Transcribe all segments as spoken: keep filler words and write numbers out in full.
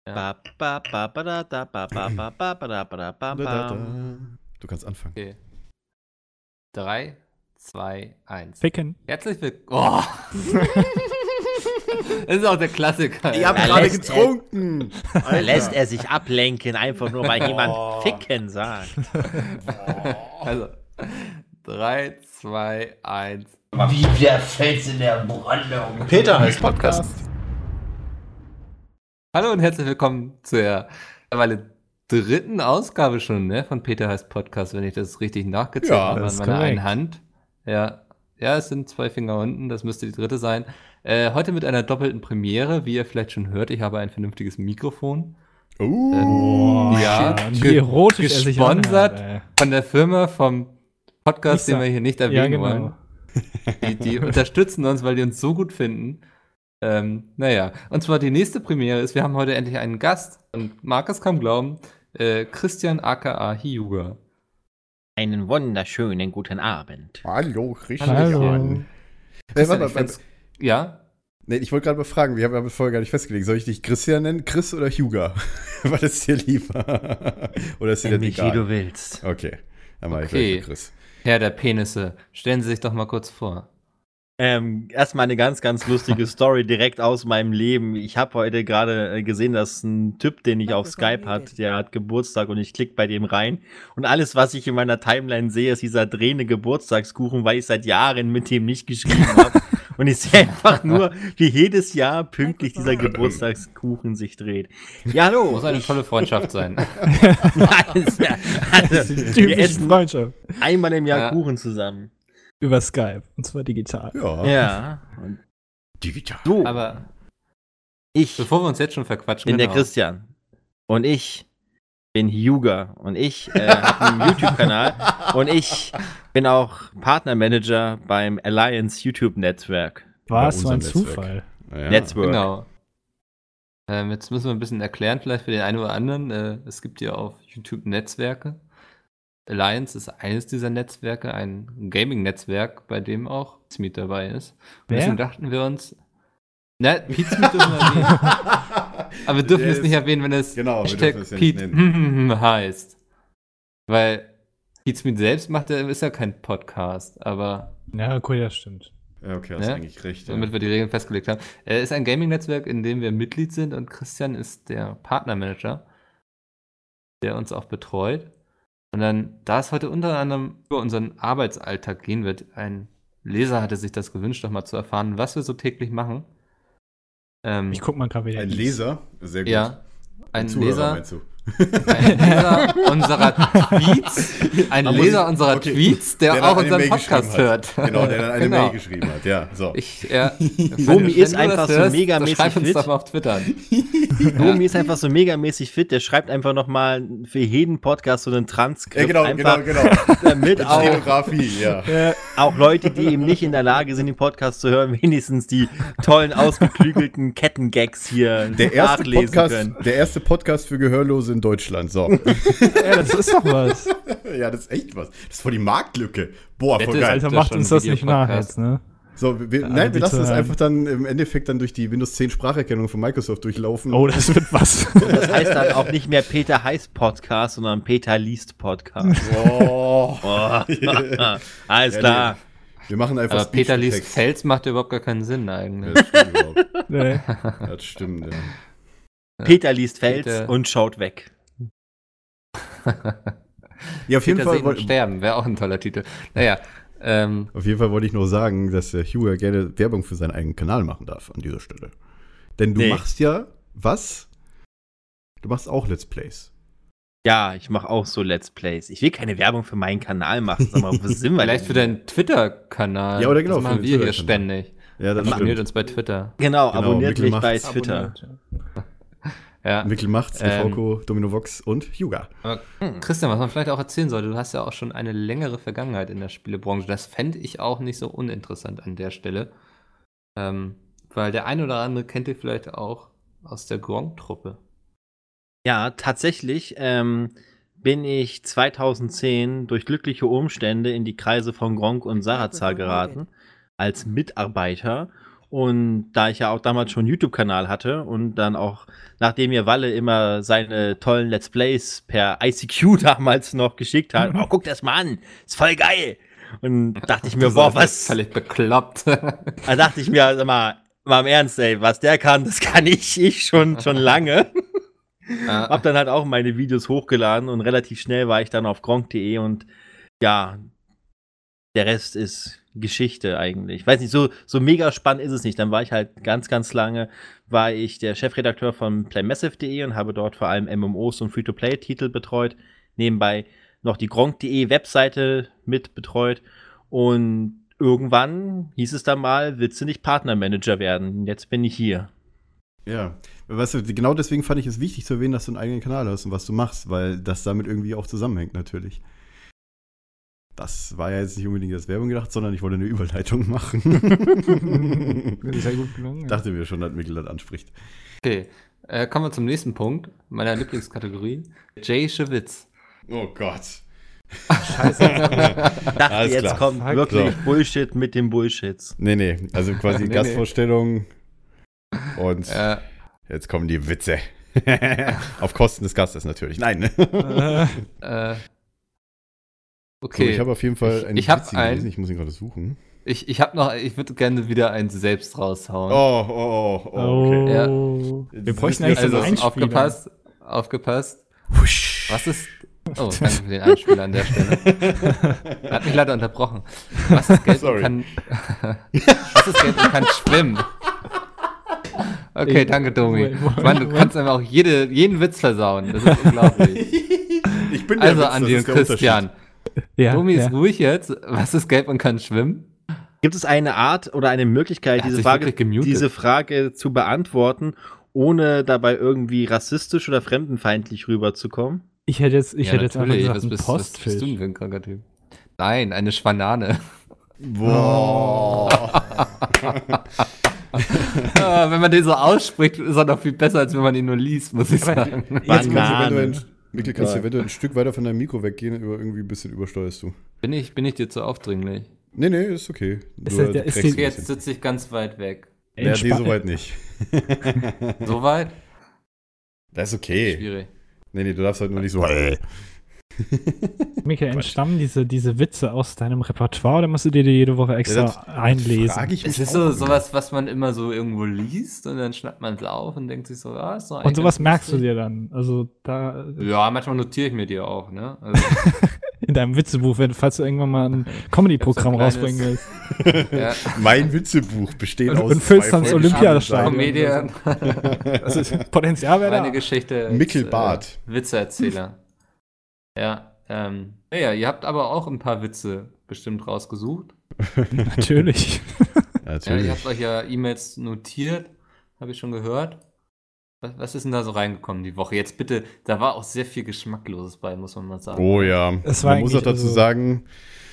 Ja. Ba, ba, ba, ba, da, da, ba, ba, ba, ba, ba, da, ba, da, bam, Da, da, da. bam. Du kannst anfangen. Okay. Drei, zwei, eins. Ficken. Herzlich willkommen. Oh. Das ist auch der Klassiker. Ich hab Da gerade lässt getrunken. Da lässt er sich ablenken, einfach nur weil jemand Oh. ficken sagt. Also, drei, zwei, eins. Wie der Fels in der Brandung. Peter heißt Podcast. Hallo und herzlich willkommen zur mittlerweile dritten Ausgabe schon, ne, von Peter heißt Podcast, wenn ich das richtig nachgezählt Ja, habe das an ist meiner korrekt. einen Hand. Ja, ja, es sind zwei Finger unten, das müsste die dritte sein. Äh, heute mit einer doppelten Premiere, wie ihr vielleicht schon hört, ich habe ein vernünftiges Mikrofon. Uh. Oh, Ja, wie ge- erotisch er sich gesponsert anhört, von der Firma vom Podcast, Nicht den wir sa- hier nicht ey. erwähnen Ja, genau. wollen. Die, die unterstützen uns, weil die uns so gut finden. Ähm, naja, und zwar die nächste Premiere ist, wir haben heute endlich einen Gast und mag es kaum glauben, äh, Christian aka Hyuga. Einen wunderschönen guten Abend. Hallo, richtig. Hallo. Äh, warte, Ich warte, find's- ja, nee, ich wollte gerade mal fragen, wir haben ja vorher gar nicht festgelegt. Soll ich dich Christian nennen, Chris oder Hugo? Was ist dir lieber? Oder ist dir Nenn das mich, wie egal? du willst. Okay, dann mach ich Okay. gleich für Chris. Herr der Penisse, stellen Sie sich doch mal kurz vor. Ähm, erstmal eine ganz, ganz lustige Story direkt aus meinem Leben. Ich habe heute gerade äh, gesehen, dass ein Typ, den ich auf Skype hat, der hat Geburtstag und ich klicke bei dem rein. Und alles, was ich in meiner Timeline sehe, ist dieser drehende Geburtstagskuchen, weil ich seit Jahren mit dem nicht geschrieben habe. Und ich sehe einfach nur, wie jedes Jahr pünktlich dieser Geburtstagskuchen sich dreht. Ja, hallo. Muss eine tolle Freundschaft sein. Alles, also, wir Typische essen Freundschaft. einmal im Jahr Ja. Kuchen zusammen. Über Skype. Und zwar digital. Ja. Ja. Und Digital. so, Aber ich bevor wir uns jetzt schon verquatschen, bin der genau. Christian. Und ich bin Hyuga. Und ich äh, habe einen YouTube-Kanal. Und ich bin auch Partnermanager beim Alliance YouTube-Netzwerk. War Bei es so ein unserem Netzwerk. Zufall? Ja. Netzwerk. Genau. Ähm, jetzt müssen wir ein bisschen erklären, vielleicht für den einen oder anderen. Äh, es gibt ja auf YouTube Netzwerke. Alliance ist eines dieser Netzwerke, ein Gaming-Netzwerk, bei dem auch Pizmeet dabei ist. Und Wer? deswegen dachten wir uns, na, Pizmeet dürfen wir erwähnen. Aber wir dürfen Der es nicht ist- erwähnen, wenn es Genau, wir Hashtag dürfen es ja nicht Pete heißt. Weil Pizmeet selbst macht, er ist ja kein Podcast, aber Ja, cool, das stimmt. Ja, okay, hast Ja. eigentlich recht. Ja. damit wir die Regeln festgelegt haben. Er ist ein Gaming-Netzwerk, in dem wir Mitglied sind und Christian ist der Partnermanager, der uns auch betreut. Und dann, da es heute unter anderem über unseren Arbeitsalltag gehen wird, ein Leser hatte sich das gewünscht, doch mal zu erfahren, was wir so täglich machen. Ähm, Ich guck mal gerade wieder. Ein hieß. Leser, sehr gut. ja, ein Zuhörer, Leser, meinst du? ein Leser unserer Tweets, ein Man muss- Leser unserer okay, Tweets, der, der auch dann eine unseren Mail Podcast geschrieben hört. hat. Genau, der dann eine Genau. Mail geschrieben hat. Ja, so. Ich, ja, Domi wenn ist du einfach das so hörst, megamäßig dann schreib uns fit. doch mal auf Twitter. Domi ist einfach so megamäßig fit. Der schreibt einfach nochmal für jeden Podcast so einen Transkript. Ja, genau, einfach, genau, genau. Damit auch, Stenografie, ja. auch Leute, die eben nicht in der Lage sind, den Podcast zu hören, wenigstens die tollen, ausgeklügelten Kettengags hier Der erste, nachlesen Podcast, können. der erste Podcast für Gehörlose in Deutschland. So. Ja, das ist doch was. Ja, das ist echt was. Das ist voll die Marktlücke. Boah, voll Wette, geil. Alter, ja macht schon uns das ein nicht nach Videopodcast. jetzt, ne? So, wir, Ja, nein, die wir lassen zu es hören. einfach dann im Endeffekt dann durch die Windows zehn Spracherkennung von Microsoft durchlaufen. Oh, das wird was. Das heißt dann auch nicht mehr Peter heißt Podcast, sondern Peter liest Podcast. Oh. Oh. Alles Ja, klar. Wir machen einfach Aber Peter liest Speech-to-Text. Fels macht ja überhaupt gar keinen Sinn Ja, eigentlich. das stimmt überhaupt. Nee. Das stimmt, ja. Peter liest Fels Peter- und schaut weg. Ja, auf jeden, Peter Fall, sehen und woll- sterben, wäre auch ein toller Titel. Naja, ähm, auf jeden Fall wollte ich nur sagen, dass der Hugo gerne Werbung für seinen eigenen Kanal machen darf an dieser Stelle. Denn du Nee. machst ja was? Du machst auch Let's Plays. Ja, ich mache auch so Let's Plays. Ich will keine Werbung für meinen Kanal machen. Sag mal, wo sind wir vielleicht denn? für deinen Twitter-Kanal. Ja, oder genau, Das für machen den wir hier Twitter-Kanal. ständig. Ja, das Abonniert stimmt. uns bei Twitter. Genau, Genau, abonniert Mikkel mich macht's. bei Twitter. Abonniert. Ja. Mikkel macht's, Ähm. Lefauco, Dominovox und Hugo. Aber Christian, was man vielleicht auch erzählen sollte, du hast ja auch schon eine längere Vergangenheit in der Spielebranche. Das fände ich auch nicht so uninteressant an der Stelle. Ähm, weil der ein oder andere kennt ihr vielleicht auch aus der Gronk-Truppe. Ja, tatsächlich ähm, bin ich zweitausendzehn durch glückliche Umstände in die Kreise von Gronk und Sarazar geraten als Mitarbeiter Und da ich ja auch damals schon einen YouTube-Kanal hatte und dann auch, nachdem mir Walle immer seine tollen Let's Plays per I C Q damals noch geschickt hat, oh, guck das mal an, ist voll geil. Und dachte ich mir, boah, was? Völlig bekloppt. Da dachte ich mir, sag mal, mal im Ernst, ey, was der kann, das kann ich, ich schon, schon lange. Ah. Hab dann halt auch meine Videos hochgeladen und relativ schnell war ich dann auf gronk punkt de und ja, der Rest ist Geschichte eigentlich. Ich weiß nicht, so, so mega spannend ist es nicht. Dann war ich halt ganz, ganz lange, war ich der Chefredakteur von playmassive punkt de und habe dort vor allem M M Os und Free-to-Play-Titel betreut. Nebenbei noch die gronk punkt de Webseite mit betreut. Und irgendwann hieß es dann mal, willst du nicht Partnermanager werden? Und jetzt bin ich hier. Ja, weißt du, genau deswegen fand ich es wichtig zu erwähnen, dass du einen eigenen Kanal hast und was du machst, weil das damit irgendwie auch zusammenhängt natürlich. Das war ja jetzt nicht unbedingt als Werbung gedacht, sondern ich wollte eine Überleitung machen. Sehr gut gelungen. Ja. Dachte mir schon, dass Mikkel das anspricht. Okay, äh, kommen wir zum nächsten Punkt, meiner Lieblingskategorie. Jay-sche Witz. Oh Gott. Scheiße. Dachte, Alles jetzt klar. kommt Fuck. wirklich So. Bullshit mit dem Bullshits. Nee, nee, also quasi Nee, nee. Gastvorstellung und Äh, jetzt kommen die Witze. Auf Kosten des Gastes natürlich. Nein. Äh, äh, So, okay, ich habe auf jeden Fall Ich- einen ich hab Witz hier gelesen. einen. Ich muss ihn gerade suchen. ich, ich habe noch, ich würde gerne wieder einen selbst raushauen. Oh, oh, oh, oh okay. Ja. oh. Wir Jetzt bräuchten wissen eigentlich so Also einen Einspieler. aufgepasst, aufgepasst. Was ist. Oh, danke für den Einspieler an der Stelle. Hat mich leider unterbrochen. Was ist gelb Sorry. und kann. Was ist gelb und kann schwimmen? Okay, Ich- danke, Domi. Moment, Moment, Mann, du Moment. kannst einfach auch jede, jeden Witz versauen. Das ist unglaublich. Ich bin der Also, Witz, das Andi und ist der Christian. Ja, Domi ja. ist ruhig jetzt. Was ist gelb und kann schwimmen? Gibt es eine Art oder eine Möglichkeit, Er hat diese sich Frage, wirklich gemutet. diese Frage zu beantworten, ohne dabei irgendwie rassistisch oder fremdenfeindlich rüberzukommen? Ich hätte jetzt, ich Ja, hätte jetzt einfach natürlich. gesagt, Was ein bist, was bist Postfisch. du denn für ein kranker Typ? Nein, eine Schwanane. Boah. Ah, wenn man den so ausspricht, ist er noch viel besser, als wenn man ihn nur liest, muss ich sagen. Jetzt kannst du, wenn du Banane. ein, Mikkel, kannst du, wenn du ein Stück weiter von deinem Mikro weggehen, über, irgendwie ein bisschen übersteuerst du. Bin ich, bin ich dir zu aufdringlich? Nee, nee, ist okay. Ist Du der- der- ist trägst die- ein Jetzt bisschen. sitze ich ganz weit weg. Ja, nee, Entspann- soweit nicht. So weit? Das ist okay. Schwierig. Nee, nee, du darfst halt nur nicht so. Michael, entstammen diese, diese Witze aus deinem Repertoire oder musst du dir die jede Woche extra Ja, das einlesen? Frag ich Es mich ist so auch sowas, was man immer so irgendwo liest und dann schnappt man es auf und denkt sich so, ah, ist doch eigentlich Und sowas ganz merkst du lustig. dir dann. Also da Ja, manchmal notiere ich mir die auch, ne? Also, in deinem Witzebuch, wenn, falls du irgendwann mal ein Comedy-Programm Ich hab so ein rausbringen willst. ja, Mein Witzebuch besteht Und- aus und füllst dann das zwei Olympiastadion. Seiten. Comedian, Das ist Potenzial wäre meine da. Geschichte. als, Mikkel Barth. Äh, Witzeerzähler. Ja, ähm, ja, ja, ihr habt aber auch ein paar Witze bestimmt rausgesucht. Natürlich. Ja, Ja, natürlich. ihr habt euch ja E-Mails notiert, habe ich schon gehört. Was, was ist denn da so reingekommen die Woche? Jetzt bitte, da war auch sehr viel Geschmackloses bei, muss man mal sagen. Oh ja. Es war Man muss auch eigentlich dazu also- sagen.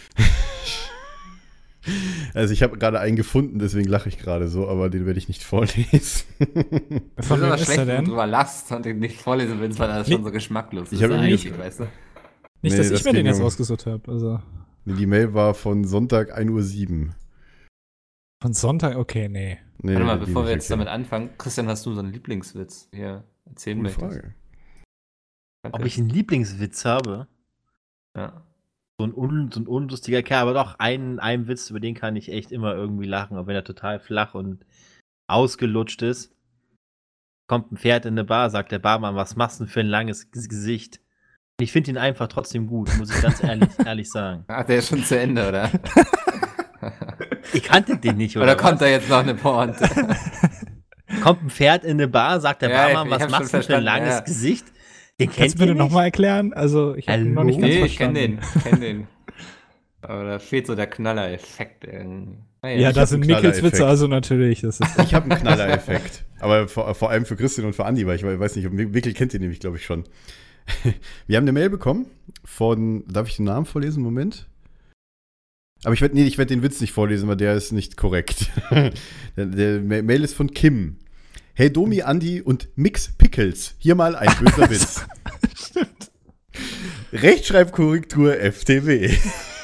Also ich habe gerade einen gefunden, deswegen lache ich gerade so, aber den werde ich nicht vorlesen. Das Von ist wem aber ist schlecht, er wenn du denn? drüber lachst und den nicht vorlesen willst, weil das Nee. schon so geschmacklos Ich ist. hab irgendwie eigentlich, das- weißt du? Nicht, Nee, dass das ich mir den ging jetzt um- ausgesucht habe. Also Nee, die Mail war von Sonntag ein Uhr sieben. von Sonntag, okay, nee. Nee, Warte mal, die bevor nicht wir jetzt erkennen. damit anfangen, Christian, hast du so einen Lieblingswitz hier erzählen Gute möchtest? Frage. Danke. Ob ich einen Lieblingswitz habe? Ja. So ein, un, so ein unlustiger Kerl, aber doch einen, einen Witz, über den kann ich echt immer irgendwie lachen, auch wenn er total flach und ausgelutscht ist. Kommt ein Pferd in eine Bar, sagt der Barmann, was machst du denn für ein langes G- Gesicht? Und ich finde ihn einfach trotzdem gut, muss ich ganz ehrlich, ehrlich sagen. Ach, der ist schon zu Ende, oder? Ich kannte den nicht, oder? Oder kommt was? da jetzt noch eine Pointe? Kommt ein Pferd in eine Bar, sagt der Ja, Barmann, ich- ich was hab's machst du schon für ein verstanden, langes ja. Gesicht? Den kennt Kannst du ihr bitte nicht? nochmal erklären? Also, ich habe ihn noch nicht Hallo? ganz Nee, ich kenn verstanden. den, ich kenn den. Aber da fehlt so der Knaller-Effekt irgendwie. Naja, Ja, Ich das hab sind einen Mickels Knallereffekt. Witze, also natürlich. Das ist Ich habe einen Knaller-Effekt. Aber vor, vor allem für Christian und für Andi, weil ich weiß nicht, Mikkel kennt den nämlich, glaube ich, schon. Wir haben eine Mail bekommen von, darf ich den Namen vorlesen? Moment. Aber ich werde nee, ich werd den Witz nicht vorlesen, weil der ist nicht korrekt. der, der Mail ist von Kim. Hey Domi, Andi und Mix Pickles. Hier mal ein böser Witz. Rechtschreibkorrektur F T W.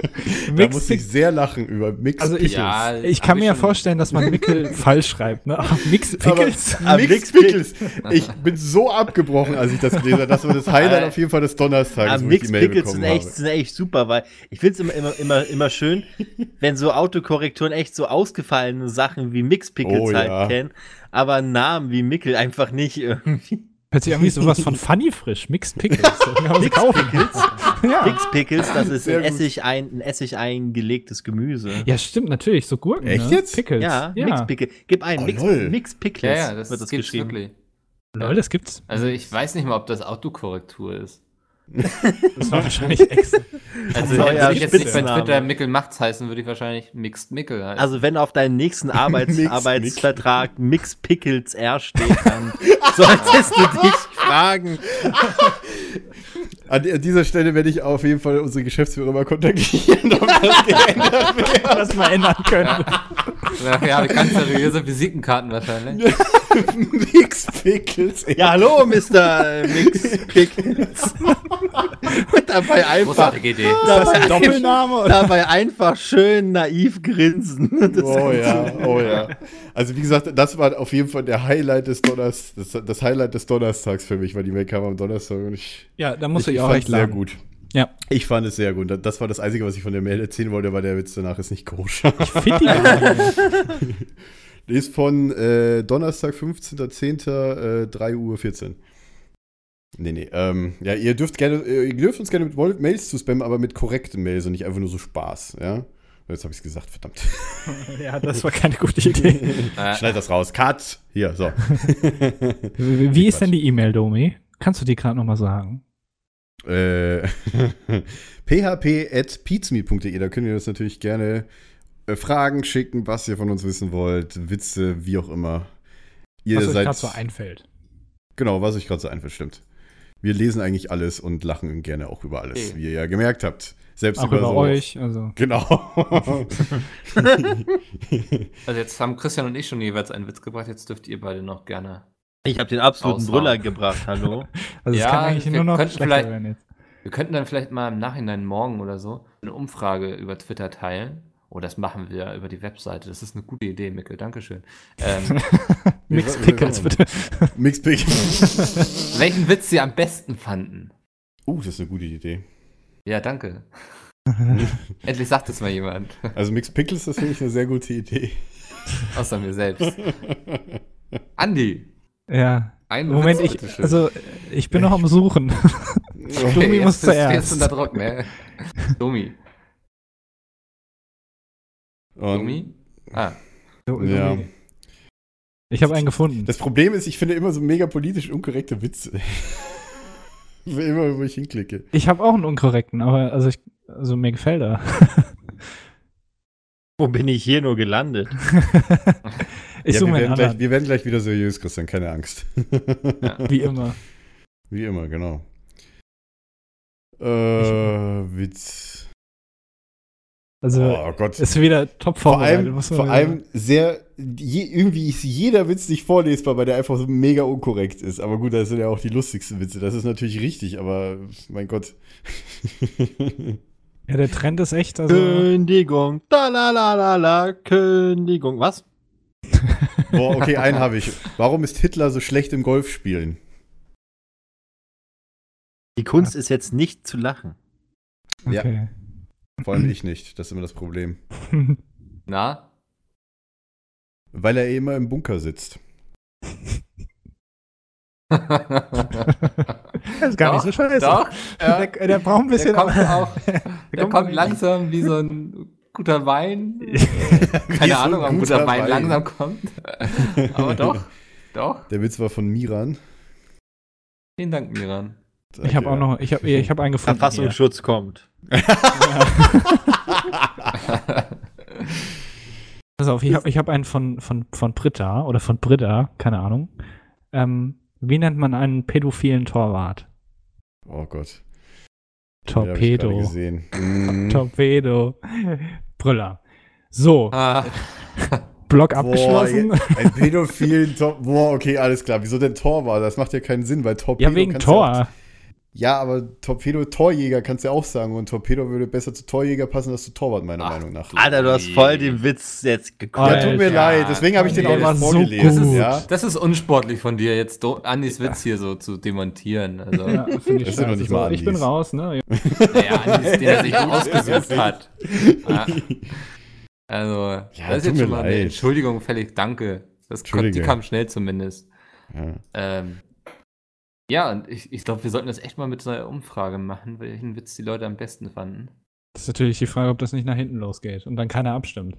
Da muss ich sehr lachen über Mix Also ich- Pickles. Ja, Ich hab kann mir ja schon- vorstellen, dass man Mickel falsch schreibt, ne? Ach, Mix Pickles. Aber Mix Mix Pickles. Ich bin so abgebrochen, als ich das gelesen habe. Das war das Highlight Äh, auf jeden Fall des Donnerstags, Ah, wo ich die Mixed Mail Pickles bekommen sind echt, habe. sind echt super, weil ich finde es immer, immer, immer, immer schön, wenn so Autokorrekturen echt so ausgefallene Sachen wie Mixed Pickles Oh, halt ja. kennen, aber Namen wie Mickel einfach nicht irgendwie. Hört sich irgendwie sowas von Funny frisch. Mixed Pickles. Mixed Pickles? Ja. Mixed Pickles, das ist Sehr in gut. Essig, ein, in Essig eingelegtes Gemüse. Ja, stimmt, natürlich. So Gurken, Echt ne? jetzt? Pickles. Ja, ja. Mixed Pickles. Gib ein, Oh, Mixed, lol. Mixed Pickles Ja, ja, das, wird das gibt's geschrieben. wirklich. Lol, das gibt's. Also ich weiß nicht mal, ob das Autokorrektur ist. Das war wahrscheinlich extra. Also Neuer wenn ich jetzt nicht bei Spitzname. Twitter Mickel Macht's heißen, würde ich wahrscheinlich Mixed Mickel heißen. Also wenn auf deinem nächsten Arbeits Mixed Arbeitsvertrag Mixed Pickles R steht, dann solltest du dich fragen. An, an dieser Stelle werde ich auf jeden Fall unsere Geschäftsführer mal kontaktieren, ob das geändert wird. Was man ändern können. ja, ja, ganz seriöse Visitenkarten wahrscheinlich. Mix Pickles. Ja, hallo, Mister Mixed Pickles. Und dabei einfach, Großartige Idee. dabei, Doppelname? Oder? dabei einfach schön naiv grinsen. Das Oh ja, oh ja. Also wie gesagt, das war auf jeden Fall der Highlight des Donners, das, das Highlight des Donnerstags für mich, weil die Mail kam am Donnerstag und ich, Ja, da muss ich, ich ich auch fand recht es sehr lachen. gut. Ja. Ich fand es sehr gut. Das war das Einzige, was ich von der Mail erzählen wollte, weil der Witz danach ist nicht koscher. Ich finde die gar nicht. Die ist von äh, Donnerstag, fünfzehnter zehnter Äh, drei Uhr vierzehn. Nee, nee. Ähm, ja, ihr dürft gerne, äh, ihr dürft uns gerne mit Vol- Mails zu spammen, aber mit korrekten Mails und nicht einfach nur so Spaß, ja? Jetzt habe ich es gesagt, verdammt. Ja, das war keine gute Idee. Äh, Schneid das raus. Cut! Hier, so. Wie, wie ist denn die E-Mail, Domi? Kannst du die gerade nochmal sagen? äh, p h p at pizmeet punkt de, da könnt ihr uns natürlich gerne äh, Fragen schicken, was ihr von uns wissen wollt, Witze, wie auch immer. Ihr Was euch seid gerade so einfällt. Genau, was euch gerade so einfällt, stimmt. Wir lesen eigentlich alles und lachen gerne auch über alles, Okay. wie ihr ja gemerkt habt. Selbst Auch über, über so euch. Also. Genau. also jetzt haben Christian und ich schon jeweils einen Witz gebracht, jetzt dürft ihr beide noch gerne. Ich habe den absoluten Aushauen. Brüller gebracht, hallo. Also Ja, es kann eigentlich wir nur noch könnten schlechter vielleicht- werden jetzt. Wir könnten dann vielleicht mal im Nachhinein morgen oder so eine Umfrage über Twitter teilen. Oh, das machen wir über die Webseite. Das ist eine gute Idee, Mikkel. Dankeschön. Ähm, Mixed Pickles, bitte. Mixed Pickles. welchen Witz sie am besten fanden. Uh, das ist eine gute Idee. Ja, danke. Endlich sagt es mal jemand. Also Mixed Pickles, das finde ich eine sehr gute Idee. Außer mir selbst. Andi, Ja. ein Moment, Witz, ich, bitteschön. also ich bin noch am Suchen. Domi jetzt muss bist- zuerst. Jetzt unter Druck, ne? Domi. Und Domi? Ah, Do- Ja. Domi. Ich habe einen gefunden. das Problem ist, ich finde immer so mega politisch unkorrekte Witze. Immer, wo ich hinklicke. Ich habe auch einen unkorrekten, aber also, ich, also mir gefällt er. Wo bin ich hier nur gelandet? ich Ja, suche wir, mir werden einen gleich, anderen. wir werden gleich wieder seriös, Christian, keine Angst. Wie immer. Wie immer, genau. Äh, Witz. Also Oh Gott. ist wieder top Vor vorbereitet. allem, muss man vor wieder allem sehr, je, irgendwie ist jeder Witz nicht vorlesbar, weil der einfach so mega unkorrekt ist. Aber gut, das sind ja auch die lustigsten Witze. Das ist natürlich richtig, aber mein Gott. sagen. Ja, der Trend ist echt, also. Kündigung, da la la la la, Kündigung. Was? Boah, okay, einen habe ich. Warum ist Hitler so schlecht im Golfspielen? Die Kunst ist jetzt nicht zu lachen. Ja. Okay. Vor allem ich nicht. Das ist immer das Problem. na? Weil er eh immer im Bunker sitzt. Das ist gar nicht so scheiße. Doch, ja. Der, der braucht ein Der bisschen. kommt auch, der kommt kommt von- langsam wie so ein guter Wein. Wie Keine so ein Ahnung, ob ein guter guter Wein Wein. langsam kommt. Aber doch, doch. Der Witz war von Miran. Vielen Dank, Miran. Ich habe auch noch, ich habe ich hab einen gefunden. hier. Verfassungsschutz kommt. Pass auf, ich habe ich hab einen von, von, von Britta oder von Britta, keine Ahnung. Ähm, wie nennt man einen pädophilen Torwart? Oh Gott. Den hab ich gerade Torpedo. gesehen. Mm. Torpedo. Brüller. So, Ah, Block Boah, abgeschlossen. ja, ein pädophilen Tor. Boah, okay, alles klar. Wieso denn Tor war? Das macht ja keinen Sinn, weil Torpedo Ja, wegen kannst du Tor. Ja, aber Torpedo Torjäger kannst du ja auch sagen. Und Torpedo würde besser zu Torjäger passen als zu Torwart, meiner Ach, Meinung nach. Alter, du hast voll den Witz jetzt geguckt. Ja, tut mir Alter. leid. Deswegen habe ich den Der auch war nicht so vorgelesen. gut. Ja? Das ist unsportlich von dir, jetzt Do- Andys Witz hier so zu demontieren. Also, Ja, finde ich Das sind doch scheiße. nicht So, mal ich bin Andis. raus, ne? naja, Andys, den er sich ausgesucht hat. Ja. Also, Ja, das ist tut jetzt mir schon mal eine leid. Entschuldigung fällig. Danke. Das kommt, die Entschuldige. kam schnell zumindest. Ja. Ähm, ja, und ich, ich glaube, wir sollten das echt mal mit so einer Umfrage machen, welchen Witz die Leute am besten fanden. Das ist natürlich die Frage, ob das nicht nach hinten losgeht und dann keiner abstimmt.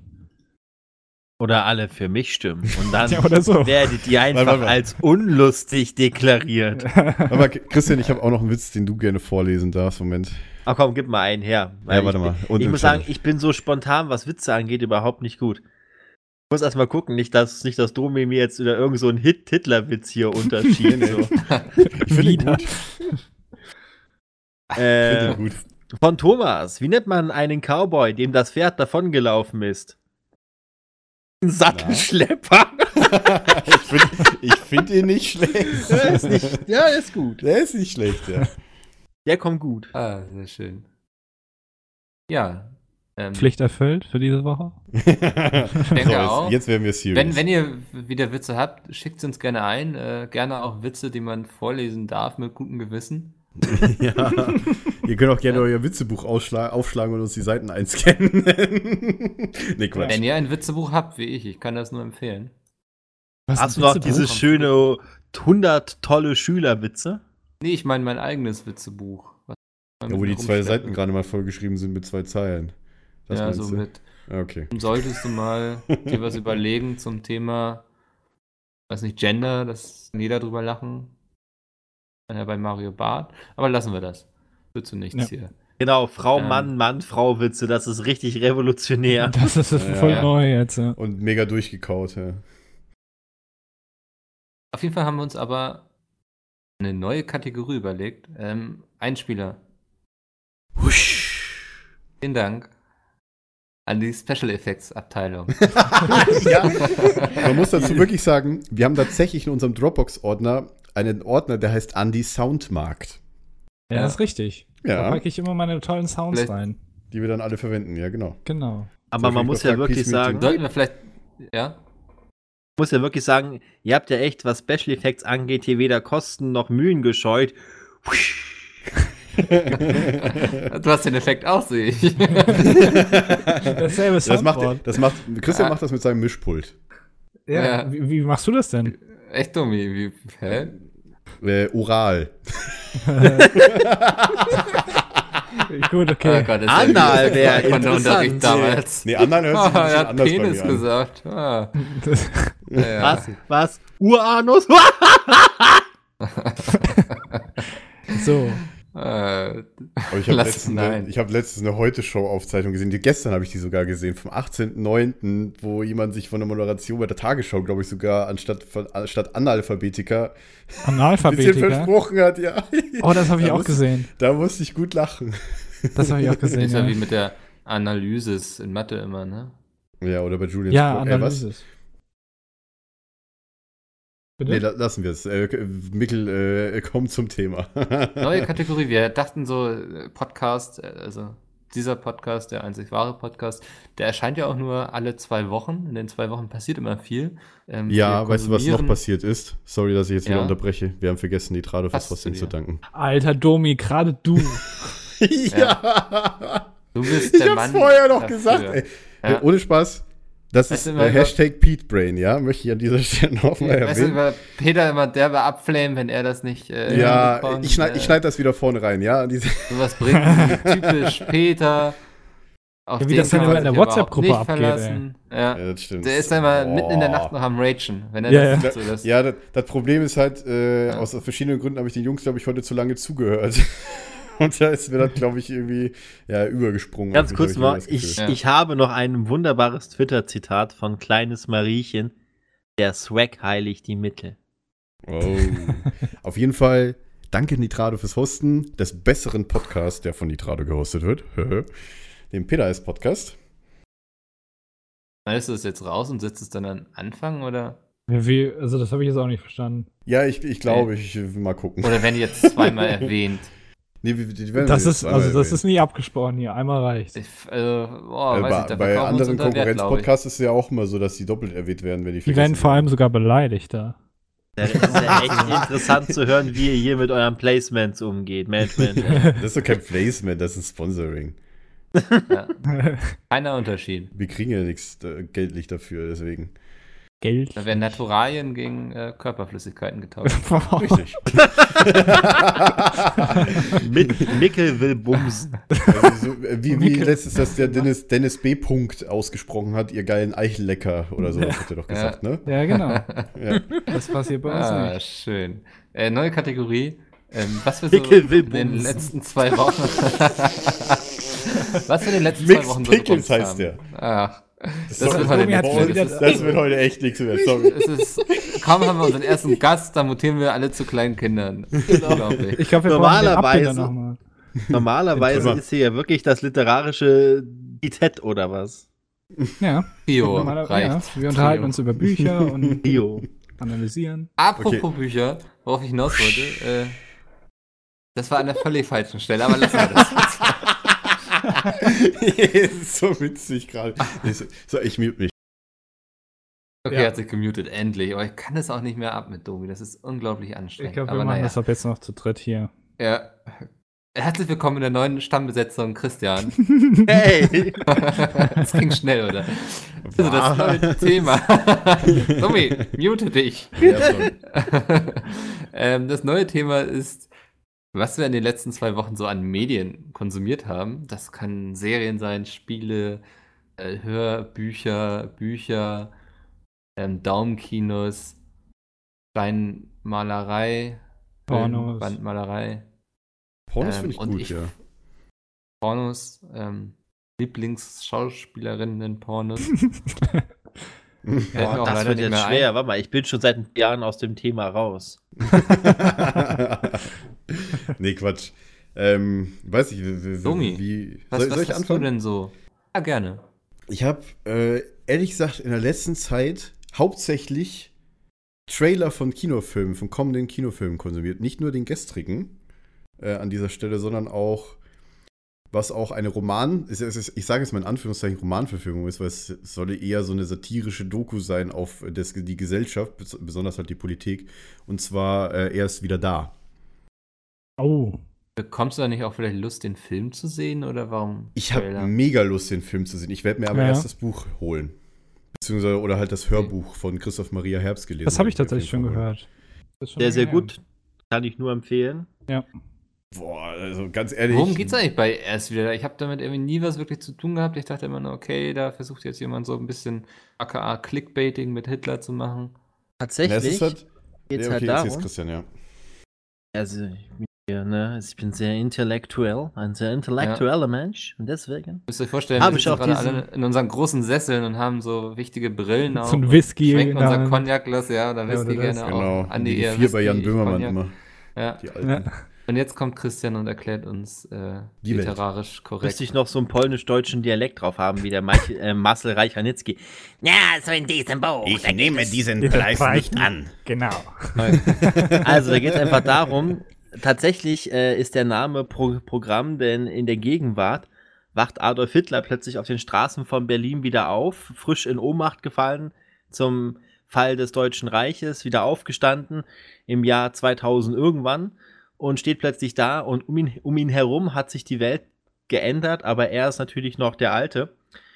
Oder alle für mich stimmen. Und dann Ja, oder so. werdet ihr einfach Warte, warte. als unlustig deklariert. Aber Christian, ich habe auch noch einen Witz, den du gerne vorlesen darfst. Moment. Ach komm, gib mal einen her. Weil Ja, warte ich, mal. Ich, Und ich im muss sagen, Challenge. ich bin so spontan, was Witze angeht, überhaupt nicht gut. Ich muss erst mal gucken, nicht, dass, nicht, dass Domi mir jetzt wieder irgend so einen Hit Hitler-Witz hier unterschiebt. Nee, nee. so. Ich finde ihn Wieder. gut. Ich äh, finde ihn gut. von Thomas. Wie nennt man einen Cowboy, dem das Pferd davongelaufen ist? Ein Sattelschlepper. ich finde ich find ihn nicht schlecht. Der ist nicht, ja, der ist gut. Der ist nicht schlecht, ja. Der kommt gut. Ah, sehr schön. Ja. Ähm, Pflicht erfüllt für diese Woche? Ich denke so, auch. Jetzt, jetzt werden wir serious. Wenn, wenn ihr wieder Witze habt, schickt sie uns gerne ein. Äh, gerne auch Witze, die man vorlesen darf mit gutem Gewissen. ja. Ihr könnt auch gerne Ja. euer Witzebuch ausschla- aufschlagen und uns die Seiten einscannen. nee, Quatsch. Wenn ihr ein Witzebuch habt, wie ich, ich kann das nur empfehlen. Was, Hast du ein noch Witzebuch? diese schöne hundert tolle Schülerwitze? Nee, ich meine mein eigenes Witzebuch. was man Ja, mit wo die mir zwei rumschleppen. Seiten gerade mal vollgeschrieben sind mit zwei Zeilen. Das Ja, meinst so du? mit. Ah, okay. Solltest du mal dir was überlegen zum Thema, weiß nicht, Gender, dass jeder drüber lachen. Ja, bei Mario Barth. Aber lassen wir das. Wird zu nichts Ja. hier. Genau, Frau, Ähm. Mann, Mann, Frau Witze, das ist richtig revolutionär. Das ist Ja, voll ja. neu jetzt. Ja. Und mega durchgekaut, ja. Auf jeden Fall haben wir uns aber eine neue Kategorie überlegt. Ähm, Einspieler. Vielen Dank an die Special Effects Abteilung. ja. Man muss dazu wirklich sagen, wir haben tatsächlich in unserem Dropbox-Ordner einen Ordner, der heißt Andy Soundmarkt. Ja, Ja. das ist richtig. Da Ja, packe ich immer meine tollen Sounds Vielleicht- rein. die wir dann alle verwenden, ja, genau. Genau. Aber man muss ja Frag, wirklich Peace sagen, Meeting. Sollten wir vielleicht, ja? muss ja wirklich sagen, ihr habt ja echt, was Special Effects angeht, hier weder Kosten noch Mühen gescheut. Du hast den Effekt auch, sehe ich. Dasselbe Das macht, Soundboard. das macht, Christian Ah. macht das mit seinem Mischpult. Ja, Ja. Wie, wie machst du das denn? Echt dumm, wie, wie hä? Äh, oral. Gut, Oh okay. Gott, das Anal ist wär von der interessant. Unterricht damals. Nee, anderen hört sich ein Ah, bisschen er hat anders bei Penis mir an. gesagt. Ah. Das, Ja, ja. Was? Was? Uranus? so. Äh, Aber ich habe Lass- letztens, nein. eine- ich hab letztens eine Heute-Show-Aufzeichnung gesehen. Die, gestern habe ich die sogar gesehen, vom achtzehnten neunten, wo jemand sich von der Moderation bei der Tagesschau, glaube ich, sogar anstatt, von, anstatt Analphabetiker ein bisschen Analphabetiker. versprochen hat, ja. Oh, das habe ich Da auch muss- gesehen. Da musste ich gut lachen. Das habe ich auch gesehen. ist ja Ja, wie mit der Analysis in Mathe immer, ne? Ja, oder bei Julian ja Spruch. Äh, was? Analysis. Bitte? Nee, la lassen wir es. Äh, Mikkel, äh, komm zum Thema. Neue Kategorie. Wir dachten so, äh, Podcast, äh, also dieser Podcast, der einzig wahre Podcast, der erscheint ja auch nur alle zwei Wochen. In den zwei Wochen passiert immer viel. Ähm, Ja, wir weißt du, was noch konsumieren- passiert ist? Sorry, dass ich jetzt wieder Ja. unterbreche. Wir haben vergessen, die Trado fürs Passt zu Hosting dir. zu danken. Alter Domi, gerade du. ja! Du bist Ich der hab's Mann vorher noch dafür. gesagt, ey. Ja. Äh, Ohne Spaß. Das Weißt ist du, äh, weil- Hashtag PeteBrain, ja? Möchte ich an dieser Stelle nochmal Weißt du, erwähnen. weil Peter immer derbe abflamen, wenn er das nicht äh, Ja, hinbekommt, ich schneide äh, ich schneid das wieder vorne rein, ja? Diese, Sowas bringt typisch Peter. Auf Ja, wie den das dann kann immer man in der sich WhatsApp-Gruppe überhaupt nicht abgeht, verlassen. Ja. ja, das stimmt. Der ist dann immer Boah. mitten in der Nacht noch am Ragen, wenn er Ja, das ja. so das Ja, das, das Problem ist halt, äh, Ja. aus verschiedenen Gründen habe ich den Jungs, glaube ich, heute zu lange zugehört. Und da ist mir das, glaube ich, irgendwie ja, übergesprungen. Ganz Hab kurz ich mal, das ich, Gefühl. Ja. ich habe noch ein wunderbares Twitter-Zitat von Kleines Mariechen. Der Swag heiligt die Mittel. Oh. Auf jeden Fall danke Nitrado fürs Hosten des besseren Podcasts, der von Nitrado gehostet wird. Dem P D S-Podcast. Schneidest du das jetzt raus und setzt es dann an Anfang oder? Ja, wie, also das habe ich jetzt auch nicht verstanden. Ja, ich, ich glaube, ich will mal gucken. Oder werden die jetzt zweimal erwähnt? Nee, die, die werden Das wir ist, zweimal also das erwähnen. ist nie abgesprochen hier. Einmal reicht. Ich, äh, boah, Äh, weiß bei nicht, da bei verkaufen wir uns anderen unter Wert, glaube ich. Konkurrenz-Podcasts ist es ja auch immer so, dass die doppelt erwähnt werden, wenn die Die werden vergessen vor allem sogar beleidigt da. Das ist ja echt interessant zu hören, wie ihr hier mit euren Placements umgeht, Management. Das ist doch kein Placement, das ist ein Sponsoring. Ja. Keiner Unterschied. Wir kriegen ja nichts äh, geldlich dafür, deswegen. Geld. Da werden Naturalien gegen äh, Körperflüssigkeiten getauscht. Richtig. Mit Mickel will bumsen. Also so, äh, wie, wie letztes, dass der Dennis, Dennis B. Punkt ausgesprochen hat, ihr geilen Eichellecker oder so, hat er doch gesagt, ne? Ja, genau. Ja. Das passiert bei uns Ah, nicht. schön. Äh, neue Kategorie. Ähm, was wir so Mickel will in den bumsen. letzten zwei Wochen. Was wir in den letzten Mixed zwei Wochen so Pickles gebumst heißt haben. der. Ach, das, Sorry, wird heute Domi hat nicht schon mehr. wieder- Das ist, Das wird heute echt nichts mehr, sorry. es ist, kaum haben wir unseren ersten Gast, da mutieren wir alle zu kleinen Kindern. Unglaublich. Ich glaube, wir brauchen den Normalerweise- Abbinder nochmal. Normalerweise Immer. ist hier ja wirklich das literarische Ditett oder was? Ja, Trio normaler- reicht. ja, wir unterhalten Trio. uns über Bücher und Bio. analysieren. Apropos Bücher, worauf ich hinaus wollte, äh, das war an der völlig falschen Stelle, aber lassen wir das. Es ist so witzig gerade. So, ich mute mich. Okay, Ja. hat sich gemutet, endlich. Aber ich kann das auch nicht mehr ab mit Domi. Das ist unglaublich anstrengend. Ich glaube, wir aber machen naja. das ab jetzt noch zu dritt hier. Ja. Herzlich willkommen in der neuen Stammbesetzung, Christian. Hey! Das ging schnell, oder? Also das neue Thema. Domi, mute dich. Ja, schon. ähm, das neue Thema ist, was wir in den letzten zwei Wochen so an Medien konsumiert haben. Das können Serien sein, Spiele, äh, Hörbücher, Bücher, ähm, Daumenkinos, Steinmalerei, Pornos. Bandmalerei, Pornos Ähm, finde ich und gut, ich- ja. Pornos, ähm, Lieblingsschauspielerinnen in Pornos. Boah, auch das leider wird nicht jetzt mehr schwer. Warte mal, ich bin schon seit Jahren aus dem Thema raus. Nee, Quatsch. Ähm, weiß ich, wie, wie, Domi, wie Was, soll, was soll ich hast anfangen? du denn so? Ja, gerne. Ich habe äh, ehrlich gesagt in der letzten Zeit hauptsächlich Trailer von Kinofilmen, von kommenden Kinofilmen konsumiert. Nicht nur den gestrigen äh, an dieser Stelle, sondern auch, was auch eine Roman, ist, ist, ist, ich sage jetzt mal in Anführungszeichen Romanverfilmung ist, weil es soll eher so eine satirische Doku sein auf das, die Gesellschaft, bes- besonders halt die Politik. Und zwar äh, Er ist wieder da. Oh. Bekommst du da nicht auch vielleicht Lust, den Film zu sehen oder warum? Ich habe Trailer? mega Lust, den Film zu sehen. Ich werde mir aber Ja. erst das Buch holen. Beziehungsweise, oder halt das Hörbuch von Christoph Maria Herbst gelesen. Das habe ich Werd mir auf tatsächlich schon jeden Fall holen. gehört. Das ist schon Sehr, sehr lange her. gut. Kann ich nur empfehlen. Boah, also ganz ehrlich. Worum geht's eigentlich bei Erst wieder? Ich habe damit irgendwie nie was wirklich zu tun gehabt. Ich dachte immer nur, okay, da versucht jetzt jemand so ein bisschen aka Clickbaiting mit Hitler zu machen. Na, Tatsächlich es ist halt, geht es ja, halt okay, jetzt geht's darum. Christian, ja. Also, ich bin, hier, ne, also ich bin sehr intellektuell, ein sehr intellektueller Mensch und deswegen. Müsst ihr euch vorstellen, Hab wir ich sitzen auch gerade diesen- alle in unseren großen Sesseln und haben so wichtige Brillen auf. So ein und Whisky Schwenken in der unser Hand. Cognac-Glas, ja, oder Ja, Whisky oder das. gerne Genau. auch. Andi, die eher vier bei Whisky, Jan ich Böhmermann Cognac. immer. Ja. Die alten. Ja. Und jetzt kommt Christian und erklärt uns äh, Die Welt. literarisch korrekt. Müsste ich noch so einen polnisch-deutschen Dialekt drauf haben, wie der Mike, äh, Marcel Reich-Ranitzky. Ja, so in diesem Buch. Ich da geht nehme es- diesen Diesen Preis Preis nicht nicht. an. Genau. Also, da geht es einfach darum, tatsächlich äh, ist der Name Pro Programm, denn in der Gegenwart wacht Adolf Hitler plötzlich auf den Straßen von Berlin wieder auf, frisch in Ohnmacht gefallen, zum Fall des Deutschen Reiches, wieder aufgestanden im Jahr zweitausend irgendwann und steht plötzlich da und um ihn, um ihn herum hat sich die Welt geändert, aber er ist natürlich noch der Alte.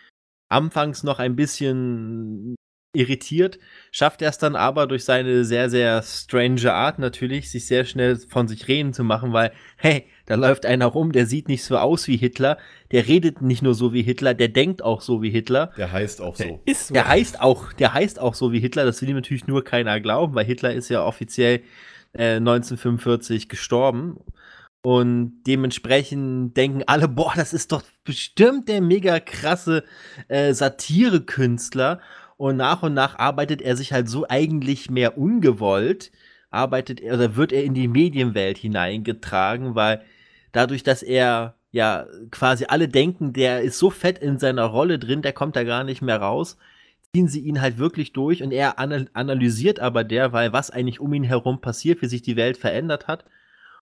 Anfangs noch ein bisschen irritiert, schafft er es dann aber durch seine sehr, sehr strange Art natürlich, sich sehr schnell von sich reden zu machen, weil, hey, da läuft einer rum, der sieht nicht so aus wie Hitler, der redet nicht nur so wie Hitler, der denkt auch so wie Hitler. Der heißt auch so. Ist so. Der heißt auch, der heißt auch so wie Hitler, das will ihm natürlich nur keiner glauben, weil Hitler ist ja offiziell äh, neunzehnhundertfünfundvierzig gestorben. Und dementsprechend denken alle, boah, das ist doch bestimmt der mega krasse äh, Satire-Künstler. Und nach und nach arbeitet er sich halt so eigentlich mehr ungewollt, arbeitet er, oder wird er in die Medienwelt hineingetragen, weil dadurch, dass er ja quasi alle denken, der ist so fett in seiner Rolle drin, der kommt da gar nicht mehr raus, ziehen sie ihn halt wirklich durch und er anal analysiert aber derweil, was eigentlich um ihn herum passiert, wie sich die Welt verändert hat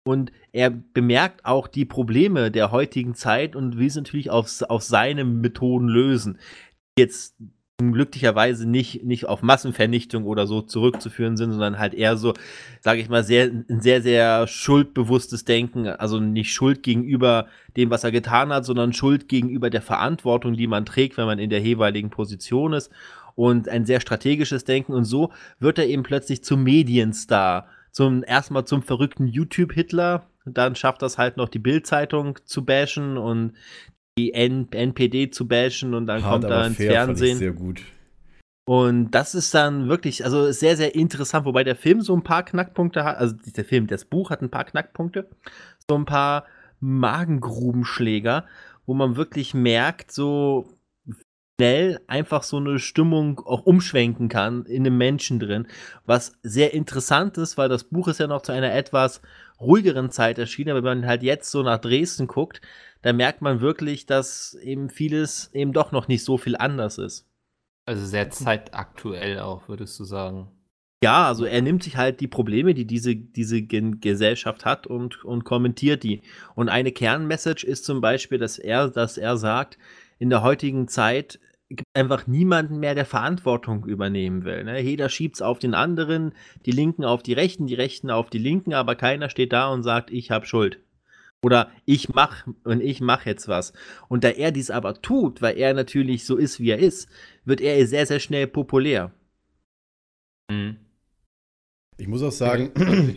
Und er bemerkt auch die Probleme der heutigen Zeit und will es natürlich auf, auf seine Methoden lösen. Die jetzt glücklicherweise nicht, nicht auf Massenvernichtung oder so zurückzuführen sind, sondern halt eher so, sage ich mal, sehr, ein sehr, sehr schuldbewusstes Denken. Also nicht Schuld gegenüber dem, was er getan hat, sondern Schuld gegenüber der Verantwortung, die man trägt, wenn man in der jeweiligen Position ist. Und ein sehr strategisches Denken. Und so wird er eben plötzlich zum Medienstar. Zum, erstmal zum verrückten YouTube-Hitler. Dann schafft das halt noch die Bild-Zeitung zu bashen und die N- N P D zu bashen und dann Hart, kommt aber er ins fair, fand ich Fernsehen. sehr gut. Und das ist dann wirklich, also sehr, sehr interessant, wobei der Film so ein paar Knackpunkte hat, also der Film, das Buch hat ein paar Knackpunkte, so ein paar Magengrubenschläger, wo man wirklich merkt, so schnell einfach so eine Stimmung auch umschwenken kann in einem Menschen drin, was sehr interessant ist, weil das Buch ist ja noch zu einer etwas ruhigeren Zeit erschienen, aber wenn man halt jetzt so nach Dresden guckt, da merkt man wirklich, dass eben vieles eben doch noch nicht so viel anders ist. Also sehr zeitaktuell auch, würdest du sagen. Ja, also er nimmt sich halt die Probleme, die diese, diese Gen- Gesellschaft hat und, und kommentiert die. Und eine Kernmessage ist zum Beispiel, dass er, dass er sagt, in der heutigen Zeit gibt einfach niemanden mehr, der Verantwortung übernehmen will. Ne? Jeder schiebt es auf den anderen, die Linken auf die Rechten, die Rechten auf die Linken, aber keiner steht da und sagt, ich habe Schuld. Oder ich mach und ich mach jetzt was. Und da er dies aber tut, weil er natürlich so ist, wie er ist, wird er sehr, sehr schnell populär. Mhm. Ich muss auch sagen,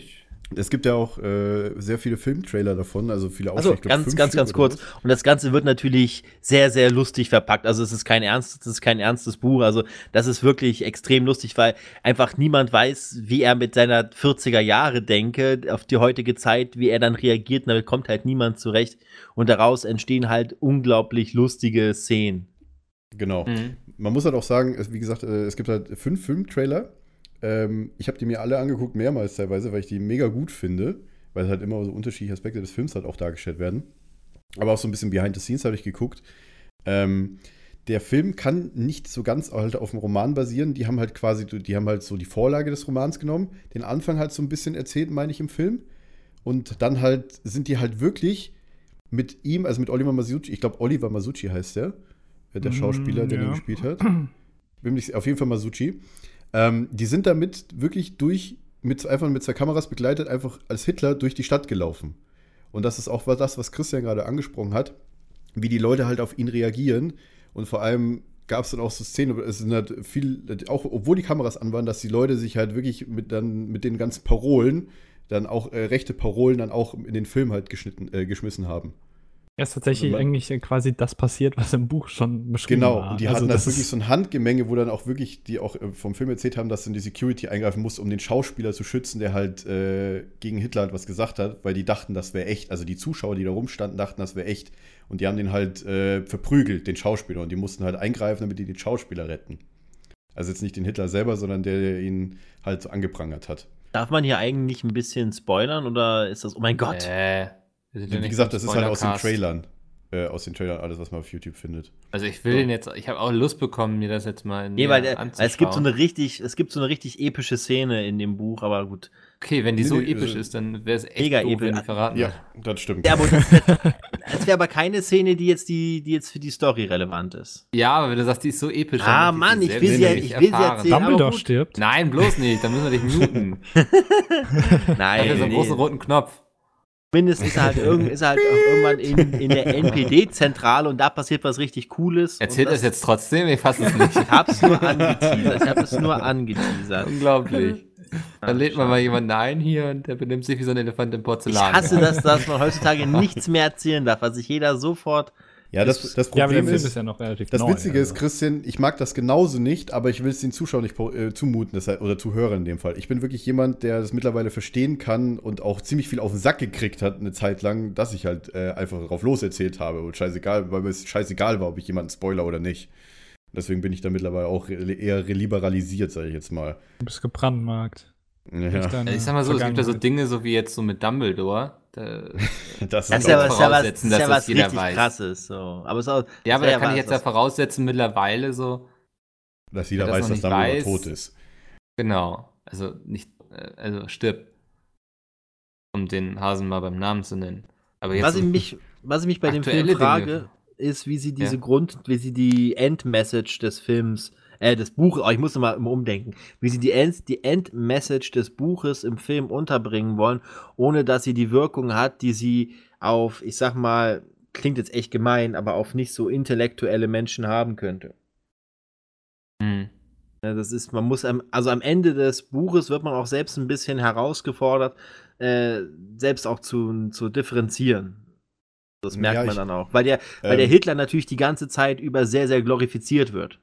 es gibt ja auch äh, sehr viele Filmtrailer davon, also viele Also Ausschnitte. ganz, ganz, ganz kurz. Und das Ganze wird natürlich sehr, sehr lustig verpackt. Also es ist kein ernst, es ist kein ernstes Buch. Also das ist wirklich extrem lustig, weil einfach niemand weiß, wie er mit seiner vierziger Jahre denke auf die heutige Zeit, wie er dann reagiert. Und damit kommt halt niemand zurecht. Und daraus entstehen halt unglaublich lustige Szenen. Genau. Mhm. Man muss halt auch sagen, es, wie gesagt, äh, es gibt halt fünf Filmtrailer. Ähm, ich habe die mir alle angeguckt, mehrmals teilweise, weil ich die mega gut finde, weil halt immer so unterschiedliche Aspekte des Films halt auch dargestellt werden. Aber auch so ein bisschen Behind the Scenes habe ich geguckt. Ähm, der Film kann nicht so ganz halt auf dem Roman basieren. Die haben halt quasi, die haben halt so die Vorlage des Romans genommen, den Anfang halt so ein bisschen erzählt, meine ich, im Film. Und dann halt sind die halt wirklich mit ihm, also mit Oliver Masucci, ich glaube Oliver Masucci heißt der, der Schauspieler, der ja. den gespielt hat. Bin nicht, auf jeden Fall Masucci. Ähm, die sind damit wirklich durch, mit, einfach mit zwei Kameras begleitet, einfach als Hitler durch die Stadt gelaufen. Und das ist auch das, was Christian gerade angesprochen hat, wie die Leute halt auf ihn reagieren. Und vor allem gab es dann auch so Szenen, es sind halt viel, auch obwohl die Kameras an waren, dass die Leute sich halt wirklich mit, dann, mit den ganzen Parolen, dann auch äh, rechte Parolen dann auch in den Film halt geschnitten, äh, geschmissen haben. Ja, ist tatsächlich Also man- eigentlich quasi das passiert, was im Buch schon beschrieben Genau, war. und die Also hatten das das wirklich ist- so ein Handgemenge, wo dann auch wirklich, die auch äh, vom Film erzählt haben, dass dann die Security eingreifen musste, um den Schauspieler zu schützen, der halt äh, gegen Hitler halt was gesagt hat, weil die dachten, das wäre echt. Also die Zuschauer, die da rumstanden, dachten, das wäre echt. Und die haben den halt äh, verprügelt, den Schauspieler. Und die mussten halt eingreifen, damit die den Schauspieler retten. Also jetzt nicht den Hitler selber, sondern der, der ihn halt so angeprangert hat. Darf man hier eigentlich ein bisschen spoilern oder ist das, oh mein Gott? Äh, wir sind ja Wie nicht gesagt, im das ist halt aus den Spoilercast. Trailern. Äh, aus den Trailern alles, was man auf YouTube findet. Also ich will den jetzt, ich habe auch Lust bekommen, mir das jetzt mal Nee, weil, näher der, weil anzuschauen. es gibt so eine richtig, es gibt so eine richtig epische Szene in dem Buch, aber gut. Okay, wenn die Nee, so nee, episch äh, ist, dann wäre es echt mega doof, wenn episch. die verraten Ja, wird. das stimmt. Ja, aber das wär- es wäre aber keine Szene, die jetzt die, die jetzt für die Story relevant ist. Ja, aber wenn du sagst, die ist so episch. Ah, dann möchte Mann, die ich selbst will sie ja- nicht ich will sie erfahren. erzählen. aber Dumbledore gut. stirbt. Nein, bloß nicht, dann müssen wir dich muten. Nein, Dafür so einen nee. großen roten Knopf. Zumindest ist er halt, irgend, ist er halt auch irgendwann in, in der N P D-Zentrale und da passiert was richtig Cooles. Erzählt und es jetzt trotzdem? Ich fasse es nicht. Ich hab's nur angeteasert. Ich hab es nur angeteasert. Unglaublich. Dann lädt man schade. mal jemanden ein hier und der benimmt sich wie so ein Elefant im Ich Porzellan. hasse das, dass man heutzutage nichts mehr erzählen darf, was sich jeder sofort. Ja, das, das Ja, aber der Problem Film ist, ist ja noch relativ das neu. Witzige ist, also. Christian, ich mag das genauso nicht, aber ich will es den Zuschauern nicht äh, zumuten, deshalb, oder Zuhörern in dem Fall. Ich bin wirklich jemand, der das mittlerweile verstehen kann und auch ziemlich viel auf den Sack gekriegt hat eine Zeit lang, dass ich halt äh, einfach drauf loserzählt habe und scheißegal, weil mir es scheißegal war, ob ich jemanden spoiler oder nicht. Deswegen bin ich da mittlerweile auch re- eher liberalisiert, sage ich jetzt mal. Du bist gebrandmarkt. Ja, Durch deine Ich sag mal so, es gibt ja so Vergangenheit. Dinge, so wie jetzt so mit Dumbledore. Da, das Das ist ist ja auch, was, ist ja was, voraussetzen, ist ja dass was das jeder richtig weiß. krasses. So. Aber es ist auch, ja, aber ist da kann ich jetzt ja was- voraussetzen, mittlerweile so, dass jeder wer das weiß, noch dass nicht Dumbledore weiß. tot ist. genau. Also nicht, äh, also stirbt. um den Hasen mal beim Namen zu nennen. Aber jetzt Was ich mich, was ich mich bei dem Film aktuelle frage, Dinge. ist, wie sie diese Ja. Grund, wie sie die Endmessage des Films, äh, des Buches, oh, ich muss mal immer umdenken, wie sie die End, die Endmessage des Buches im Film unterbringen wollen, ohne dass sie die Wirkung hat, die sie auf, ich sag mal, klingt jetzt echt gemein, aber auf nicht so intellektuelle Menschen haben könnte. Hm. Ja, das ist, man muss am, also am Ende des Buches wird man auch selbst ein bisschen herausgefordert, äh, selbst auch zu, zu differenzieren. Das merkt Ja, man ich- dann auch. Weil der, weil der Ähm, Hitler natürlich die ganze Zeit über sehr, sehr glorifiziert wird.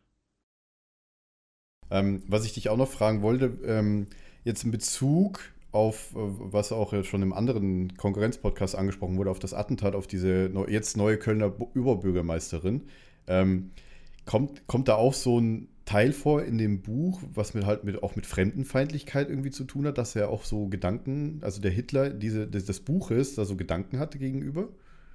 Ähm, was ich dich auch noch fragen wollte, ähm, jetzt in Bezug auf, äh, was auch jetzt schon im anderen Konkurrenzpodcast angesprochen wurde, auf das Attentat auf diese neu, jetzt neue Kölner Bu- Überbürgermeisterin, ähm, kommt, kommt da auch so ein Teil vor in dem Buch, was mit halt mit, auch mit Fremdenfeindlichkeit irgendwie zu tun hat, dass er auch so Gedanken, also der Hitler diese, des, des Buches, da so Gedanken hatte gegenüber?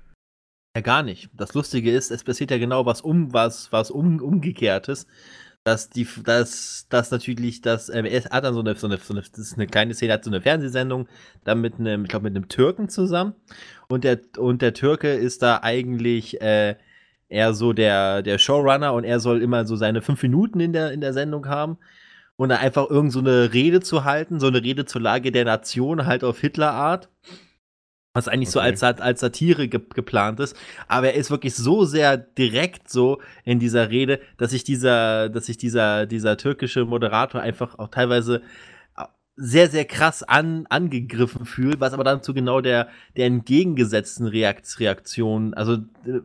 Ja, gar nicht. Das Lustige ist, es passiert ja genau was um, was, was um, umgekehrtes. Dass die, dass, dass natürlich, dass, ähm, er hat dann so eine, so eine, so eine, das ist eine kleine Szene, hat so eine Fernsehsendung, dann mit einem, ich glaube, mit einem Türken zusammen. Und der, und der Türke ist da eigentlich, äh, eher so der, der Showrunner und er soll immer so seine fünf Minuten in der, in der Sendung haben. Und dann einfach irgend so eine Rede zu halten, so eine Rede zur Lage der Nation, halt auf Hitler-Art. Was eigentlich so Okay. als, Sat- als Satire ge geplant ist. Aber er ist wirklich so sehr direkt so in dieser Rede, dass sich dieser, dass sich dieser, dieser türkische Moderator einfach auch teilweise sehr, sehr krass an, angegriffen fühlt, was aber dann zu genau der, der entgegengesetzten Reakt Reaktion, also äh,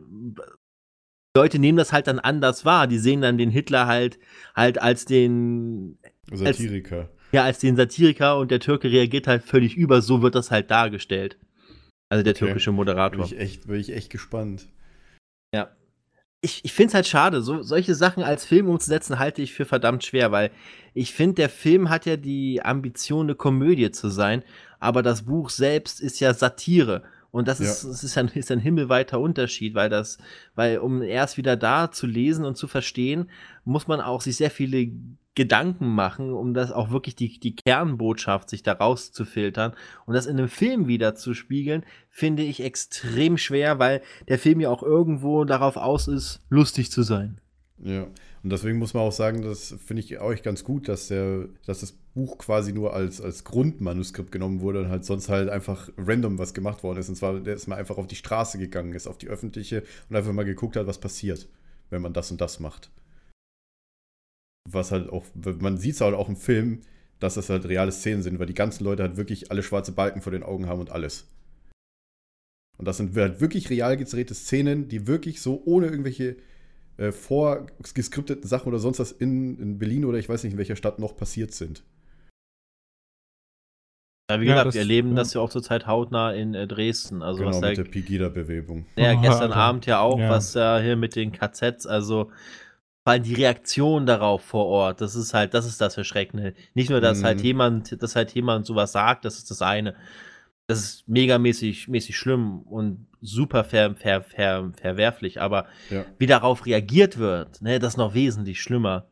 Leute nehmen das halt dann anders wahr. Die sehen dann den Hitler halt, halt als den, Satiriker. ja, als den Satiriker und der Türke reagiert halt völlig über. So wird das halt dargestellt. Also der Okay. türkische Bin Moderator. ich echt, bin ich echt gespannt. Ja. Ich, ich finde es halt schade, so, solche Sachen als Film umzusetzen, halte ich für verdammt schwer, weil ich finde, der Film hat ja die Ambition, eine Komödie zu sein, aber das Buch selbst ist ja Satire. Und das ist, Ja. das ist, ein, ist ein himmelweiter Unterschied, weil das, weil um erst wieder da zu lesen und zu verstehen, muss man auch sich sehr viele Gedanken machen, um das auch wirklich die, die Kernbotschaft sich da rauszufiltern. Und das in einem Film wieder zu spiegeln, finde ich extrem schwer, weil der Film ja auch irgendwo darauf aus ist, lustig zu sein. Ja, und deswegen muss man auch sagen, das finde ich auch ganz gut, dass, der, dass das Buch quasi nur als, als Grundmanuskript genommen wurde und halt sonst halt einfach random was gemacht worden ist. Und zwar, dass man einfach auf die Straße gegangen ist, auf die öffentliche und einfach mal geguckt hat, was passiert, wenn man das und das macht. Was halt auch, man sieht es halt auch im Film, dass das halt reale Szenen sind, weil die ganzen Leute halt wirklich alle schwarze Balken vor den Augen haben und alles. Und das sind halt wirklich real gedrehte Szenen, die wirklich so ohne irgendwelche äh, vorgeskripteten Sachen oder sonst was in, in Berlin oder ich weiß nicht in welcher Stadt noch passiert sind. Ja, wie Ja, gesagt, das- wir erleben ja. das ja auch zurzeit hautnah in äh, Dresden. Also Genau, was da mit der Pegida-Bewegung. ja, Oh, gestern Alter. Abend ja auch, Ja. was ja hier mit den K Zs, also vor allem die Reaktion darauf vor Ort, das ist halt, das ist das Erschreckende. Nicht nur, dass Mhm. halt jemand, dass halt jemand sowas sagt, das ist das eine. Das ist megamäßig mäßig schlimm und super ver, ver, ver, verwerflich, aber Ja. wie darauf reagiert wird, ne, das ist noch wesentlich schlimmer.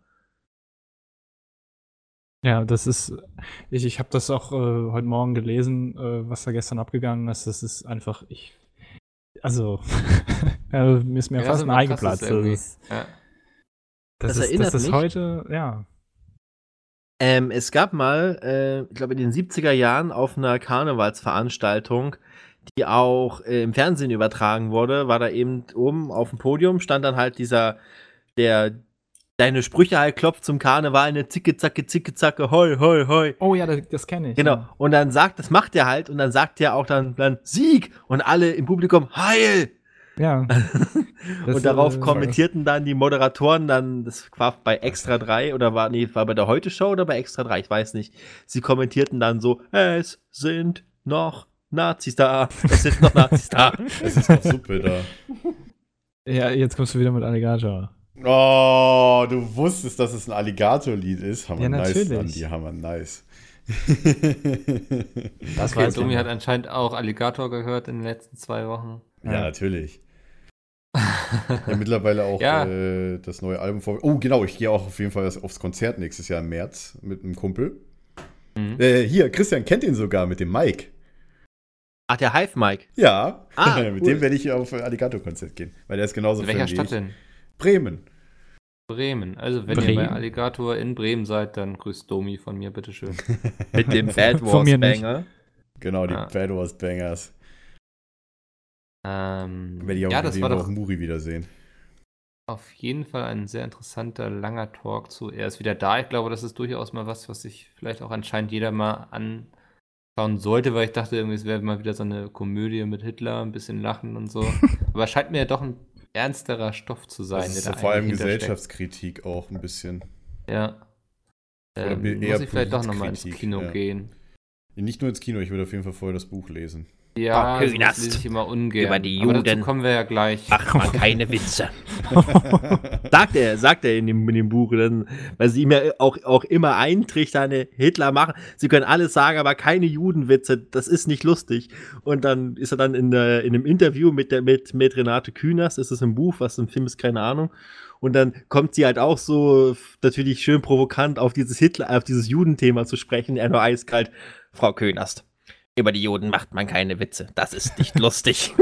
Ja, das ist, ich, ich habe das auch äh, heute Morgen gelesen, äh, was da gestern abgegangen ist. Das ist einfach, ich, also, ja, mir ist mir Ja, fast so ein mal Ei krass geplatzt. ist irgendwie. Das, ist- Ja. das, Das ist, erinnert das ist mich- heute, ja. Ähm, es gab mal, äh, ich glaube in den siebziger Jahren auf einer Karnevalsveranstaltung, die auch äh, im Fernsehen übertragen wurde, war da eben oben auf dem Podium, stand dann halt dieser, der deine Sprüche halt klopft zum Karneval, eine Zicke, Zacke, Zicke, Zacke, hoi, hoi, hoi. Oh ja, das, das kenne ich. Genau. Ja. Und dann sagt, das macht er halt, und dann sagt er auch dann, dann Sieg! Und alle im Publikum, Heil! Ja. Das, und darauf äh, kommentierten dann die Moderatoren dann, das war bei Extra drei oder war, nee, war bei der Heute-Show oder bei Extra drei, ich weiß nicht. Sie kommentierten dann so, es sind noch Nazis da, es sind noch Nazis da. Es ist noch Suppe da. Ja, jetzt kommst du wieder mit Alligator. Oh, du wusstest, dass es ein Alligator-Lied ist. Hammer Ja, nice, natürlich. Andi, hammer nice. Das Okay, weiß Domi ich hat noch. anscheinend auch Alligator gehört in den letzten zwei Wochen. Ja, Ja. natürlich. Ja, mittlerweile auch Ja. äh, das neue Album vor. Oh, genau, ich gehe auch auf jeden Fall aufs Konzert nächstes Jahr im März mit einem Kumpel. Mhm. Äh, hier, Christian kennt ihn sogar mit dem Mike. Ach, der Hive-Mike. Ja, Ah, mit cool. dem werde ich auf Alligator-Konzert gehen, weil der ist genauso In welcher Fan wie Stadt ich. denn? Bremen. Bremen. Also, wenn ihr Bremen. bei Alligator in Bremen seid, dann grüßt Domi von mir, bitteschön. Mit dem Bad Von Wars mir nicht. Banger. Genau, die Ja. Bad Wars Bangers. ähm, Werde ich auch ja, auf das jeden war Fall doch auf Muri wiedersehen. auf jeden Fall ein sehr interessanter, langer Talk zu. Er ist wieder da. Ich glaube, das ist durchaus mal was, was sich vielleicht auch anscheinend jeder mal anschauen sollte, weil ich dachte, irgendwie, es wäre mal wieder so eine Komödie mit Hitler, ein bisschen lachen und so. Aber scheint mir ja doch ein ernsterer Stoff zu sein. Das ist der ja da vor allem eigentlich hintersteckt. Gesellschaftskritik auch ein bisschen. Ja. Oder Ähm, eher muss ich vielleicht doch nochmal ins Politkritik, Kino ja. gehen. Nicht nur ins Kino, ich würde auf jeden Fall vorher das Buch lesen. Ja, Frau das Künast, lese ich immer ungern. über die Aber dazu Juden. kommen wir ja gleich. Macht man keine Witze. Sagt er, sagt er in dem, in dem Buch, dann, weil sie ihm ja auch, auch immer eintrichtern, Hitler machen, sie können alles sagen, aber keine Judenwitze, das ist nicht lustig. Und dann ist er dann in, der, in einem Interview mit, der, mit, mit Renate Künast, ist es im Buch, was im Film ist, keine Ahnung. Und dann kommt sie halt auch so f- natürlich schön provokant auf dieses Hitler, auf dieses Judenthema zu sprechen, er nur eiskalt, Frau Könast, über die Juden macht man keine Witze. Das ist nicht lustig.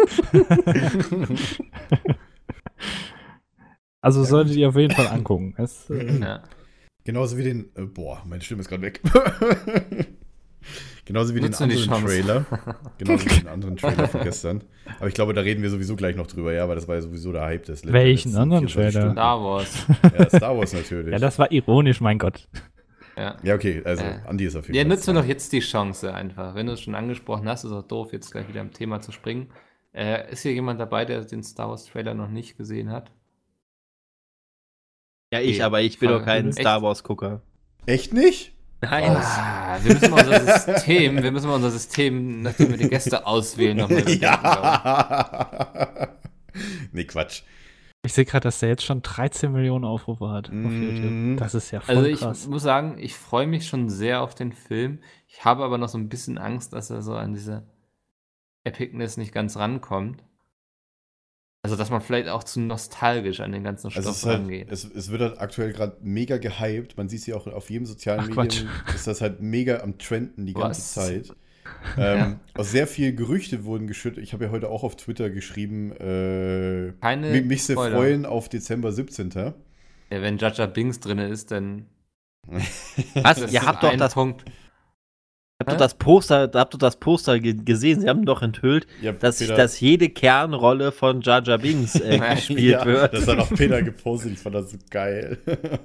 Also solltet ihr auf jeden Fall angucken. Es, äh, Ja. Genauso wie den. Äh, boah, meine Stimme ist gerade weg. Genauso wie Nutzen den die anderen Chance. Trailer. Genauso wie den anderen Trailer von gestern. Aber ich glaube, da reden wir sowieso gleich noch drüber, ja, weil das war ja sowieso der Hype des Welchen letzten anderen vierundzwanzig Trailer? Stunden. Star Wars. Ja, Star Wars natürlich. ja, das war ironisch, mein Gott. Ja. Ja, okay, also Äh. Andi ist auf jeden Ja, Fall. nutzen wir doch jetzt die Chance einfach. Wenn du es schon angesprochen hast, ist auch doof, jetzt gleich wieder am Thema zu springen. Äh, ist hier jemand dabei, der den Star Wars Trailer noch nicht gesehen hat? ja, ich, Okay. aber ich bin doch Frage. kein Echt? Star Wars-Gucker. Echt nicht? Nein. Ah, wir müssen mal unser System, wir müssen mal unser System, nachdem wir die Gäste auswählen, nochmal überdenken. glaub Ja. Nee, Quatsch. Ich sehe gerade, dass der jetzt schon dreizehn Millionen Aufrufe hat auf Mhm. YouTube. Das ist ja voll Also ich krass. muss sagen, ich freue mich schon sehr auf den Film. Ich habe aber noch so ein bisschen Angst, dass er so an diese Epicness nicht ganz rankommt. Also dass man vielleicht auch zu nostalgisch an den ganzen Stoff Also es, ist halt, rangeht. es, es wird halt aktuell gerade mega gehypt. Man sieht sie auch auf jedem sozialen Ach, Quatsch. Medium. Ist das halt mega am Trenden die ganze Was? Zeit. Ähm, auch sehr viele Gerüchte wurden geschüttet. Ich habe ja heute auch auf Twitter geschrieben, äh, Keine mi- mich sehr Spoiler. freuen auf Dezember siebzehnten. Ja, wenn Jar Jar Binks drin ist, dann Was? das Ihr ist habt doch ein das, Punkt. habt doch das Poster, habt doch das Poster ge gesehen, sie haben doch enthüllt, Ja, dass, Peter- dass jede Kernrolle von Jar Jar Binks äh, gespielt ja, wird. Das hat auch Peter gepostet. Ich fand das so geil.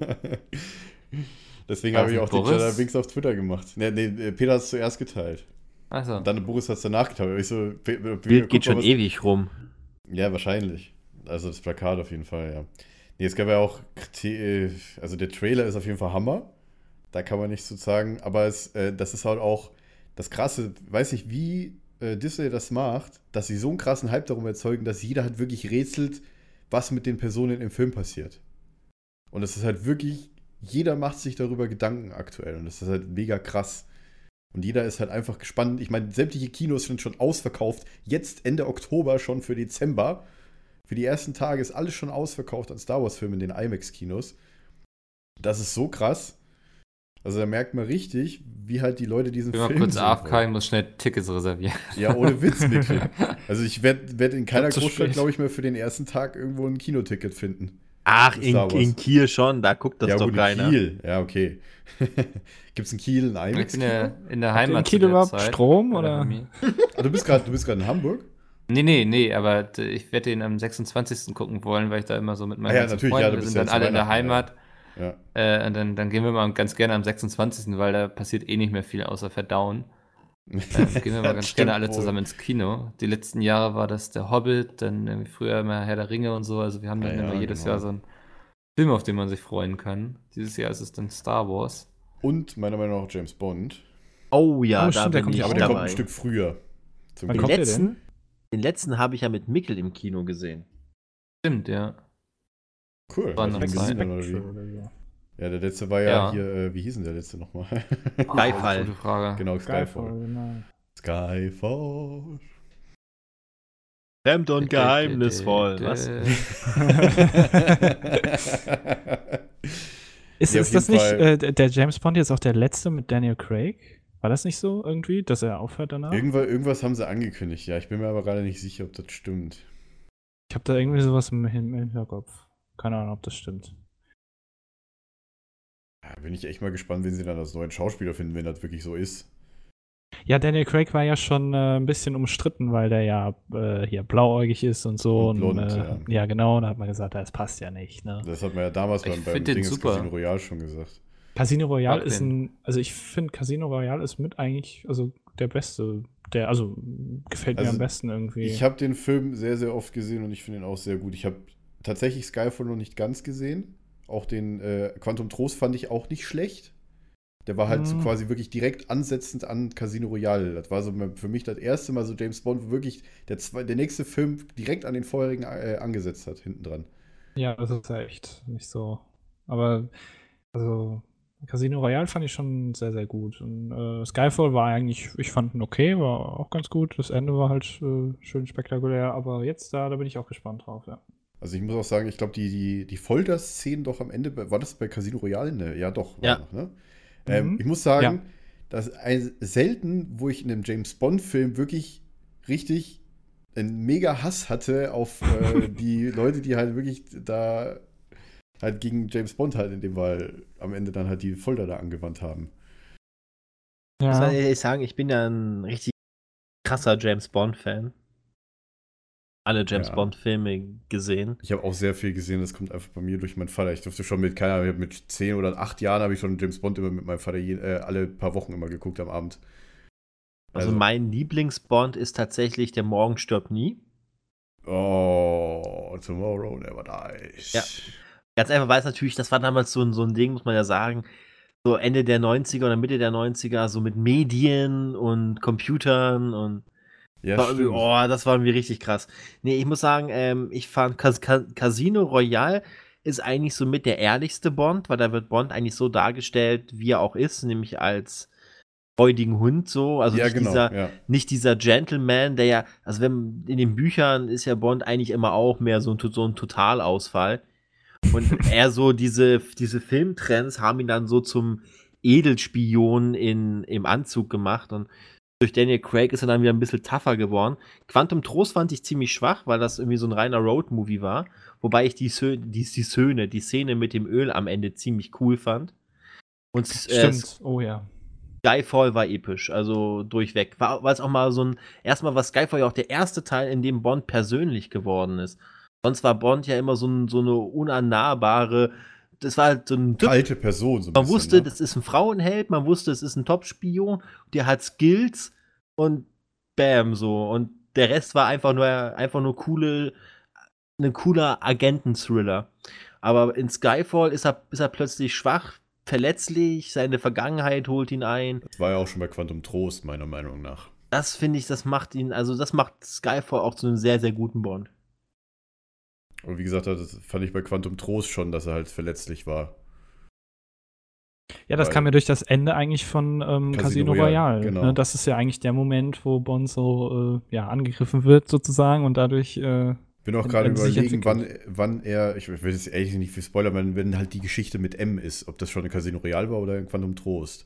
Deswegen War habe ich das auch den Boris? Jar Jar Binks auf Twitter gemacht. Nee, nee, Peter hat es zuerst geteilt. Also, Und dann Boris hat es danach geteilt. Und ich so, Pe- Pe- Bild guck geht mal, schon was- ewig rum. Ja, wahrscheinlich. Also das Plakat auf jeden Fall, ja. Nee, es gab ja auch, Kriti- also der Trailer ist auf jeden Fall Hammer. Da kann man nichts zu sagen. Aber es, äh, das ist halt auch das Krasse, weiß nicht, wie äh, Disney das macht, dass sie so einen krassen Hype darum erzeugen, dass jeder halt wirklich rätselt, was mit den Personen im Film passiert. Und es ist halt wirklich, jeder macht sich darüber Gedanken aktuell. Und das ist halt mega krass. Und jeder ist halt einfach gespannt. Ich meine, sämtliche Kinos sind schon ausverkauft. Jetzt Ende Oktober schon für Dezember. Für die ersten Tage ist alles schon ausverkauft an Star Wars-Filmen in den IMAX-Kinos. Das ist so krass. Also da merkt man richtig, wie halt die Leute diesen ich bin mal Film kurz sehen A F K, wollen. ich muss schnell Tickets reservieren. Ja, ohne Witz, Mikkel. Also ich werde werd in keiner Zu Großstadt, spät. glaube ich, mehr für den ersten Tag irgendwo ein Kinoticket finden. Ach, in, Star Wars. in Kiel schon, da guckt das ja, doch gut, keiner. in Kiel. Ja, okay. Gibt es in Kiel ein Ich bin IMAX-Kino? ja in der Habt ihr in Heimat. Kiel zu der überhaupt Zeit, Strom, bei der oder? Familie. Ah, du bist gerade du bist gerade in Hamburg? Nee, nee, nee, aber d- ich werde den am sechsundzwanzigsten gucken wollen, weil ich da immer so mit meinen Ah ja, ganzen natürlich, Freunden, ja, du wir bist sind ja dann zu alle in der Weihnachten, ja. Heimat. Ja. Äh, und dann, dann gehen wir mal ganz gerne am sechsundzwanzigsten, weil da passiert eh nicht mehr viel außer Verdauen. Äh, gehen wir mal Das ganz stimmt gerne alle wohl. zusammen ins Kino. Die letzten Jahre war das der Hobbit, dann irgendwie früher immer Herr der Ringe und so. Also wir haben dann Ja, immer ja, jedes genau. Jahr so einen Film, auf den man sich freuen kann. Dieses Jahr ist es dann Star Wars. Und meiner Meinung nach auch James Bond. Oh ja, Oh, da stimmt, der bin kommt ich ja Aber auch der dabei. kommt ein Stück früher. Zum Wann Den Glück. kommt der letzten, denn? den letzten habe ich ja mit Mikkel im Kino gesehen. Stimmt, ja. Cool. War Hast noch du den Zeit. gesehen, oder wie? Ja, der letzte war ja, Ja. hier, äh, wie hieß denn der letzte nochmal? Skyfall. Gute Frage. Genau, Skyfall, Skyfall. genau. Skyfall. Fremd und geheimnisvoll. Was? Ist, Ja, ist auf das jeden nicht Fall. äh, der James Bond jetzt auch der letzte mit Daniel Craig? War das nicht so irgendwie, dass er aufhört danach? Irgendwas, irgendwas haben sie angekündigt, ja. Ich bin mir aber gerade nicht sicher, ob das stimmt. Ich habe da irgendwie sowas im Hin- im Hinterkopf. Keine Ahnung, ob das stimmt. Ja, bin ich echt mal gespannt, wen sie dann als neuen Schauspieler finden, wenn das wirklich so ist. Ja, Daniel Craig war ja schon äh, ein bisschen umstritten, weil der ja äh, hier blauäugig ist und so. Und blond, äh, ja. ja, genau. Da hat man gesagt, das passt ja nicht. Ne? Das hat man ja damals Ich beim, beim find den Dinges super. Casino Royale schon gesagt. Casino Royale Mag ist den. ein, also ich finde Casino Royale ist mit eigentlich, also der beste, der, also gefällt mir Also, am besten irgendwie. Ich habe den Film sehr, sehr oft gesehen und ich finde ihn auch sehr gut. Ich habe tatsächlich Skyfall noch nicht ganz gesehen. Auch den äh, Quantum Trost fand ich auch nicht schlecht. Der war halt so Hm. quasi wirklich direkt ansetzend an Casino Royale. Das war so für mich das erste Mal so James Bond, wo wirklich der, zwei, der nächste Film direkt an den vorherigen äh, angesetzt hat, hinten dran. Ja, das ist ja echt nicht so. Aber, also, Casino Royale fand ich schon sehr, sehr gut. Und äh, Skyfall war eigentlich, ich fand ihn okay, war auch ganz gut. Das Ende war halt äh, schön spektakulär, aber jetzt da, da bin ich auch gespannt drauf, ja. Also ich muss auch sagen, ich glaube, die, die, die Folterszenen doch am Ende, bei- war das bei Casino Royale? Ne? Ja, doch. War Ja. Noch, ne? ähm, Mhm. ich muss sagen, Ja. dass ein, selten, wo ich in einem James Bond-Film wirklich richtig einen mega Hass hatte auf äh, die Leute, die halt wirklich da halt gegen James Bond halt in dem Fall am Ende dann halt die Folter da angewandt haben. Ich muss Ja. ehrlich sagen, ich bin ja ein richtig krasser James Bond-Fan. Alle James Ja. Bond-Filme gesehen. Ich habe auch sehr viel gesehen, das kommt einfach bei mir durch meinen Vater. Ich durfte schon mit, keine Ahnung, mit zehn oder acht Jahren habe ich schon James Bond immer mit meinem Vater je, äh, alle paar Wochen immer geguckt am Abend. Also, Also- mein Lieblingsbond ist tatsächlich Der Morgen stirbt nie. Oh, Tomorrow Never Dies. Ja. Ganz einfach, weil es natürlich, das war damals so ein, so ein Ding, muss man ja sagen, so Ende der neunziger oder Mitte der neunziger, so mit Medien und Computern und Ja, war irgendwie, stimmt. oh, das war irgendwie richtig krass. Nee, ich muss sagen, ähm, ich fand Cas Ca Casino Royale ist eigentlich so mit der ehrlichste Bond, weil da wird Bond eigentlich so dargestellt, wie er auch ist, nämlich als freudigen Hund so, also ja, nicht genau. dieser Ja. nicht dieser Gentleman, der ja, also wenn in den Büchern ist ja Bond eigentlich immer auch mehr so ein, so ein Totalausfall. Und eher so diese, diese Filmtrends haben ihn dann so zum Edelspion in, im Anzug gemacht und durch Daniel Craig ist er dann wieder ein bisschen tougher geworden. Quantum Trost fand ich ziemlich schwach, weil das irgendwie so ein reiner Road-Movie war. Wobei ich die, Sö die, die Söhne, die Szene mit dem Öl am Ende ziemlich cool fand. Und äh, Stimmt, oh ja. Skyfall war episch, also durchweg. War es auch mal so ein, erstmal war Skyfall ja auch der erste Teil, in dem Bond persönlich geworden ist. Sonst war Bond ja immer so, ein, so eine unannahbare, das war halt so ein Typ, Kalte Person. So ein man bisschen, wusste, ne? das ist ein Frauenheld, man wusste, es ist ein Top-Spion, der hat Skills und bam, so. Und der Rest war einfach nur, einfach nur coole, ein cooler Agenten-Thriller. Aber in Skyfall ist er, ist er plötzlich schwach, verletzlich, seine Vergangenheit holt ihn ein. Das war ja auch schon bei Quantum Trost, meiner Meinung nach. Das finde ich, das macht ihn, also das macht Skyfall auch zu einem sehr, sehr guten Bond. Und wie gesagt, das fand ich bei Quantum Trost schon, dass er halt verletzlich war. Ja, das Weil- kam ja durch das Ende eigentlich von ähm, Casino Casino Royale, Royale. genau. Ne? Das ist ja eigentlich der Moment, wo Bond so äh, ja, angegriffen wird sozusagen und dadurch äh, Bin auch Und gerade wenn sie sich überlegen, wann, entwickelt. wann er, ich will jetzt ehrlich nicht viel spoilern, wenn, wenn halt die Geschichte mit M ist, ob das schon in Casino Royale war oder in Quantum Trost.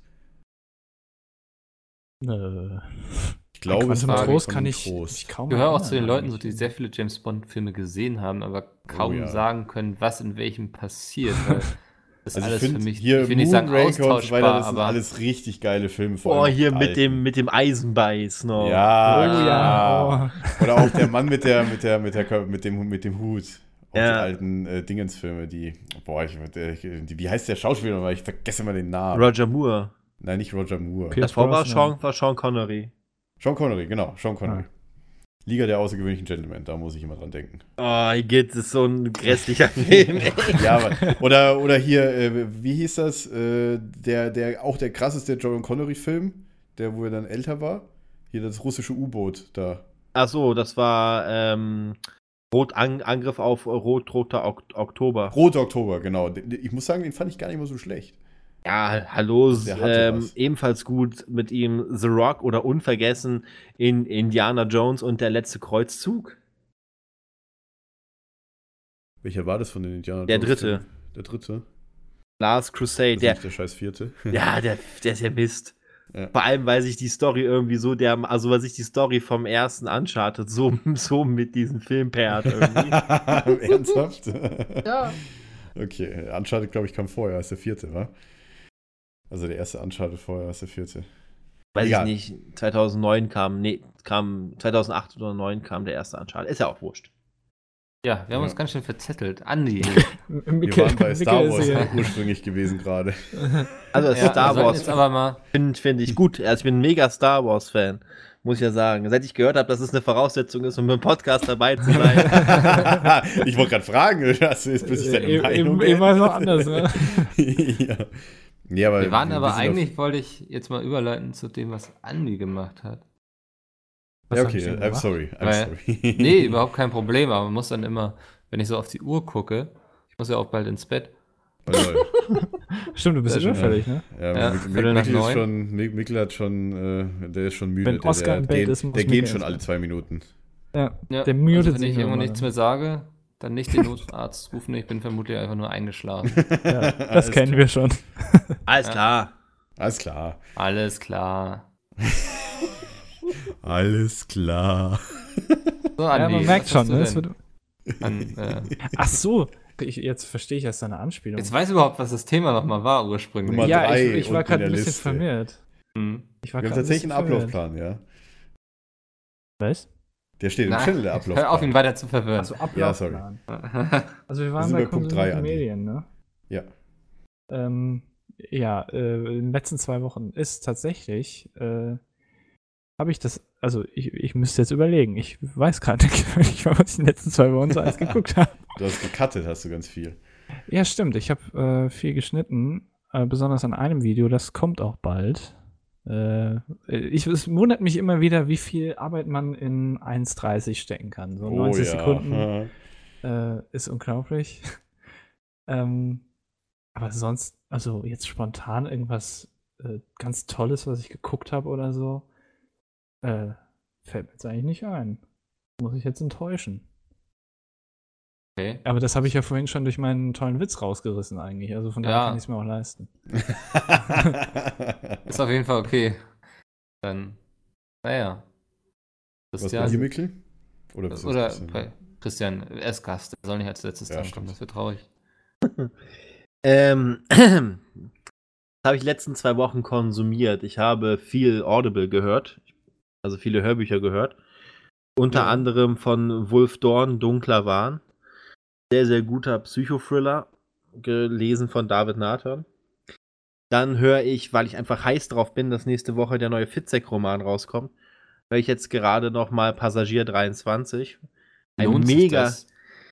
äh, Ich glaube, es Quantum war in Trost Quantum kann ich, Trost. ich kaum Ich gehöre auch erinnern zu den Leuten, so, eigentlich. die sehr viele James Bond-Filme gesehen haben, aber kaum Oh ja. sagen können, was in welchem passiert. Weil das Also ich alles für finde mich, hier ich will nicht sagen Moonraker und so austauschbar, weiter, das sind aber alles richtig geile Filme. vor Oh, allem hier die mit alten. dem, mit dem Eisenbeiß noch. Ja, Oh ja, klar. oh. Oder auch der Mann mit der, mit der, mit der, mit dem, mit dem Hut. Auch Ja. die alten äh, Dingensfilme, die, boah, ich, äh, die, wie heißt der Schauspieler nochmal? Ich vergesse immer den Namen. Roger Moore. Nein, nicht Roger Moore. Pierce Davor war Brosnan. Sean, war Sean Connery. Sean Connery, genau, Sean Connery. Ah. Liga der außergewöhnlichen Gentlemen, da muss ich immer dran denken. Oh, Igitt, das ist so ein grässlicher Film, ey. Ja, aber, oder, oder hier, äh, wie hieß das? Äh, der, der, auch der krasseste Sean Connery-Film, der, wo er dann älter war. Hier das russische U-Boot da. Ach so, das war ähm, Rot An Angriff auf Rot-Roter ok Oktober. Rote Oktober, genau. Den- Ich muss sagen, den fand ich gar nicht mal so schlecht. Ja, hallo, Der hatte ähm, was. ebenfalls gut mit ihm The Rock oder unvergessen in Indiana Jones und der letzte Kreuzzug. Welcher war das von den Indianern? Der dritte. Der dritte? Last Das Crusade, ist der, nicht der scheiß vierte. ja, der, der ist ja Mist. Ja. Vor allem, weil sich die Story irgendwie so der, also weil sich die Story vom ersten Uncharted so, so mit diesem Film pairt irgendwie. Ernsthaft? Ja. Okay, Uncharted, glaube ich, kam vorher als der vierte, wa? Also der erste Uncharted vorher als der vierte. Weiß Egal. ich nicht, zweitausendneun kam, nee, kam, zweitausendacht oder zweitausendneun kam der erste Uncharted. Ist ja auch wurscht. Ja, wir haben Ja. uns ganz schön verzettelt. Andi. Wir waren bei Star Wars ursprünglich gewesen gerade. Also ja, Star wir sollten Wars jetzt aber mal. finde find ich gut. Also ich bin ein mega Star Wars Fan, muss ich ja sagen. Seit ich gehört habe, dass es eine Voraussetzung ist, um beim Podcast dabei zu sein. Ich wollte gerade fragen, das ist bis ich deine Äh, Meinung Immer immer so anders, ne? ja. Nee, aber Wir waren aber sind eigentlich, wollte ich jetzt mal überleiten zu dem, was Andi gemacht hat. Auf, Was ja, hab ich okay, denn I'm gemacht? sorry. I'm Weil- sorry. Nee, überhaupt kein Problem, aber man muss dann immer, wenn ich so auf die Uhr gucke, ich muss ja auch bald ins Bett. Oh, lol. Stimmt, du bist Sehr schön. überfällig, ne? Ja, Ja, Mik- Viertel nach Mikkel ist neun. schon, Mik- Mikkel hat schon, äh, der ist schon müde. Wenn der, Oscar der, im Bett geht, ist, muss der Mikkel geht schon ins alle Bett. zwei Minuten. Ja, Ja, der mutet also wenn sich ich nur irgendwo immer nichts dann. mehr sage, dann nicht den Notarzt rufen, ich bin vermutlich einfach nur eingeschlafen. Ja, das Alles kennen wir schon. Alles Ja. klar. Alles klar. Alles klar. Alles klar. So, Ja, Andi, man merkt was schon, hast du ne? Es denn wird, an, äh, ach so, ich, jetzt verstehe ich erst deine Anspielung. jetzt weiß ich überhaupt, was das Thema nochmal war ursprünglich. Nummer ja, drei ich, ich war unten gerade in ein der bisschen Liste. verwirrt. Hm. Ich war Wir haben grad tatsächlich einen ein bisschen Ablaufplan, ja. Was? Der steht im Na, Channel, der Ablaufplan. Hör auf, ihn weiter zu verwirren. Achso, Ja, sorry. Ablaufplan. Also wir waren sind bei bei Punkt drei, konsumierten Andi. Medien, ne? Ja. Ähm, ja, äh, in den letzten zwei Wochen ist tatsächlich, äh, habe ich das, also ich, ich müsste jetzt überlegen, ich weiß gerade nicht, was ich in den letzten zwei Wochen so alles geguckt habe. Du hast gecuttet, hast du ganz viel. Ja, stimmt, ich habe äh, viel geschnitten, äh, besonders an einem Video, das kommt auch bald. Äh, ich, es wundert mich immer wieder, wie viel Arbeit man in eins dreißig stecken kann. So neunzig Sekunden äh, ist unglaublich. ähm, aber sonst, also jetzt spontan irgendwas äh, ganz Tolles, was ich geguckt habe oder so, äh, fällt mir jetzt eigentlich nicht ein. Muss ich jetzt enttäuschen. Okay. Aber das habe ich ja vorhin schon durch meinen tollen Witz rausgerissen eigentlich. Also von daher Ja. kann ich es mir auch leisten. Ist auf jeden Fall okay. Dann, naja. Was bei dir, Christian. Mikkel? Oder, bist du Oder Christian? bei Christian, er ist Gast, er soll nicht als letztes Ja, drankommen, stimmt. das wird traurig. Ähm, das habe ich letzten zwei Wochen konsumiert. Ich habe viel Audible gehört, also viele Hörbücher gehört. Unter Ja. anderem von Wolf Dorn, Dunkler Wahn. Sehr, sehr guter Psychothriller, gelesen von David Nathan. Dann höre ich, weil ich einfach heiß drauf bin, dass nächste Woche der neue Fitzek-Roman rauskommt, höre ich jetzt gerade noch mal Passagier dreiundzwanzig. Ein Lohnt sich mega, das?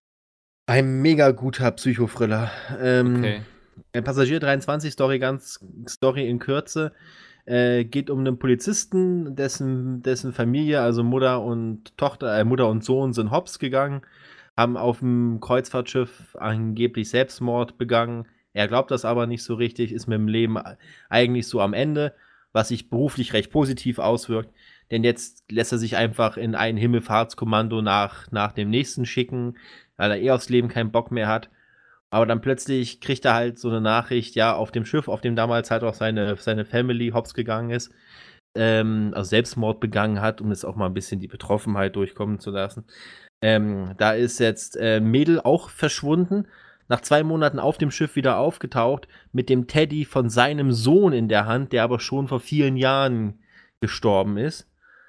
ein mega guter Psychothriller. Ähm, Okay. äh, Passagier dreiundzwanzig, Story ganz Story in Kürze. Äh, geht um einen Polizisten, dessen, dessen Familie, also Mutter und Tochter, äh, Mutter und Sohn sind hops gegangen, haben auf dem Kreuzfahrtschiff angeblich Selbstmord begangen. Er glaubt das aber nicht so richtig, ist mit dem Leben eigentlich so am Ende, was sich beruflich recht positiv auswirkt. Denn jetzt lässt er sich einfach in ein Himmelfahrtskommando nach, nach dem nächsten schicken, weil er eh aufs Leben keinen Bock mehr hat. Aber dann plötzlich kriegt er halt so eine Nachricht, ja, auf dem Schiff, auf dem damals halt auch seine, seine Family hops gegangen ist, ähm, also Selbstmord begangen hat, um jetzt auch mal ein bisschen die Betroffenheit durchkommen zu lassen. Ähm, da ist jetzt äh, Mädel auch verschwunden, nach zwei Monaten auf dem Schiff wieder aufgetaucht, mit dem Teddy von seinem Sohn in der Hand, der aber schon vor vielen Jahren gestorben ist.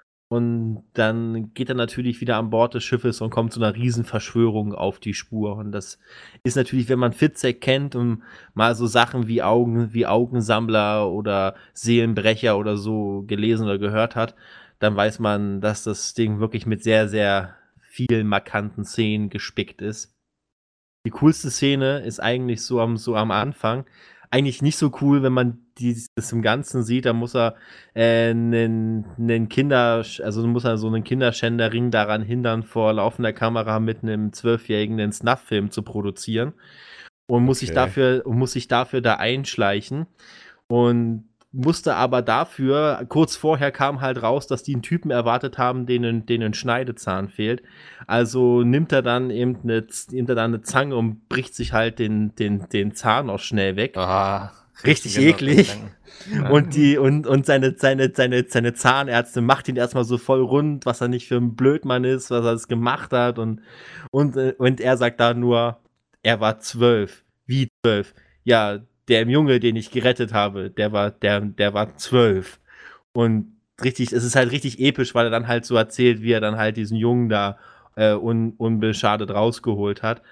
Und dann geht er natürlich wieder an Bord des Schiffes und kommt zu einer Riesenverschwörung auf die Spur. Und das ist natürlich, wenn man Fitzek kennt und mal so Sachen wie Augen, wie Augensammler oder Seelenbrecher oder so gelesen oder gehört hat, dann weiß man, dass das Ding wirklich mit sehr, sehr vielen markanten Szenen gespickt ist. Die coolste Szene ist eigentlich so am, so am Anfang. Eigentlich nicht so cool, wenn man die, das im Ganzen sieht. Da muss er äh, einen, einen Kinder, also muss er so einen Kinderschänderring daran hindern, vor laufender Kamera mit einem Zwölfjährigen einen Snuff-Film zu produzieren. Und muss sich Okay. dafür, und muss sich dafür da einschleichen. Und musste aber dafür, kurz vorher kam halt raus, dass die einen Typen erwartet haben, denen, denen ein Schneidezahn fehlt. Also nimmt er dann eben eine, nimmt er dann eine Zange und bricht sich halt den, den, den Zahn auch schnell weg. Ah, richtig Genau, eklig. Gedanken. Ja. Und die, und, und seine, seine, seine, seine Zahnärzte macht ihn erstmal so voll rund, was er nicht für ein Blödmann ist, was er alles gemacht hat. Und, und, äh, und er sagt da nur, er war zwölf. Wie zwölf? Ja, der Junge, den ich gerettet habe, der war, der, der war zwölf. Und richtig, es ist halt richtig episch, weil er dann halt so erzählt, wie er dann halt diesen Jungen da äh, un, unbeschadet rausgeholt hat.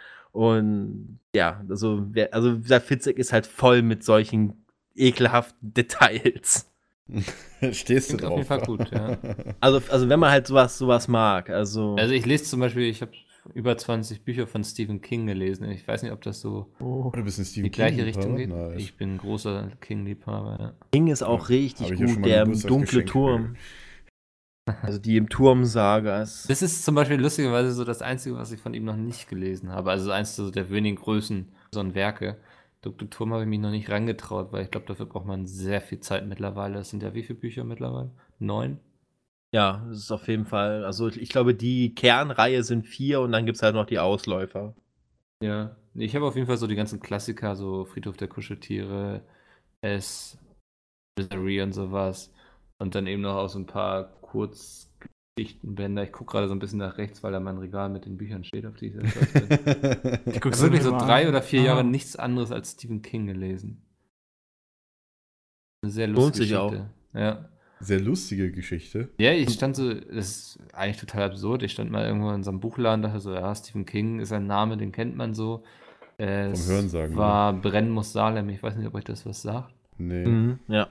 Und ja, also, wer, also dieser Fitzek ist halt voll mit solchen ekelhaften Details. Stehst du Klingt drauf? auf jeden Fall gut, ja. Also, also wenn man halt sowas, sowas mag, also. Also ich lese zum Beispiel, ich habe über zwanzig Bücher von Stephen King gelesen. Ich weiß nicht, ob das so Oh, du bist ein in Stephen die gleiche King-Liebhaber? Richtung geht. Nice. Ich bin ein großer King-Liebhaber, ja. King ist auch richtig Hab ich ja schon gut, mal der Geburtstagsgeschenk dunkle Turm. Also die im Turm-Saga. ist- Das ist zum Beispiel lustigerweise so das Einzige, was ich von ihm noch nicht gelesen habe. Also eins so der wenigen Größen, so ein Werke. Doktor Turm habe ich mich noch nicht rangetraut, weil ich glaube, dafür braucht man sehr viel Zeit mittlerweile. Das sind ja wie viele Bücher mittlerweile? Neun? Ja, das ist auf jeden Fall. Also ich glaube, die Kernreihe sind vier und dann gibt es halt noch die Ausläufer. Ja. Nee, ich habe auf jeden Fall so die ganzen Klassiker, so Friedhof der Kuscheltiere, S, Misery und sowas. Und dann eben noch auch so ein paar Kurzgeschichtenbänder. Ich gucke gerade so ein bisschen nach rechts, weil da mein Regal mit den Büchern steht, auf die ich sehr stolz bin. Ich habe Guckst wirklich du so mal drei an? oder vier Ah. Jahre nichts anderes als Stephen King gelesen. Eine sehr Lohnt lustige sich auch. Geschichte. Ja. Sehr lustige Geschichte. Ja, ich stand so, das ist eigentlich total absurd. Ich stand mal irgendwo in so einem Buchladen, dachte so, ja, Stephen King ist ein Name, den kennt man so. Äh, Vom Hörensagen, war Brennen muss Salem, ich weiß nicht, ob euch das was sagt. Nee. Mhm, ja.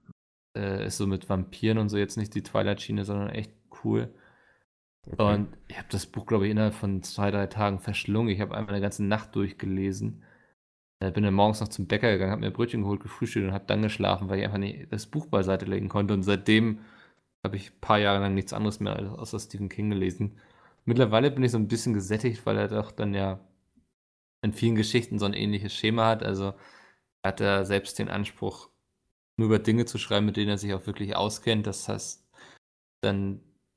Äh, ist so mit Vampiren und so jetzt nicht die Twilight-Schiene, sondern echt cool. Okay. Und ich habe das Buch, glaube ich, innerhalb von zwei, drei Tagen verschlungen. Ich habe einfach eine ganze Nacht durchgelesen. Äh, bin dann morgens noch zum Bäcker gegangen, habe mir Brötchen geholt, gefrühstückt und habe dann geschlafen, weil ich einfach nicht das Buch beiseite legen konnte. Und seitdem habe ich ein paar Jahre lang nichts anderes mehr als- außer Stephen King gelesen. Mittlerweile bin ich so ein bisschen gesättigt, weil er doch dann ja in vielen Geschichten so ein ähnliches Schema hat. Also er hat ja selbst den Anspruch, nur über Dinge zu schreiben, mit denen er sich auch wirklich auskennt. Das heißt, dann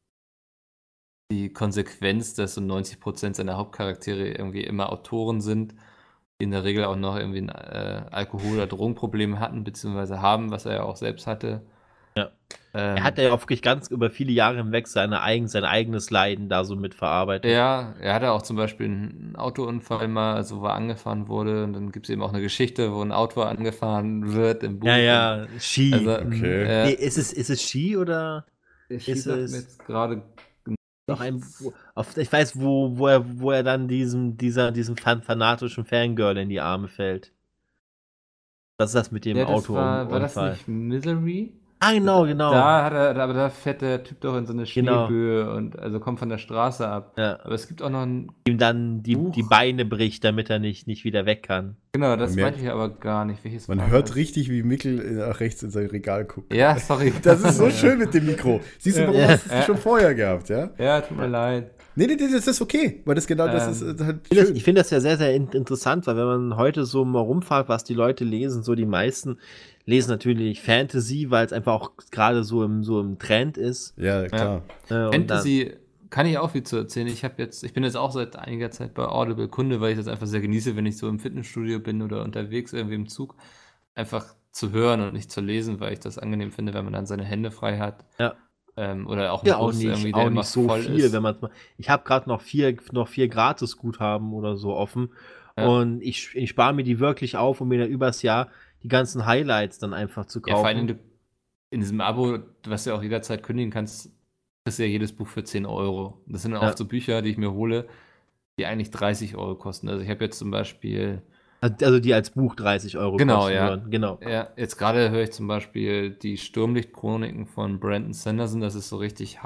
die Konsequenz, dass so neunzig Prozent seiner Hauptcharaktere irgendwie immer Autoren sind, die in der Regel auch noch irgendwie ein äh, Alkohol- oder Drogenproblem hatten, beziehungsweise haben, was er ja auch selbst hatte. Ja. Ähm, Er hat ja auch wirklich ganz über viele Jahre hinweg seine eigen, sein eigenes Leiden da so mit verarbeitet. Ja, er hatte auch zum Beispiel einen Autounfall mal, also wo er angefahren wurde. Und dann gibt es eben auch eine Geschichte, wo ein Auto angefahren wird im Buch. Ja, ja, Ski. Also, Okay. äh, nee, ist es, ist es Ski oder der ist Ski sagt es- mir jetzt gerade noch ein, wo, auf, ich weiß, wo, wo er, wo er dann diesem, dieser, diesem fan, fanatischen Fangirl in die Arme fällt. Das ist das mit dem ja, das Auto war, war das Unfall. nicht Misery? Ah, genau, genau. Da hat er, aber da fährt der Typ doch in so eine Genau. Schneeböe und also kommt von der Straße ab. Ja. Aber es gibt auch noch ein. Ihm dann die, Buch. die Beine bricht, damit er nicht, nicht wieder weg kann. Genau, das Man merkt- meinte ich aber gar nicht. Welches Man war hört das? richtig, wie Mikkel nach rechts in sein Regal guckt. Ja, sorry. Das ist so schön mit dem Mikro. Siehst du, warum Ja. hast du es Ja. schon vorher gehabt, ja? Ja, tut mir leid. Nee, nee, nee, das ist okay, weil das genau das Ähm, ist äh, halt Ich finde das, schön. ich finde das ja sehr, sehr in- interessant, weil wenn man heute so mal rumfragt, was die Leute lesen, so die meisten lesen natürlich Fantasy, weil es einfach auch gerade so im, so im Trend ist. Ja, klar. Äh, und Fantasy kann ich auch viel zu erzählen. Ich habe jetzt, ich bin jetzt auch seit einiger Zeit bei Audible Kunde, weil ich das einfach sehr genieße, wenn ich so im Fitnessstudio bin oder unterwegs irgendwie im Zug, einfach zu hören und nicht zu lesen, weil ich das angenehm finde, wenn man dann seine Hände frei hat. Ja. Ähm, oder auch Dann, ein ja, auch Bus nicht, irgendwie, der auch immer nicht so voll viel, ist. wenn man ich habe gerade noch vier, noch vier Gratis-Guthaben oder so offen Ja. und ich, ich spare mir die wirklich auf, um mir dann übers Jahr die ganzen Highlights dann einfach zu kaufen. Ja, vor allem du, in diesem Abo, was du auch jederzeit kündigen kannst, kriegst du ja jedes Buch für zehn Euro. Das sind dann Ja. oft so Bücher, die ich mir hole, die eigentlich dreißig Euro kosten. Also ich habe jetzt zum Beispiel, Also die als Buch dreißig Euro Genau, kosten ja. würden. Genau. ja, jetzt gerade höre ich zum Beispiel die Sturmlicht-Chroniken von Brandon Sanderson. Das ist so richtig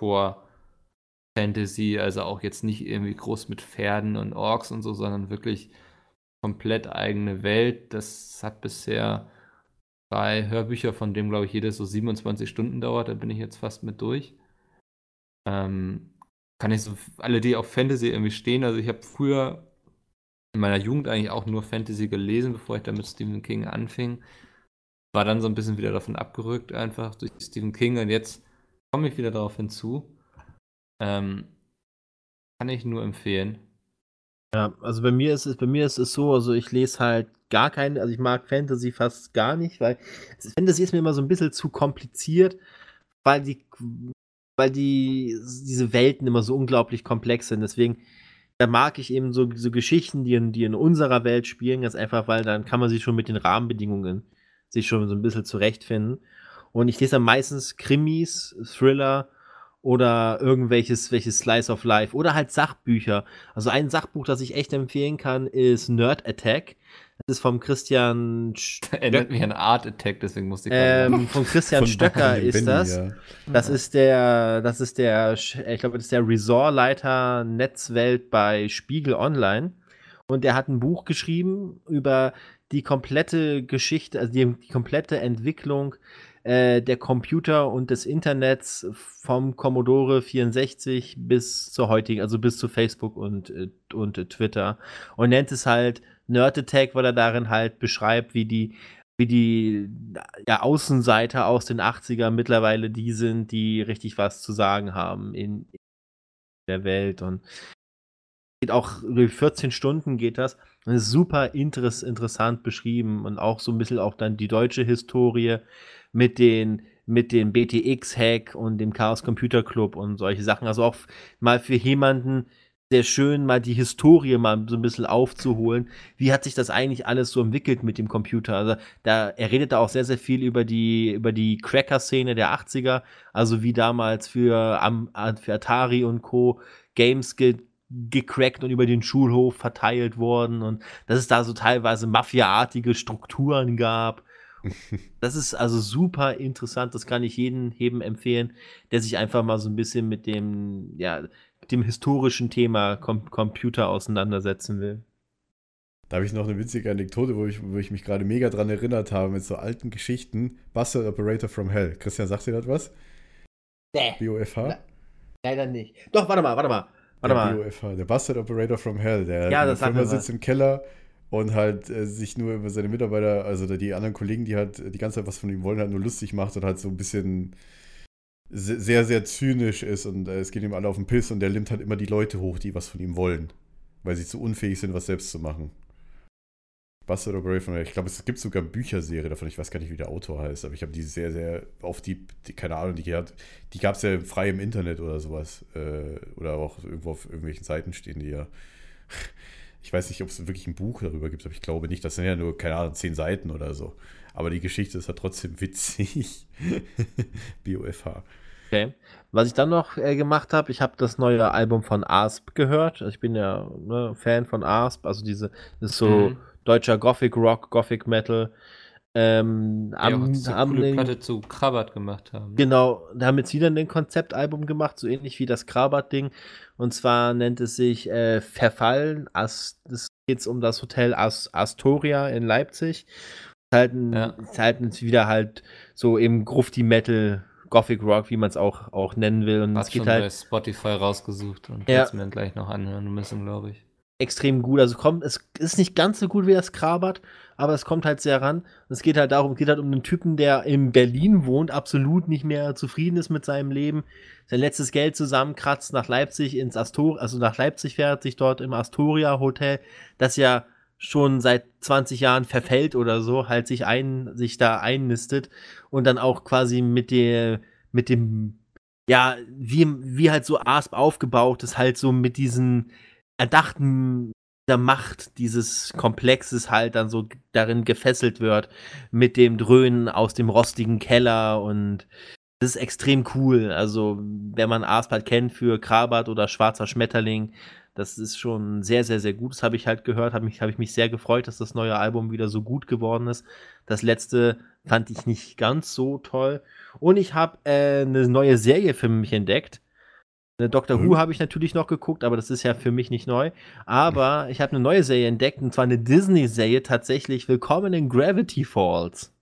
Hardcore-Fantasy, also auch jetzt nicht irgendwie groß mit Pferden und Orks und so, sondern wirklich komplett eigene Welt. Das hat bisher drei Hörbücher, von dem, glaube ich, jedes so siebenundzwanzig Stunden dauert. Da bin ich jetzt fast mit durch. Ähm, kann ich so alle, die auf Fantasy irgendwie stehen. Also ich habe früher in meiner Jugend eigentlich auch nur Fantasy gelesen, bevor ich dann mit Stephen King anfing. War dann so ein bisschen wieder davon abgerückt, einfach durch Stephen King. Und jetzt komme ich wieder darauf hinzu. Ähm, kann ich nur empfehlen. Ja, also bei mir ist es, bei mir ist es so, also ich lese halt gar keine, also ich mag Fantasy fast gar nicht, weil Fantasy ist mir immer so ein bisschen zu kompliziert, weil die, weil die, diese Welten immer so unglaublich komplex sind. Deswegen, da mag ich eben so, so Geschichten, die in, die in unserer Welt spielen, ganz einfach, weil dann kann man sich schon mit den Rahmenbedingungen sich schon so ein bisschen zurechtfinden. Und ich lese dann meistens Krimis, Thriller oder irgendwelches welches Slice of Life oder halt Sachbücher. Also ein Sachbuch, das ich echt empfehlen kann, ist Nerd Attack. Das ist vom Christian Erinnert mich an Art Attack, deswegen musste ich ähm, von Christian Von- Stöcker von dem ist Benny, das. ja. Das ist der, das ist der, ich glaube, das ist der Ressortleiter Netzwelt bei Spiegel Online. Und der hat ein Buch geschrieben über die komplette Geschichte, also die, die komplette Entwicklung äh, der Computer und des Internets vom Commodore vierundsechzig bis zur heutigen, also bis zu Facebook und, äh, und äh, Twitter. Und nennt es halt Nerd Attack, weil er darin halt beschreibt, wie die wie die ja, Außenseiter aus den achtzigern mittlerweile die sind, die richtig was zu sagen haben in, in der Welt. Und geht auch über vierzehn Stunden geht das. Und ist super interess interessant beschrieben und auch so ein bisschen auch dann die deutsche Historie mit den mit dem B T X-Hack und dem Chaos Computer Club und solche Sachen. Also auch mal für jemanden sehr schön, mal die Historie mal so ein bisschen aufzuholen. Wie hat sich das eigentlich alles so entwickelt mit dem Computer? Also da, er redet da auch sehr, sehr viel über die, über die Cracker-Szene der achtziger, also wie damals für, am, für Atari und Co. Games ge gecrackt und über den Schulhof verteilt worden und dass es da so teilweise mafiaartige Strukturen gab. Das ist also super interessant, das kann ich jedem, jedem empfehlen, der sich einfach mal so ein bisschen mit dem, ja, dem historischen Thema Com Computer auseinandersetzen will. Da habe ich noch eine witzige Anekdote, wo ich, wo ich mich gerade mega dran erinnert habe, mit so alten Geschichten. Bastard Operator from Hell. Christian, sagt dir das was? Nee. B O F H? Leider nicht. Doch, warte mal, warte mal. Warte der mal. B O F H, der Bastard Operator from Hell, der Ja, in der das sagt Firma mir sitzt was. im Keller und halt äh, sich nur über seine Mitarbeiter, also die anderen Kollegen, die halt die ganze Zeit was von ihm wollen, halt nur lustig macht und halt so ein bisschen sehr, sehr zynisch ist und äh, es geht ihm alle auf den Piss und der nimmt halt immer die Leute hoch, die was von ihm wollen, weil sie zu unfähig sind, was selbst zu machen. Bastard Operator from Hell, ich glaube, es gibt sogar eine Bücherserie davon, ich weiß gar nicht, wie der Autor heißt, aber ich habe die sehr, sehr auf die, die keine Ahnung, die, die gab es ja frei im Internet oder sowas, äh, oder auch irgendwo auf irgendwelchen Seiten stehen die ja. Ich weiß nicht, ob es wirklich ein Buch darüber gibt, aber ich glaube nicht. Das sind ja nur, keine Ahnung, zehn Seiten oder so. Aber die Geschichte ist ja trotzdem witzig. B O F H. Okay. Was ich dann noch äh, gemacht habe, ich habe das neue Album von Asp gehört. Also ich bin ja ne, Fan von Asp, also diese, das ist so Mhm. deutscher Gothic Rock, Gothic Metal. Ähm, Die auch haben, so haben coole den- Platte zu Krabat gemacht haben. Genau, da haben jetzt wieder ein Konzeptalbum gemacht, so ähnlich wie das Krabat-Ding. Und zwar nennt es sich äh, Verfallen. As, es geht um das Hotel As, Astoria in Leipzig. Ist halt, ein, Ja. ist halt ein- wieder halt so eben Grufti Metal, Gothic Rock, wie man es auch, auch nennen will. Und es Hast geht schon halt bei Spotify rausgesucht und Ja. werd's mir dann gleich noch anhören müssen, glaube ich. extrem gut. Also kommt, es ist nicht ganz so gut wie das Krabat, aber es kommt halt sehr ran. Und es geht halt darum, es geht halt um einen Typen, der in Berlin wohnt, absolut nicht mehr zufrieden ist mit seinem Leben, sein letztes Geld zusammenkratzt, nach Leipzig ins Astor, also nach Leipzig fährt, sich dort im Astoria Hotel, das ja schon seit zwanzig Jahren verfällt oder so, halt sich ein, sich da einnistet und dann auch quasi mit der, mit dem, ja, wie, wie halt so Asp aufgebaut ist, halt so mit diesen erdachten der Macht dieses Komplexes halt dann so darin gefesselt wird mit dem Dröhnen aus dem rostigen Keller und das ist extrem cool. Also, wenn man Asp halt kennt für Krabat oder Schwarzer Schmetterling, das ist schon sehr, sehr, sehr gut. Das habe ich halt gehört, habe mich, hab ich mich sehr gefreut, dass das neue Album wieder so gut geworden ist. Das letzte fand ich nicht ganz so toll. Und ich habe äh, eine neue Serie für mich entdeckt. Eine Doctor Mhm. Who habe ich natürlich noch geguckt, aber das ist ja für mich nicht neu. Aber ich habe eine neue Serie entdeckt, und zwar eine Disney-Serie tatsächlich. Willkommen in Gravity Falls.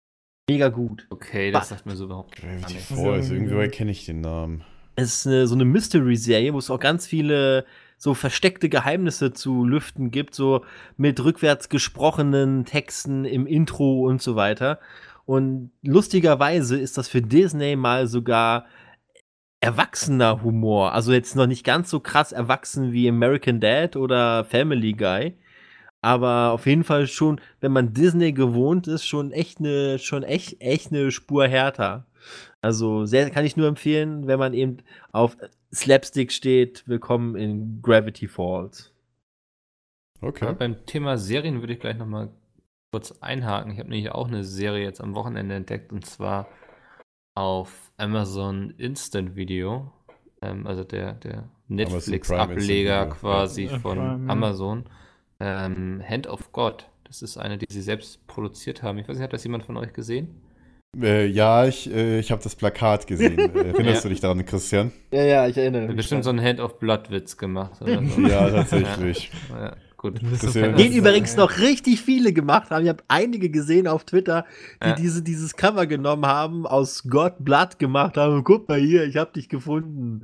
Mega gut. Okay, das Was? sagt mir so überhaupt gar Gravity nichts. Falls, irgendwie kenne ich den Namen. Es ist eine, so eine Mystery-Serie, wo es auch ganz viele so versteckte Geheimnisse zu lüften gibt, so mit rückwärts gesprochenen Texten im Intro und so weiter. Und lustigerweise ist das für Disney mal sogar erwachsener Humor. Also jetzt noch nicht ganz so krass erwachsen wie American Dad oder Family Guy. Aber auf jeden Fall schon, wenn man Disney gewohnt ist, schon echt eine, schon echt, echt eine Spur härter. Also sehr, kann ich nur empfehlen, wenn man eben auf Slapstick steht, willkommen in Gravity Falls. Okay. Aber beim Thema Serien würde ich gleich nochmal kurz einhaken. Ich habe nämlich auch eine Serie jetzt am Wochenende entdeckt, und zwar auf Amazon Instant Video. Ähm, also der, der Netflix-Ableger Instant Video. quasi Ja, von Prime, ja. Amazon. Ähm, Hand of God. Das ist eine, die sie selbst produziert haben. Ich weiß nicht, hat das jemand von euch gesehen? Äh, ja, ich, äh, ich habe das Plakat gesehen. Äh, Erinnerst Ja. du dich daran, Christian? Ja, ja, ich erinnere Hat bestimmt so einen Hand of Blood-Witz gemacht oder so. Ja, tatsächlich. Ja, ja, gut. Das ist ja- Den übrigens noch richtig viele gemacht haben. Ich habe einige gesehen auf Twitter, die Ja. diese, dieses Cover genommen haben, aus God Blood gemacht haben. Guck mal hier, ich habe dich gefunden.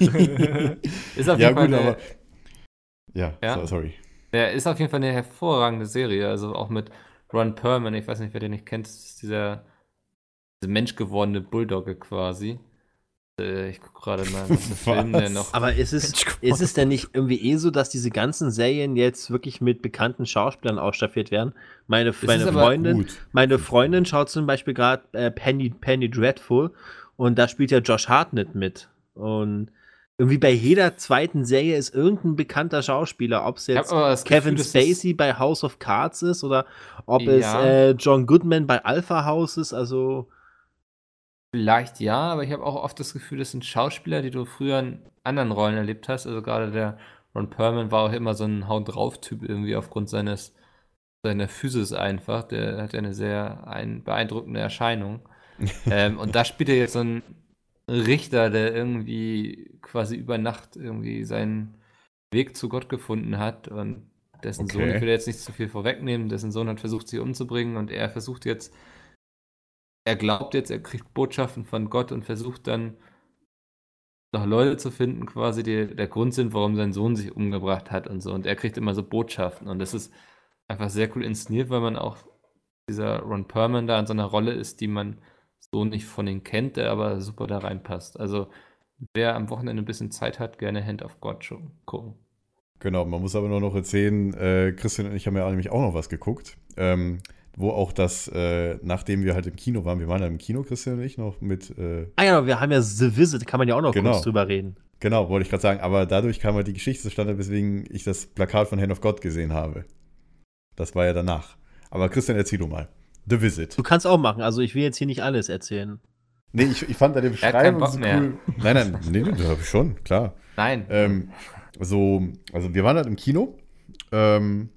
Ist auf Ja, jeden Fall gut, eine, aber. Ja, Ja? so, sorry. der ist auf jeden Fall eine hervorragende Serie. Also auch mit Ron Perlman. Ich weiß nicht, wer den nicht kennt. Das ist dieser, dieser menschgewordene Bulldogge quasi. Äh, ich gucke gerade mal, was für Film der Was? noch. Aber ist es, ist es denn nicht irgendwie eh so, dass diese ganzen Serien jetzt wirklich mit bekannten Schauspielern ausstaffiert werden? Meine, meine ist aber Freundin, Gut. meine Freundin schaut zum Beispiel gerade äh, Penny, Penny Dreadful und da spielt ja Josh Hartnett mit. Und irgendwie bei jeder zweiten Serie ist irgendein bekannter Schauspieler, ob es Ich hab jetzt aber das Kevin Gefühl, das ist- Spacey bei House of Cards ist oder ob es Ja. äh, John Goodman bei Alpha House ist. Also Vielleicht ja, aber ich habe auch oft das Gefühl, das sind Schauspieler, die du früher in anderen Rollen erlebt hast. Also gerade der Ron Perlman war auch immer so ein Haut drauf-Typ irgendwie aufgrund seines seiner Physis einfach. Der hat ja eine sehr ein, beeindruckende Erscheinung. ähm, und da spielt er jetzt so einen Richter, der irgendwie quasi über Nacht irgendwie seinen Weg zu Gott gefunden hat und dessen Okay. Sohn, ich will jetzt nicht zu viel vorwegnehmen, dessen Sohn hat versucht, sie umzubringen, und er versucht jetzt, er glaubt jetzt, er kriegt Botschaften von Gott und versucht dann noch Leute zu finden, quasi, die der Grund sind, warum sein Sohn sich umgebracht hat und so. Und er kriegt immer so Botschaften. Und das ist einfach sehr cool inszeniert, weil man auch dieser Ron Perlman da in so einer Rolle ist, die man so nicht von ihm kennt, der aber super da reinpasst. Also wer am Wochenende ein bisschen Zeit hat, gerne Hand of God schon gucken. Genau, man muss aber nur noch erzählen, äh, Christian und ich haben ja nämlich auch noch was geguckt, ähm, wo auch das, äh, nachdem wir halt im Kino waren, wir waren ja im Kino, Christian und ich, noch mit, äh, ah ja, wir haben ja The Visit, kann man ja auch noch Genau. kurz drüber reden. genau, wollte ich gerade sagen, aber dadurch kam halt die Geschichte zustande, weswegen ich das Plakat von Hand of God gesehen habe. Das war ja danach. Aber Christian, erzähl du mal. The Visit. Du kannst auch machen, also ich will jetzt hier nicht alles erzählen. Nee, ich, ich fand da die Er hat keinen Beschreibung Bock so mehr. cool. Nein, nein, nee, nee, das habe ich schon, klar. Nein. Ähm, so, also wir waren halt im Kino. Ähm,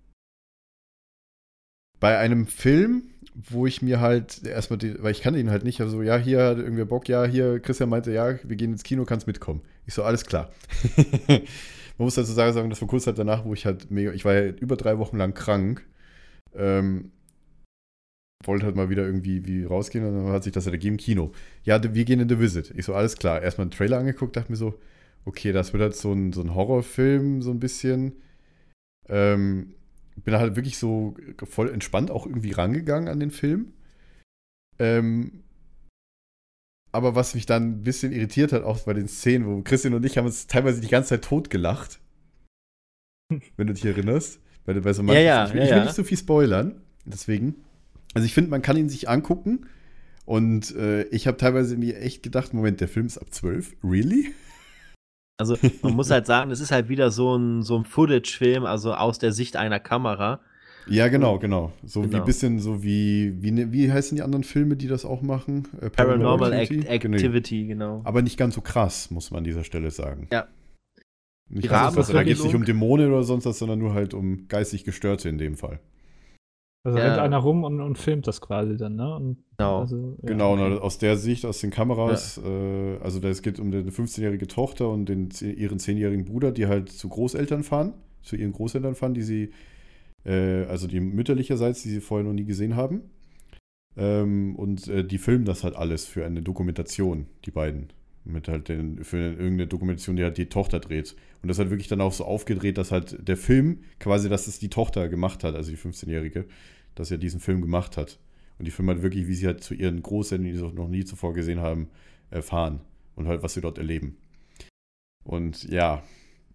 bei einem Film, wo ich mir halt erstmal, die, weil ich kannte ihn halt nicht, also ja, hier hat irgendwer Bock, ja, hier, Christian meinte, ja, wir gehen ins Kino, kannst mitkommen. Ich so, alles klar. Man muss dazu sagen, das war kurz halt danach, wo ich halt mega, ich war ja über drei Wochen lang krank. Ähm, wollte halt mal wieder irgendwie wie rausgehen und dann hat sich das halt ergeben, Kino. Ja, wir gehen in The Visit. Ich so, alles klar. Erstmal einen Trailer angeguckt, dachte mir so, okay, das wird halt so ein, so ein Horrorfilm, so ein bisschen. Ähm, bin halt wirklich so voll entspannt auch irgendwie rangegangen an den Film. Ähm, aber was mich dann ein bisschen irritiert hat, auch bei den Szenen, wo Christian und ich haben uns teilweise die ganze Zeit totgelacht. Wenn du dich erinnerst. Bei, bei so manchen, ja, ich will, ja, ich will ja. nicht so viel spoilern, deswegen. Also ich finde, man kann ihn sich angucken und äh, ich habe teilweise mir echt gedacht, Moment, der Film ist ab zwölf? Really? Also man muss halt sagen, es ist halt wieder so ein, so ein Footage-Film, also aus der Sicht einer Kamera. Ja, genau, genau. So wie Genau. ein bisschen so wie, wie, ne- wie heißen die anderen Filme, die das auch machen? Äh, Paranormal Act Genau. Activity, genau. Aber nicht ganz so krass, muss man an dieser Stelle sagen. Ja. Nicht Die ganz so krass, da geht es nicht um Rahmenhandlung. Dämonen oder sonst was, sondern nur halt um geistig Gestörte in dem Fall. Also Ja. rennt einer rum und, und filmt das quasi dann, ne? Und, Genau. Also, ja, Genau, okay. und aus der Sicht, aus den Kameras, äh, also da- es geht um eine fünfzehnjährige Tochter und den, ihren zehnjährigen Bruder, die halt zu Großeltern fahren, zu ihren Großeltern fahren, die sie, äh, also die mütterlicherseits, die sie vorher noch nie gesehen haben. Ähm, und äh, die filmen das halt alles für eine Dokumentation, die beiden. Mit halt den, für irgendeine Dokumentation, die halt die Tochter dreht. Und das hat wirklich dann auch so aufgedreht, dass halt der Film quasi, dass es die Tochter gemacht hat, also die fünfzehnjährige, dass er diesen Film gemacht hat. Und die Film halt wirklich, wie sie halt zu ihren Großeltern, die sie noch nie zuvor gesehen haben, erfahren. und halt, was wir dort erleben. Und ja,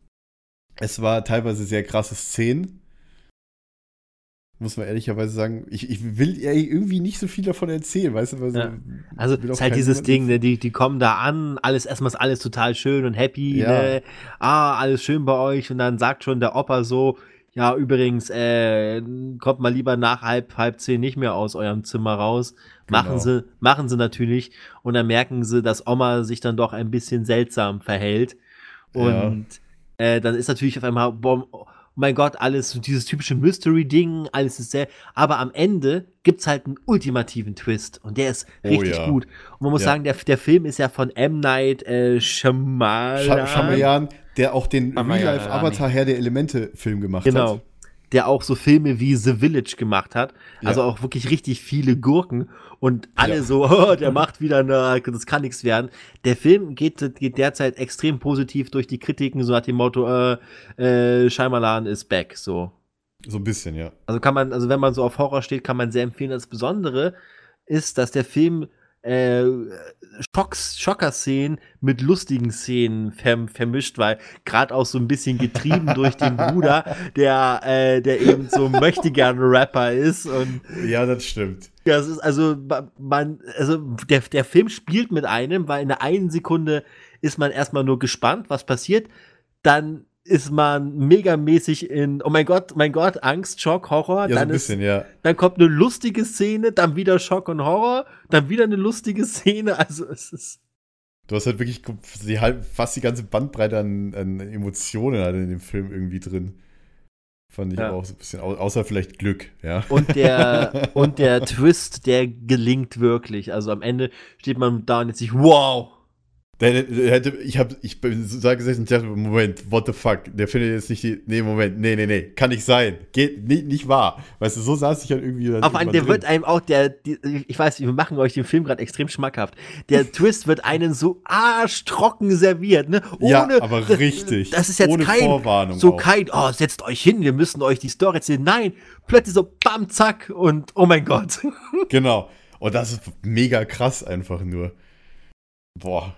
es war teilweise sehr krasse Szenen. Muss man ehrlicherweise sagen, ich, ich will ja irgendwie nicht so viel davon erzählen, weißt du? Weil so, Ja. Also, will auch es ist halt keinen dieses jemanden- Ding, ne, die, die kommen da an, alles, erstmal ist alles total schön und happy, Ja. ne, ah, alles schön bei euch, und dann sagt schon der Opa so, ja, übrigens, äh, kommt mal lieber nach halb, halb zehn nicht mehr aus eurem Zimmer raus. Machen Genau. sie, machen sie natürlich, und dann merken sie, dass Oma sich dann doch ein bisschen seltsam verhält. Und äh, dann ist natürlich auf einmal, boah, oh mein Gott, alles so dieses typische Mystery-Ding, alles ist sehr, aber am Ende gibt's halt einen ultimativen Twist, und der ist Oh richtig ja. gut. Und man muss Ja. sagen, der, der Film ist ja von M. Night äh, Shyamalan. Scha- Shyamalan, der auch den Shyamalan, Real-Life-Avatar Herr der Elemente-Film gemacht Genau. hat. Der auch so Filme wie The Village gemacht hat. Also Ja. auch wirklich richtig viele Gurken. Und alle Ja. so, oh, der macht wieder eine, das kann nichts werden. Der Film geht, geht derzeit extrem positiv durch die Kritiken, so nach dem Motto, äh, äh, Shyamalan is back, so. So ein bisschen, ja. Also kann man, also wenn man so auf Horror steht, kann man sehr empfehlen. Das Besondere ist, dass der Film äh, Schocks, Schocker-Szenen mit lustigen Szenen verm vermischt, weil gerade auch so ein bisschen getrieben durch den Bruder, der, äh, der eben so möchte gern Rapper ist. Und Ja, das stimmt. ja, es ist also, man, also der, der Film spielt mit einem, weil in der einen Sekunde ist man erstmal nur gespannt, was passiert. Dann ist man megamäßig in, oh mein Gott, mein Gott, Angst, Schock, Horror. Ja, so dann ein bisschen, ist, ja. dann kommt eine lustige Szene, dann wieder Schock und Horror, dann wieder eine lustige Szene. Also es ist. Du hast halt wirklich die, halb- fast die ganze Bandbreite an, an Emotionen halt in dem Film irgendwie drin. Fand ich Ja. aber auch so ein bisschen, au- außer vielleicht Glück, ja. Und der, und der Twist, der gelingt wirklich. Also am Ende steht man da und jetzt sich, wow! Der, der, der hätte, ich habe, ich bin so da gesessen und dachte, Moment, what the fuck, der findet jetzt nicht die, nee, Moment, nee, nee, nee, kann nicht sein, geht, nicht, nicht wahr. Weißt du, so saß ich halt irgendwie dann Auf einen, irgendwann der drin. wird einem auch, der, die, ich weiß, wir machen euch den Film gerade extrem schmackhaft. Der Twist wird einen so arschtrocken serviert, ne? Ohne, Ja, aber richtig. Das ist jetzt Ohne kein, Vorwarnung so auch. kein, oh, setzt euch hin, wir müssen euch die Story erzählen. Nein, plötzlich so, bam, zack, und oh mein Gott. Genau. Und das ist mega krass einfach nur. Boah.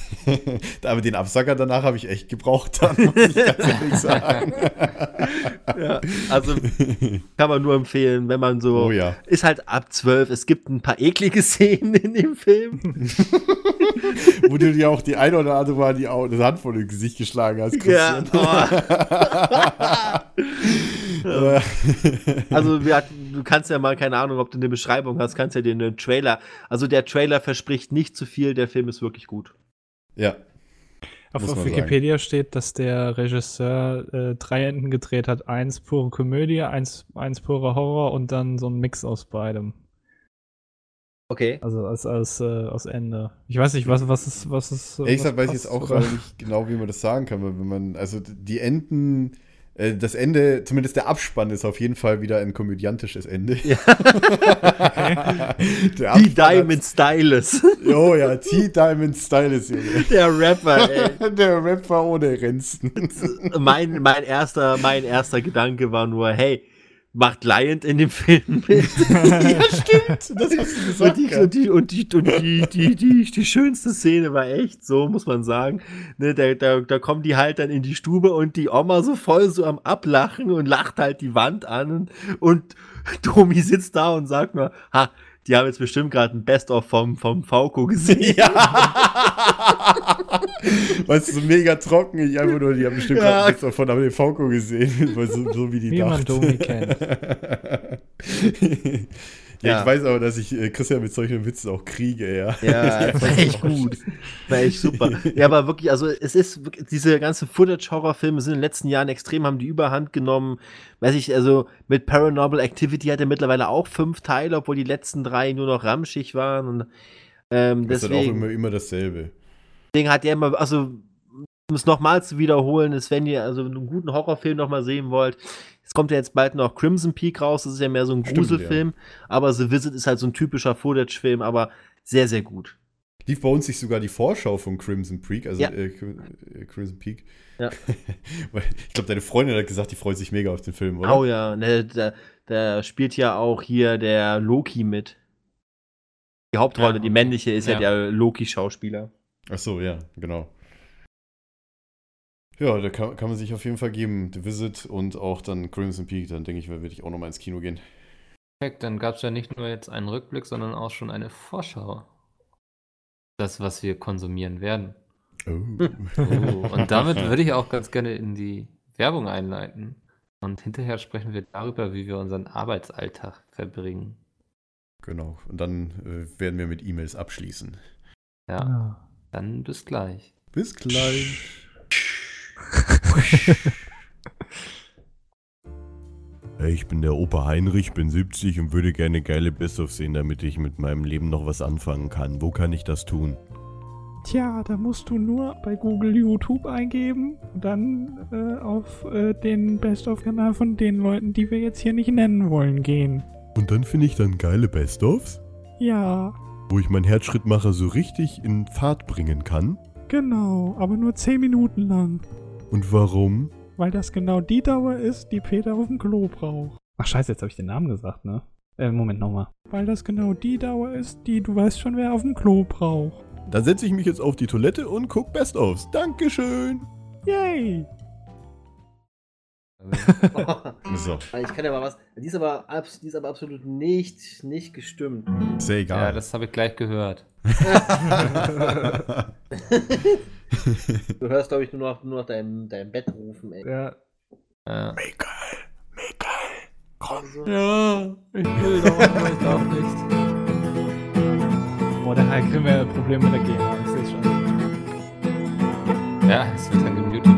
Aber den Absacker danach habe ich echt gebraucht, dann muss ich ganz ehrlich sagen. Ja, also kann man nur empfehlen, wenn man so, Oh ja. ist halt ab zwölf, es gibt ein paar eklige Szenen in dem Film. Wo du dir auch die eine oder andere Mal die Au- das Hand vor dem Gesicht geschlagen hast, Ja, Christian. oh. Also wir hatten, du kannst ja mal, keine Ahnung, ob du eine Beschreibung hast, kannst ja dir einen Trailer, also der Trailer verspricht nicht zu viel, der Film ist wirklich gut. Ja. Auf, Muss auf man Wikipedia steht, dass der Regisseur äh, drei Enden gedreht hat. Eins pure Komödie, eins, eins pure Horror und dann so ein Mix aus beidem. Okay. Also als, als äh, aus Ende. Ich weiß nicht, was, was ist, was ist. Ehrlich was gesagt weiß ich jetzt passt, auch oder? gerade nicht genau, wie man das sagen kann, weil wenn man, also die Enden, äh, das Ende, zumindest der Abspann ist auf jeden Fall wieder ein komödiantisches Ende. Ja. Der Die Abspann Diamond Stylus. hat- Oh ja, T-Diamond Stylus, Junge. Der Rapper, ey. Der Rapper ohne Renzen. Mein, mein, erster, mein erster Gedanke war nur, hey, macht Lion in dem Film mit? Ja, stimmt. Das hast du Und, gesagt. die, ja. und, die, und, die, und die, die, die, die schönste Szene war echt so, muss man sagen. Ne, da, da, da kommen die halt dann in die Stube und die Oma so voll so am Ablachen und lacht halt die Wand an. Und Domi sitzt da und sagt nur, ha, die haben jetzt bestimmt gerade ein Best-of vom, vom Fauco gesehen. Weißt du, so mega trocken. Ich einfach nur, die haben bestimmt Ja. gerade nichts davon, aber den Fauco gesehen. Weil so, so wie die Wie man dachten. Domi kennt. Ja, Ja. ich weiß aber, dass ich äh, Christian mit solchen Witzen auch kriege, ja. Ja, das war echt gut. War echt super. Ja, aber wirklich, also es ist wirklich, diese ganzen Footage-Horror-Filme sind in den letzten Jahren extrem, haben die Überhand genommen. Weiß ich, also mit Paranormal Activity hat er mittlerweile auch fünf Teile, obwohl die letzten drei nur noch ramschig waren. Und ähm, Das ist dann auch deswegen, immer, immer dasselbe. deswegen hat er immer, also um es nochmal zu wiederholen, ist, wenn ihr also einen guten Horrorfilm nochmal sehen wollt, es kommt ja jetzt bald noch Crimson Peak raus, das ist ja mehr so ein Stimmt, Gruselfilm, aber The Visit ist halt so ein typischer Footage-Film, aber sehr, sehr gut. Lief bei uns nicht sogar die Vorschau von Crimson Peak, also Ja. äh, Crim- äh, Crimson Peak. Ja. Weil ich glaube, deine Freundin hat gesagt, die freut sich mega auf den Film, oder? Oh ja, ne, da, da spielt ja auch hier der Loki mit. Die Hauptrolle, Ja, die männliche, ist ja, ja. der Loki-Schauspieler. Ach so, ja, genau. Ja, da kann, kann man sich auf jeden Fall geben. The Visit und auch dann Crimson Peak. Dann denke ich, werde ich auch nochmal ins Kino gehen. Perfekt, dann gab es ja nicht nur jetzt einen Rückblick, sondern auch schon eine Vorschau. Das, was wir konsumieren werden. Oh. Oh, und damit würde ich auch ganz gerne in die Werbung einleiten. Und hinterher sprechen wir darüber, wie wir unseren Arbeitsalltag verbringen. Genau. Und dann äh, werden wir mit E-Mails abschließen. Ja, Ja. dann bis gleich. Bis gleich. Hey, ich bin der Opa Heinrich, bin siebzig und würde gerne geile Best-of sehen, damit ich mit meinem Leben noch was anfangen kann. Wo kann ich das tun? Tja, da musst du nur bei Google YouTube eingeben und dann äh, auf äh, den Best-of-Kanal von den Leuten, die wir jetzt hier nicht nennen wollen, gehen. Und dann finde ich dann geile Best-ofs, Ja, wo ich meinen Herzschrittmacher so richtig in Fahrt bringen kann. genau, aber nur zehn Minuten lang. Und warum? Weil das genau die Dauer ist, die Peter auf dem Klo braucht. Ach scheiße, jetzt habe ich den Namen gesagt, ne? Äh, Moment nochmal. Weil das genau die Dauer ist, die du weißt schon, wer auf dem Klo braucht. Dann setze ich mich jetzt auf die Toilette und guck Best-ofs. Dankeschön. Yay! So, Ich kann ja mal was. Die ist aber, abs- die ist aber absolut nicht, nicht gestimmt. ist ja Ja, egal. das habe ich gleich gehört. Du hörst, glaube ich, nur noch, nur noch dein, dein Bett rufen, ey. Ja. Ja, Michael, Michael, komm. ja ich will doch, aber ich darf nicht. Boah, daher kriegen wir Probleme mit der GEMA, ich sehe schon. Ja, es wird dann gemutet.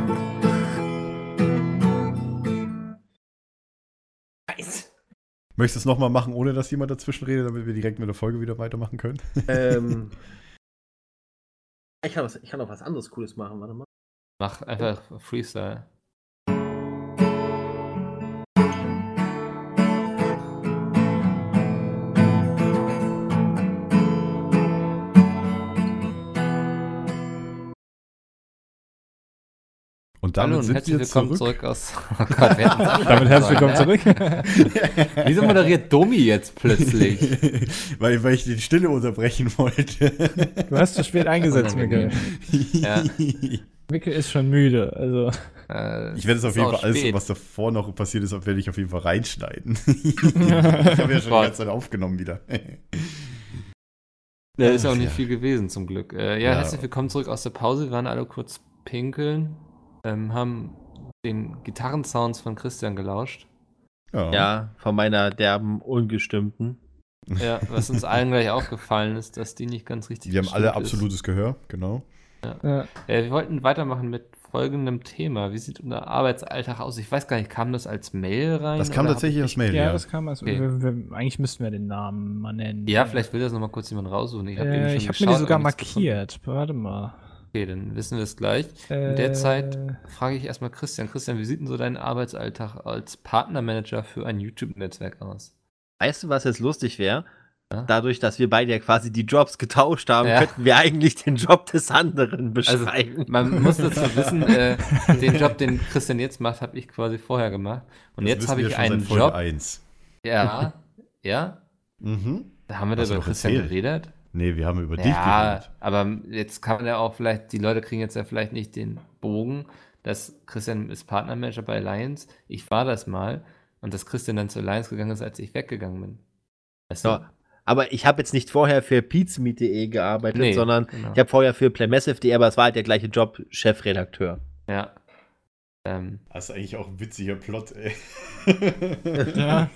Scheiße. Möchtest du es nochmal machen, ohne dass jemand dazwischen redet, damit wir direkt mit der Folge wieder weitermachen können? ähm. Ich kann, was, ich kann auch was anderes Cooles machen, warte mal. Mach einfach Freestyle. Und Hallo damit und sind herzlich wir willkommen zurück. zurück, aus. Oh Gott, wir hätten's Damit herzlich willkommen sollen, zurück. ne? Wieso moderiert Domi jetzt plötzlich? weil, weil ich die Stille unterbrechen wollte. Du hast zu spät eingesetzt, Mikkel. Ja. Mikkel ist schon müde, also. Äh, Ich werde es auf ist jeden auch Fall, alles, spät. was davor noch passiert ist, werde ich auf jeden Fall reinschneiden. ich habe ja schon die Gott. ganze Zeit aufgenommen wieder. Da ist auch Ach, nicht ja. viel gewesen, zum Glück. Äh, ja, Ja. herzlich willkommen zurück aus der Pause. Wir waren alle kurz pinkeln, ähm, haben den Gitarrensounds von Christian gelauscht. Ja. Ja, von meiner derben, ungestimmten. Ja, was uns allen gleich aufgefallen ist, dass die nicht ganz richtig Wir haben alle gestimmt ist. absolutes Gehör, genau. Ja. Äh, wir wollten weitermachen mit folgendem Thema. Wie sieht unser Arbeitsalltag aus? Ich weiß gar nicht, kam das als Mail rein? Das kam oder tatsächlich hab als Mail, Ja, ja. das kam also. Okay. Wir, wir, eigentlich müssten wir den Namen mal nennen. ich- Ja, vielleicht will das nochmal kurz jemand raussuchen. Ich habe Äh, ich habe mir die sogar markiert. Warte mal. Okay, dann wissen wir es gleich. Äh, In der Zeit frage ich erstmal Christian. Christian, wie sieht denn so dein Arbeitsalltag als Partnermanager für ein YouTube-Netzwerk aus? Weißt du, was jetzt lustig wäre? Ja? Dadurch, dass wir beide ja quasi die Jobs getauscht haben, Ja. könnten wir eigentlich den Job des anderen Also, beschreiben. man muss dazu wissen, äh, den Job, den Christian jetzt macht, habe ich quasi vorher gemacht. Und Das jetzt wissen habe wir ich schon einen seit Folge Job. eins. Ja, ja. Mhm. Da haben wir da Hast du über doch Christian erzählt. geredet. Nee, wir haben über dich Ja, geredet. aber jetzt kann man ja auch vielleicht, die Leute kriegen jetzt ja vielleicht nicht den Bogen, dass Christian ist Partnermanager bei Alliance. Ich war das mal und dass Christian dann zur Alliance gegangen ist, als ich weggegangen bin. Weißt du? Ja, aber ich habe jetzt nicht vorher für pizmeet punkt de gearbeitet, Nee, sondern genau. ich habe vorher für playmassive punkt de, aber es war halt der gleiche Job, Chefredakteur. Ja. Ähm, Das ist eigentlich auch ein witziger Plot, ey. Ja.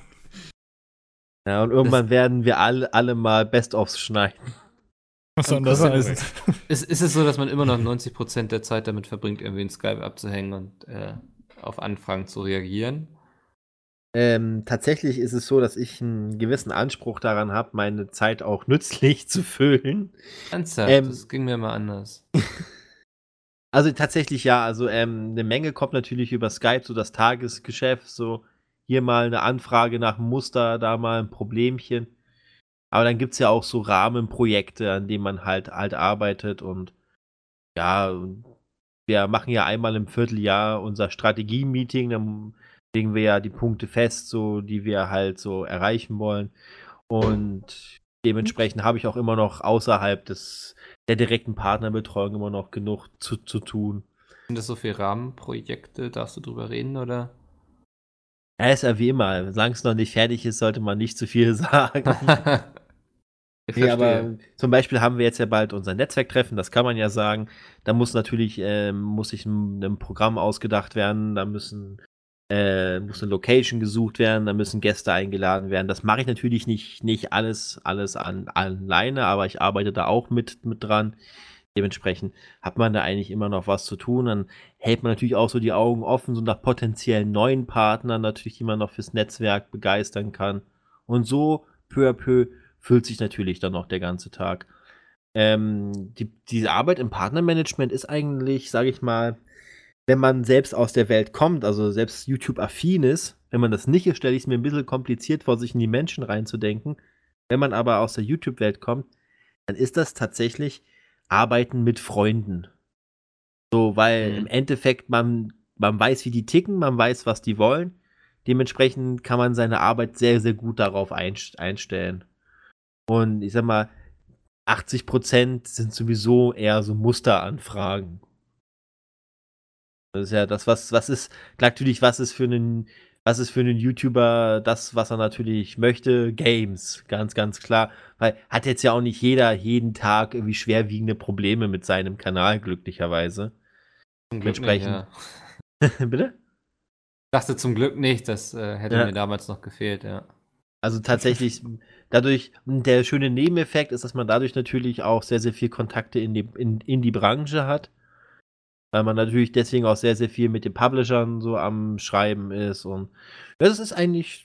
Ja, und irgendwann werden wir alle, alle mal Best-ofs schneiden. Was soll das Christian, heißen? ist, ist es so, dass man immer noch neunzig Prozent der Zeit damit verbringt, irgendwie in Skype abzuhängen und äh, auf Anfragen zu reagieren? Ähm, tatsächlich ist es so, dass ich einen gewissen Anspruch daran habe, meine Zeit auch nützlich zu füllen. Ernsthaft, Ähm, das ging mir mal anders. Also tatsächlich ja, also ähm, eine Menge kommt natürlich über Skype, so das Tagesgeschäft, so hier mal eine Anfrage nach einem Muster, da mal ein Problemchen. Aber dann gibt es ja auch so Rahmenprojekte, an denen man halt halt arbeitet und ja, wir machen ja einmal im Vierteljahr unser Strategie-Meeting, dann legen wir ja die Punkte fest, so die wir halt so erreichen wollen. Und Dementsprechend habe ich auch immer noch außerhalb des, der direkten Partnerbetreuung immer noch genug zu, zu tun. Sind das so viele Rahmenprojekte? Darfst du drüber reden, oder? Ja, ist ja wie immer. Solange es noch nicht fertig ist, sollte man nicht zu viel sagen. Ich Nee, verstehe. aber zum Beispiel haben wir jetzt ja bald unser Netzwerktreffen, das kann man ja sagen. Da muss natürlich, ähm, muss sich ein, ein Programm ausgedacht werden, da müssen, äh, muss eine Location gesucht werden, da müssen Gäste eingeladen werden. Das mache ich natürlich nicht, nicht alles, alles an, alleine, aber ich arbeite da auch mit, mit dran. Dementsprechend hat man da eigentlich immer noch was zu tun. Dann hält man natürlich auch so die Augen offen, so nach potenziellen neuen Partnern natürlich, die man noch fürs Netzwerk begeistern kann. Und so peu à peu füllt sich natürlich dann noch der ganze Tag. Ähm, die, diese Arbeit im Partnermanagement ist eigentlich, sage ich mal, wenn man selbst aus der Welt kommt, also selbst YouTube-affin ist, wenn man das nicht ist, stelle ich es mir ein bisschen kompliziert vor, sich in die Menschen reinzudenken. Wenn man aber aus der YouTube-Welt kommt, dann ist das tatsächlich Arbeiten mit Freunden. So, weil Mhm. im Endeffekt man, man weiß, wie die ticken, man weiß, was die wollen. Dementsprechend kann man seine Arbeit sehr, sehr gut darauf einst- einstellen. Und ich sag mal, achtzig Prozent sind sowieso eher so Musteranfragen. Das ist ja das, was, was ist, natürlich, was ist für einen, was ist für einen YouTuber das, was er natürlich möchte? Games, ganz, ganz klar. Weil hat jetzt ja auch nicht jeder jeden Tag irgendwie schwerwiegende Probleme mit seinem Kanal, glücklicherweise. Zum Glück nicht, Dementsprechend- ja. Bitte? Ich dachte zum Glück nicht, das äh, hätte Ja. mir damals noch gefehlt, ja. Also tatsächlich, dadurch, der schöne Nebeneffekt ist, dass man dadurch natürlich auch sehr, sehr viel Kontakte in die, in, in die Branche hat. Weil man natürlich deswegen auch sehr, sehr viel mit den Publishern so am Schreiben ist. Und das ist eigentlich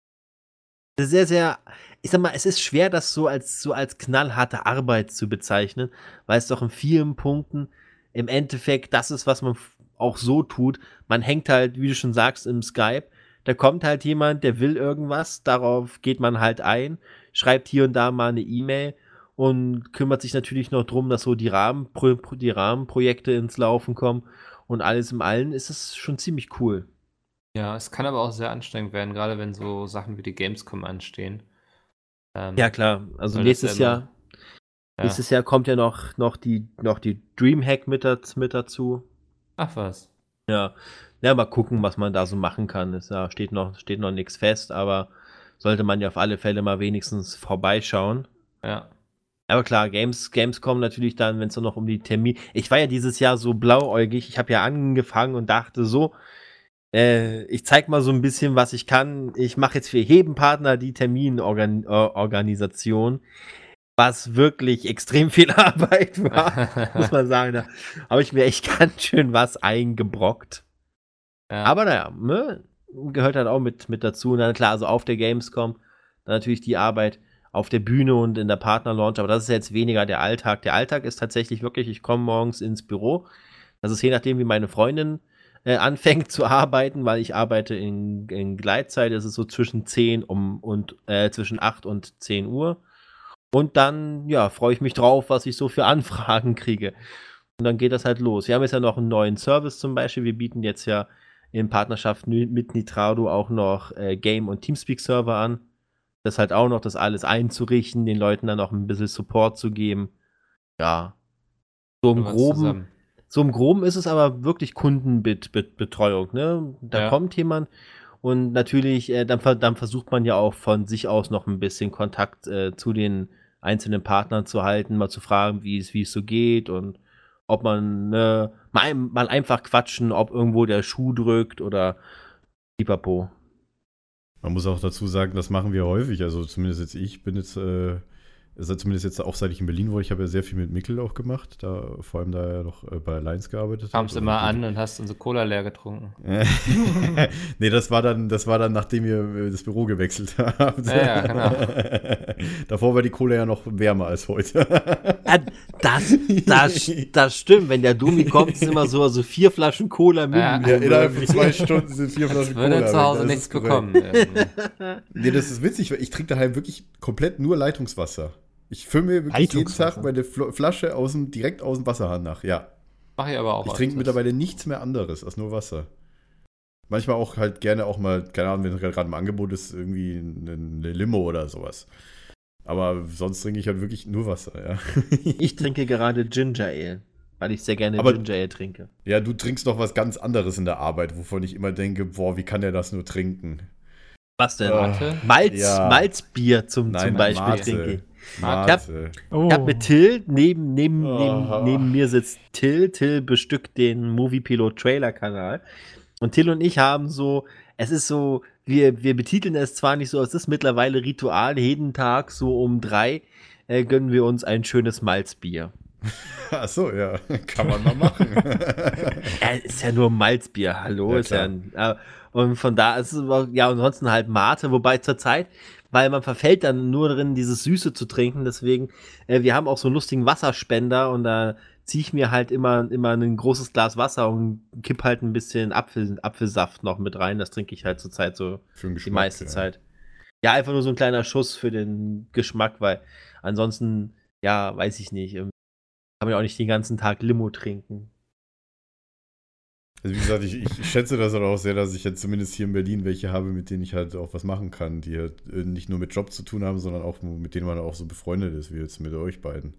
sehr, sehr, ich sag mal, es ist schwer, das so als, so als knallharte Arbeit zu bezeichnen, weil es doch in vielen Punkten im Endeffekt das ist, was man f- auch so tut. Man hängt halt, wie du schon sagst, im Skype. Da kommt halt jemand, der will irgendwas, darauf geht man halt ein, schreibt hier und da mal eine E-Mail und kümmert sich natürlich noch drum, dass so die, Rahmenpro die Rahmenprojekte ins Laufen kommen und alles im Allen ist es schon ziemlich cool. Ja, es kann aber auch sehr anstrengend werden, gerade wenn so Sachen wie die Gamescom anstehen. Ähm, Ja klar, also weil das nächstes ja Jahr, immer- ja. nächstes Jahr kommt ja noch, noch die, noch die Dreamhack mit, daz- mit dazu. Ach was. Ja. Ja, mal gucken, was man da so machen kann. Es ja, steht noch, steht noch nichts fest, aber sollte man ja auf alle Fälle mal wenigstens vorbeischauen. Ja. Aber klar, Games, Gamescom natürlich dann, wenn es dann noch um die Termine. Ich war ja dieses Jahr so blauäugig. Ich habe ja angefangen und dachte so, äh, ich zeig mal so ein bisschen, was ich kann. Ich mache jetzt für jeden Partner die Terminorganisation, was wirklich extrem viel Arbeit war, muss man sagen. Da habe ich mir echt ganz schön was eingebrockt. Ja. Aber naja, ne, gehört halt auch mit, mit dazu. Und dann klar, also auf der Gamescom, dann natürlich die Arbeit auf der Bühne und in der Partnerlaunch, aber das ist jetzt weniger der Alltag. Der Alltag ist tatsächlich wirklich, ich komme morgens ins Büro. Das ist je nachdem, wie meine Freundin äh, anfängt zu arbeiten, weil ich arbeite in, in Gleitzeit, das ist so zwischen zehn um, und äh, zwischen acht und zehn Uhr. Und dann, ja, freue ich mich drauf, was ich so für Anfragen kriege. Und dann geht das halt los. Wir haben jetzt ja noch einen neuen Service zum Beispiel. Wir bieten jetzt ja in Partnerschaft mit Nitrado auch noch äh, Game- und Teamspeak-Server an. Das halt auch noch, das alles einzurichten, den Leuten dann auch ein bisschen Support zu geben. Ja. So im Was Groben, zusammen. so im Groben ist es aber wirklich Kundenbetreuung, ne? Da Ja. kommt jemand und natürlich, äh, dann, ver- dann versucht man ja auch von sich aus noch ein bisschen Kontakt äh, zu den einzelnen Partnern zu halten, mal zu fragen, wie es, wie es so geht und ob man äh, mal, mal einfach quatschen, ob irgendwo der Schuh drückt oder pipapo. Man muss auch dazu sagen, das machen wir häufig. Also zumindest jetzt ich bin jetzt, äh, also zumindest jetzt auch seit ich in Berlin war, ich habe ja sehr viel mit Mikkel auch gemacht, da vor allem da er noch äh, bei Allianz gearbeitet Kamst hat. immer Und- an und hast unsere Cola leer getrunken. nee, das war dann, das war dann, nachdem wir äh, das Büro gewechselt haben. Ja, ja, genau. Davor war die Cola ja noch wärmer als heute. Ja, das, das, das stimmt, wenn der Dumi kommt, ist immer so, so vier Flaschen Cola mit. Ja. Ja, innerhalb von zwei Stunden sind vier Flaschen Cola. Würde zu weg, Hause das nichts ist korrekt. bekommen. irgendwie. Nee, das ist witzig, weil ich trinke daheim wirklich komplett nur Leitungswasser. Ich fülle mir wirklich jeden Leitungswasser? Tag meine Fl Flasche aus dem, direkt aus dem Wasserhahn nach. Ja. Mach ich aber auch. Ich trinke öfters. mittlerweile nichts mehr anderes als nur Wasser. Manchmal auch halt gerne auch mal, keine Ahnung, wenn es gerade im Angebot ist, irgendwie eine, eine Limo oder sowas. Aber sonst trinke ich halt wirklich nur Wasser, ja. Ich trinke gerade Ginger Ale, weil ich sehr gerne Aber- Ginger Ale trinke. Ja, du trinkst noch was ganz anderes in der Arbeit, wovon ich immer denke, boah, wie kann der das nur trinken? Was denn? Warte. Malz, Ja. Malzbier zum, Nein, zum Beispiel Mate. trinke ich. Mate. Oh. Ich hab mit Till, neben, neben, neben, Oh. neben mir sitzt Till. Till bestückt den Movie Pilot Trailer Kanal. Und Till und ich haben so, es ist so, wir, wir betiteln es zwar nicht so, es ist mittlerweile Ritual, jeden Tag so um drei äh, gönnen wir uns ein schönes Malzbier. Ach so, ja, kann man mal machen. Ja, ist ja nur Malzbier, hallo. Ja, ist ja klar. ein, äh, und von da ist es, aber- ja, ansonsten halt Mate, wobei zur Zeit, weil man verfällt dann nur drin, dieses Süße zu trinken, deswegen, äh, wir haben auch so einen lustigen Wasserspender und da ziehe ich mir halt immer, immer ein großes Glas Wasser und kipp halt ein bisschen Apfel, Apfelsaft noch mit rein, das trinke ich halt zur Zeit so Für den die Geschmack, meiste ja. Zeit. Ja, einfach nur so ein kleiner Schuss für den Geschmack, weil ansonsten, ja, weiß ich nicht, ähm, kann man ja auch nicht den ganzen Tag Limo trinken. Also wie gesagt, ich, ich ich schätze das halt auch sehr, dass ich jetzt zumindest hier in Berlin welche habe, mit denen ich halt auch was machen kann, die halt äh, nicht nur mit Job zu tun haben, sondern auch mit denen man auch so befreundet ist, wie jetzt mit euch beiden.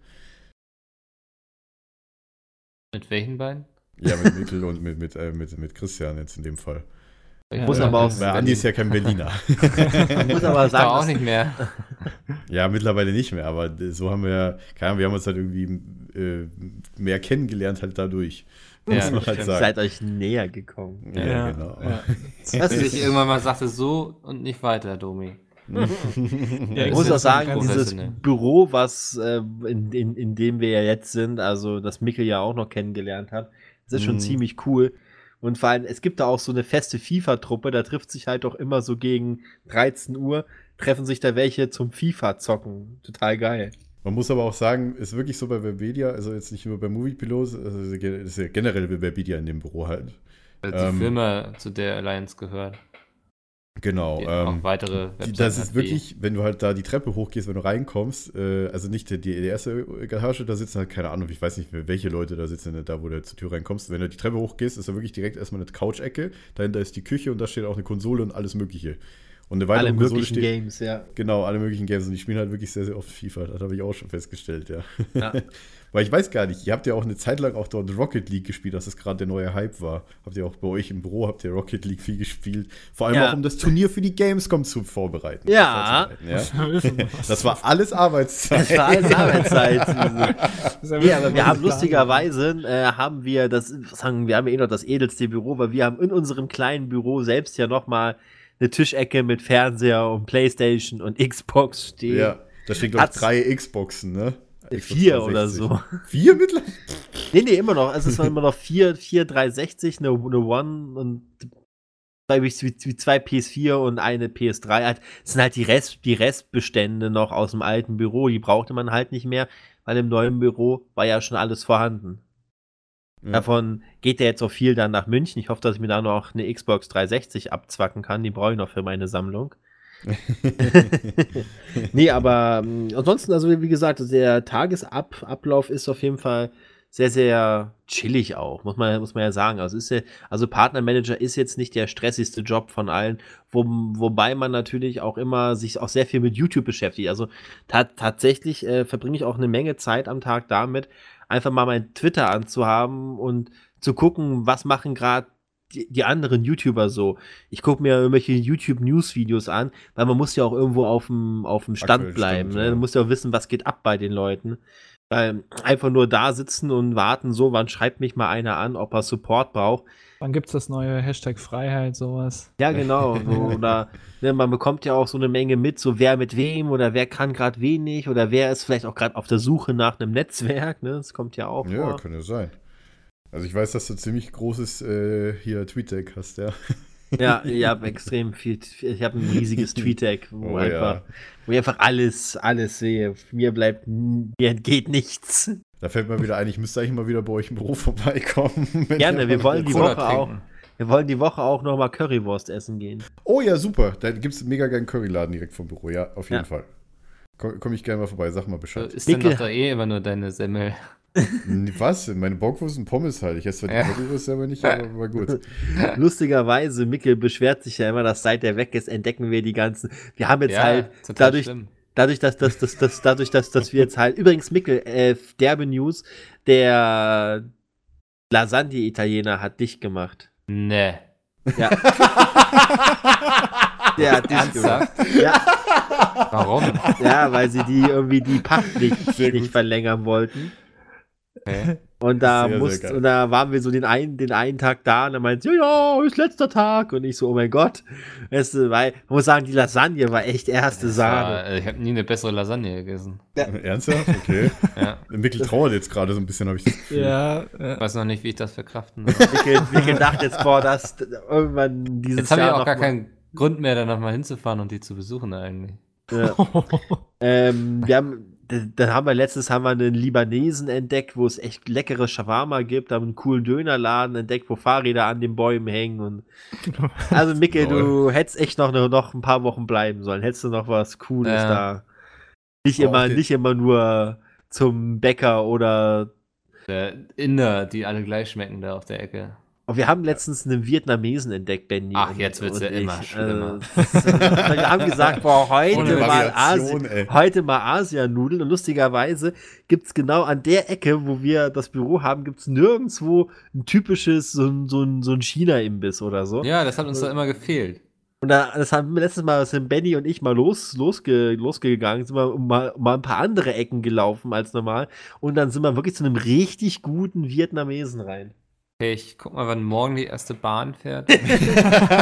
Mit welchen beiden? Ja, mit Mikkel und mit, mit, äh, mit, mit Christian jetzt in dem Fall. Ich Muss bin aber auch in Weil Andi ist ja kein Berliner. Man muss aber Ich sagen, da auch dass- nicht mehr. Ja, mittlerweile nicht mehr, aber so haben wir ja, keine Ahnung, wir haben uns halt irgendwie äh, mehr kennengelernt halt dadurch. Ja, Muss man das halt stimmt. sagen. seid euch näher gekommen. Ja, Ja, genau. ja. Dass ich irgendwann mal sagte, so und nicht weiter, Domi. Ja, Ich ist muss ja auch sagen, schon dieses professionell. Büro, was äh, in, in, in dem wir ja jetzt sind, also das Mikkel ja auch noch kennengelernt hat, das ist schon Mhm. ziemlich cool. Und vor allem, es gibt da auch so eine feste FIFA-Truppe, da trifft sich halt auch immer so gegen dreizehn Uhr, treffen sich da welche zum FIFA-Zocken. Total geil. Man muss aber auch sagen, ist wirklich so bei Webedia, also jetzt nicht nur bei Moviepilot, also das ist ja generell bei Webedia in dem Büro halt. Die Ähm, Firma, zu der Alliance gehört. Genau. Die ähm, auch weitere Die, Webseiten das hat, ist wirklich, wenn du halt da die Treppe hochgehst, wenn du reinkommst, äh, also nicht die, die erste Garage, da sitzen halt, keine Ahnung, ich weiß nicht, welche Leute da sitzen, da wo du zur Tür reinkommst. Wenn du die Treppe hochgehst, ist da wirklich direkt erstmal eine Couch-Ecke, dahinter ist die Küche und da steht auch eine Konsole und alles Mögliche. Und eine weitere Alle Konsole möglichen steht, Games, ja. genau, alle möglichen Games und die spielen halt wirklich sehr, sehr oft FIFA, das habe ich auch schon festgestellt, ja. Ja. Weil ich weiß gar nicht, ihr habt ja auch eine Zeit lang auch dort Rocket League gespielt, dass das gerade der neue Hype war. Habt ihr auch bei euch im Büro, habt ihr Rocket League viel gespielt. Vor allem Ja. auch, um das Turnier für die Gamescom zu vorbereiten. Ja. vorzubereiten, ja. Das war alles Arbeitszeit. Das war alles Arbeitszeit. Ja, Ja, aber wir haben lustigerweise, äh, haben wir das, sagen wir haben ja eh noch das edelste Büro, weil wir haben in unserem kleinen Büro selbst ja nochmal eine Tischecke mit Fernseher und Playstation und Xbox stehen. Ja, da stehen, glaube ich, Hat's- drei Xboxen, ne? Xbox Vier oder dreihundertsechzig. so. Vier mittlerweile? Nee, nee, immer noch. Also es waren immer noch vier, vier dreihundertsechzig, eine, eine One und zwei, wie, wie zwei P S vier und eine P S drei. Halt, das sind halt die, Rest, die Restbestände noch aus dem alten Büro. Die brauchte man halt nicht mehr, weil im neuen Büro war ja schon alles vorhanden. Ja. Davon geht ja jetzt auch viel dann nach München. Ich hoffe, dass ich mir da noch eine Xbox dreihundertsechzig abzwacken kann. Die brauche ich noch für meine Sammlung. Nee, aber ähm, ansonsten, also wie gesagt, der Tagesablauf ist auf jeden Fall sehr, sehr chillig auch, muss man, muss man ja sagen. Also, ist ja, also Partnermanager ist jetzt nicht der stressigste Job von allen, wo, wobei man natürlich auch immer sich auch sehr viel mit YouTube beschäftigt. Also ta tatsächlich äh, verbringe ich auch eine Menge Zeit am Tag damit, einfach mal mein Twitter anzuhaben und zu gucken, was machen gerade die, die anderen YouTuber so. Ich gucke mir irgendwelche YouTube-News-Videos an, weil man muss ja auch irgendwo auf dem auf dem Stand Aktuell bleiben. stimmt, Ne? ja. Man muss ja auch wissen, was geht ab bei den Leuten. Weil einfach nur da sitzen und warten, so, wann schreibt mich mal einer an, ob er Support braucht. Wann gibt's das neue Hashtag Freiheit, sowas? Ja, genau. So, oder ne, man bekommt ja auch so eine Menge mit, so wer mit wem oder wer kann gerade wenig oder wer ist vielleicht auch gerade auf der Suche nach einem Netzwerk. Ne? Das kommt ja auch Ja, vor. kann ja sein. Also ich weiß, dass du ziemlich großes äh, hier TweetDeck hast, ja. Ja, ich habe extrem viel. Ich habe ein riesiges TweetDeck, wo, Oh, einfach, ja. wo ich einfach alles, alles sehe. Mir bleibt, mir entgeht nichts. Da fällt mir wieder ein, ich müsste eigentlich mal wieder bei euch im Büro vorbeikommen. wenn Gerne, ihr wir mal wollen die wieder- Cola Woche auch. trinken. Wir wollen die Woche auch noch mal Currywurst essen gehen. Oh ja, super. Da gibt es einen mega geilen Curryladen direkt vom Büro. Ja, auf jeden Ja. Fall. Komme komm ich gerne mal vorbei, sag mal So, Bescheid. ist denn Mikkel- doch da eh immer nur deine Semmel. Was? Meine Bockwurst und Pommes halt. Ich esse zwar die Ja. Currywurst selber nicht, aber war gut. Lustigerweise, Mikkel beschwert sich ja immer, dass seit er weg ist, entdecken wir die ganzen. Wir haben jetzt Ja, halt total dadurch, schlimm. dadurch, dass, dass, dass, dass, dadurch, dass, dass wir jetzt halt. Übrigens, Mikkel, äh, derbe News, der Lasagne-Italiener hat dich gemacht. Nee. Ja. Der hat dich gemacht. Ernsthaft? Ja. Warum? Ja, weil sie die irgendwie die Pacht nicht, Sehr nicht gut. verlängern wollten. Okay. Und da Sehr, sehr musst, geil. und da waren wir so den einen, den einen Tag da und dann meint sie, ja, ja, ist letzter Tag. Und ich so, oh mein Gott. Weißt du, weil, man muss sagen, die Lasagne war echt erste Das Sahne. war, äh, ich habe nie eine bessere Lasagne gegessen. Ernsthaft? Okay. Ja. Mikkel trauert jetzt gerade so ein bisschen, habe ich das Gefühl. Ja, Ich äh, weiß noch nicht, wie ich das verkraften soll. Mikkel, Mikkel dachte jetzt, boah, das irgendwann dieses Jetzt habe ich Jahr auch noch gar mal- keinen Grund mehr, da nochmal hinzufahren und die zu besuchen eigentlich. Ja. ähm, wir haben, d- dann haben wir letztens haben wir einen Libanesen entdeckt, wo es echt leckere Shawarma gibt, haben einen coolen Dönerladen entdeckt, wo Fahrräder an den Bäumen hängen und also Mikkel, du hättest echt noch, ne- noch ein paar Wochen bleiben sollen, hättest du noch was Cooles Ja. da. Nicht Auch immer, den- nicht immer nur zum Bäcker oder. Der Inder, die alle gleich schmecken da auf der Ecke. Oh, wir haben letztens einen Vietnamesen entdeckt, Benny. Ach, und- jetzt wird's und ja immer ich, schlimmer. Äh, das, wir haben gesagt, boah, heute Ohne mal, Variation, Asi ey. heute mal Asianudeln. Und lustigerweise gibt's genau an der Ecke, wo wir das Büro haben, gibt's nirgendwo ein typisches, so ein, so ein, so ein China-Imbiss oder so. Ja, das hat uns doch immer gefehlt. Und da, das haben wir letztes Mal, sind Benny und ich mal los, losge, losgegangen, sind wir um mal, um mal ein paar andere Ecken gelaufen als normal. Und dann sind wir wirklich zu einem richtig guten Vietnamesen rein. Okay, ich guck mal, wann morgen die erste Bahn fährt. Ich kenne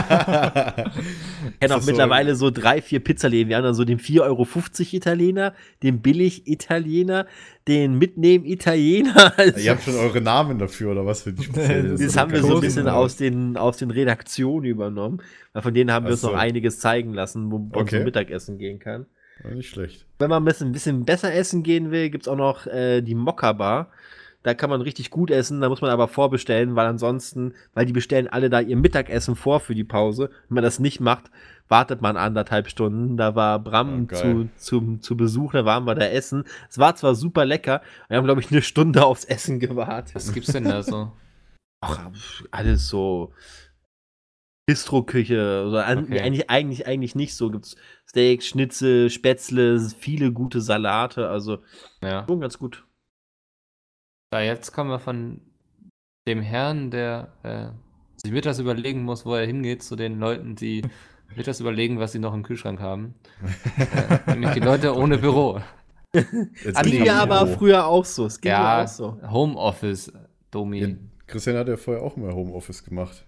Ist auch das so- mittlerweile so drei, vier Pizzaläden. Wir haben dann so den vier Euro fünfzig Italiener, den Billig-Italiener, den Mitnehmen-Italiener. Also, Ihr habt schon eure Namen dafür, oder was für die speziell das ist? haben wir so ein Oder bisschen was? aus den, aus den Redaktionen übernommen. Weil von denen haben wir Ach uns noch so. einiges zeigen lassen, wo man Okay. zum Mittagessen gehen kann. Ja, nicht schlecht. Wenn man ein bisschen, ein bisschen besser essen gehen will, gibt es auch noch äh, die Mokka-Bar. Da kann man richtig gut essen, da muss man aber vorbestellen, weil ansonsten, weil die bestellen alle da ihr Mittagessen vor für die Pause. Wenn man das nicht macht, wartet man anderthalb Stunden. Da war Bram Ja, geil. zu, zum, zu Besuch, da waren wir da essen. Es war zwar super lecker, wir haben, glaube ich, eine Stunde aufs Essen gewartet. Was gibt's denn da so? Ach, alles so Bistro-Küche. Also an- Okay. eigentlich, eigentlich, eigentlich nicht so. Gibt's Steak, Schnitzel, Spätzle, viele gute Salate. Also Ja. schon ganz gut. Da jetzt kommen wir von dem Herrn, der äh, sich mittags überlegen muss, wo er hingeht, zu den Leuten, die mittags überlegen, was sie noch im Kühlschrank haben. äh, nämlich die Leute ohne Büro. Jetzt Es Andi, ging mir aber Büro. früher auch so. Es ging mir Ja, auch so. Homeoffice, Domi. Ja, Ja. Christian hat ja vorher auch mal Homeoffice gemacht.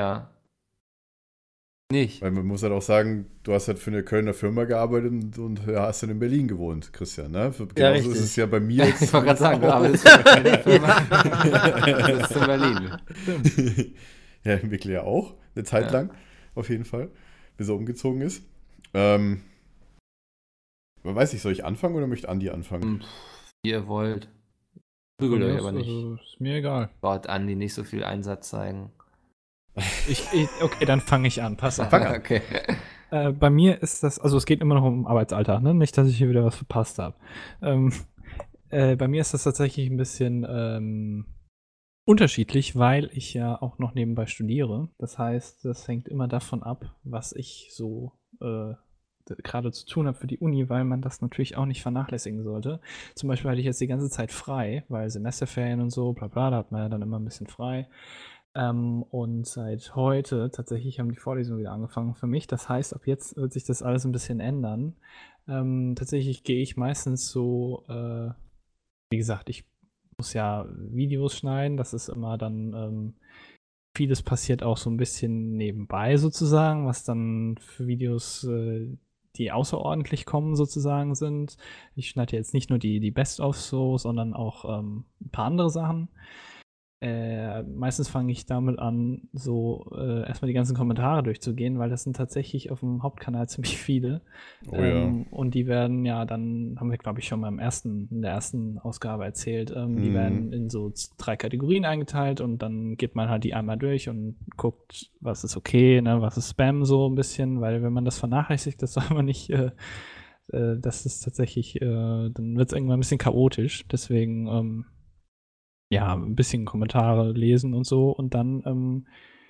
Nicht. Weil man muss halt auch sagen, du hast halt für eine Kölner Firma gearbeitet und, und ja, hast dann in Berlin gewohnt, Christian. Ne? Für- Genauso richtig. ist es ja bei mir jetzt. Ich wollte gerade sagen, du arbeitest für eine Firma. Du bist in Berlin. Ja, Mikkel ja auch, eine Zeit Ja. lang, auf jeden Fall, bis er umgezogen ist. Ähm, weiß ich, soll ich anfangen oder möchte Andi anfangen? Pff, Wie ihr wollt. Prügelt euch aber nicht. Also, ist mir egal. Gott, Andi, nicht so viel Einsatz zeigen. Ich, ich, okay, dann fange ich an. Pass auf. Okay. Äh, bei mir ist das, also es geht immer noch um Arbeitsalltag, ne? Nicht, dass ich hier wieder was verpasst habe. Ähm, äh, bei mir ist das tatsächlich ein bisschen ähm, unterschiedlich, weil ich ja auch noch nebenbei studiere. Das heißt, das hängt immer davon ab, was ich so äh, d- gerade zu tun habe für die Uni, weil man das natürlich auch nicht vernachlässigen sollte. Zum Beispiel hatte ich jetzt die ganze Zeit frei, weil Semesterferien und so, bla bla, da hat man ja dann immer ein bisschen frei. Ähm, und seit heute tatsächlich haben die Vorlesungen wieder angefangen für mich. Das heißt, ab jetzt wird sich das alles ein bisschen ändern. Ähm, tatsächlich gehe ich meistens so, äh, wie gesagt, ich muss ja Videos schneiden. Das ist immer dann, ähm, vieles passiert auch so ein bisschen nebenbei sozusagen, was dann für Videos, äh, die außerordentlich kommen sozusagen sind. Ich schneide jetzt nicht nur die, die Best-ofs so, sondern auch ähm, ein paar andere Sachen. Äh, meistens fange ich damit an, so äh, erstmal die ganzen Kommentare durchzugehen, weil das sind tatsächlich auf dem Hauptkanal ziemlich viele. Oh ähm, und die werden ja dann, haben wir glaube ich schon mal im ersten, in der ersten Ausgabe erzählt, ähm, die Mhm. werden in so z- drei Kategorien eingeteilt und dann geht man halt die einmal durch und guckt, was ist okay, ne, was ist Spam so ein bisschen, weil wenn man das vernachlässigt, das soll man nicht, äh, äh, das ist tatsächlich, äh, dann wird es irgendwann ein bisschen chaotisch. Deswegen, ähm, ja, ein bisschen Kommentare lesen und so und dann ähm,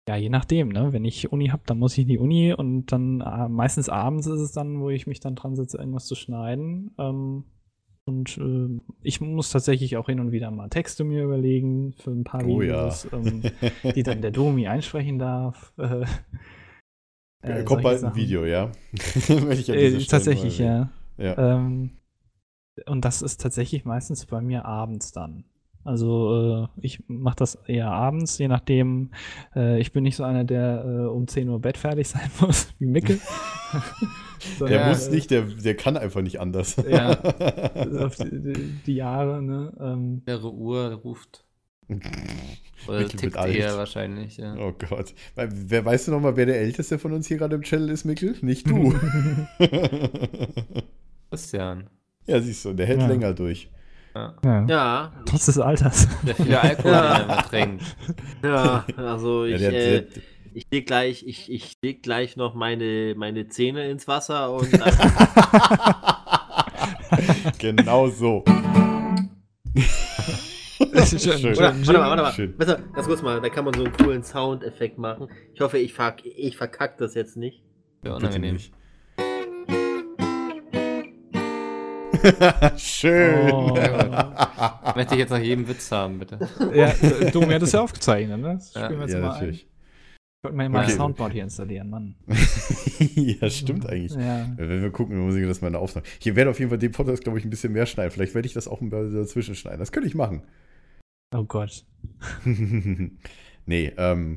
Ja, je nachdem, ne? Wenn ich Uni habe, dann muss ich in die Uni und dann äh, meistens abends ist es dann, wo ich mich dann dran setze, irgendwas zu schneiden. Ähm, und äh, ich muss tatsächlich auch hin und wieder mal Texte mir überlegen für ein paar Oh Videos, ja. ähm, die dann der Domi einsprechen darf. Äh, äh, Kommt solche bald ein Sachen. Video, ja. Wenn ich an dieser Äh, Stelle tatsächlich, mal ja. erwähne. Ja. Ähm, und das ist tatsächlich meistens bei mir abends dann. Also äh, ich mache das eher abends, je nachdem. Äh, ich bin nicht so einer, der äh, um zehn Uhr Bett fertig sein muss, wie Mickel. Der Sondern, Ja, muss äh, nicht, der, der kann einfach nicht anders. Ja, auf die, die, die Jahre, ne? Ähm, Ihre Uhr ruft. Oder Mikkel tickt wird alt. eher wahrscheinlich, ja. Oh Gott. Weil, wer weißt du noch mal, wer der Älteste von uns hier gerade im Channel ist, Mikkel? Nicht du. Christian. Ja, siehst du, der hält Ja. länger durch. Ja. ja. Ja, Trotz des Alters. Der viele Alkohol, Ja. den er immer trinkt. ja, also Ja, ich, der, äh, der, ich leg gleich, ich, ich leg gleich noch meine, meine Zähne ins Wasser und genau so. Das ist Schön. Oder, warte mal, warte mal. Schön. Weißt du, ganz kurz mal, da kann man so einen coolen Soundeffekt machen. Ich hoffe, ich, verk ich verkack das jetzt nicht. Wäre Bitte unangenehm. nicht. Schön. Oh. Möchte ich jetzt nach jedem Witz haben, bitte. Ja, du, mir hat das ja aufgezeichnet, ne? Das Ja. spielen wir jetzt Ja, mal natürlich. ein. Ich wollte mir mal Okay. ein Soundboard hier installieren, Mann. Ja, stimmt eigentlich. Ja. Wenn wir gucken, dann muss ich das mal aufnehmen. Hier werde auf jeden Fall den Podcast, glaube ich, ein bisschen mehr schneiden. Vielleicht werde ich das auch ein bisschen dazwischen schneiden. Das könnte ich machen. Oh Gott. Nee, ähm.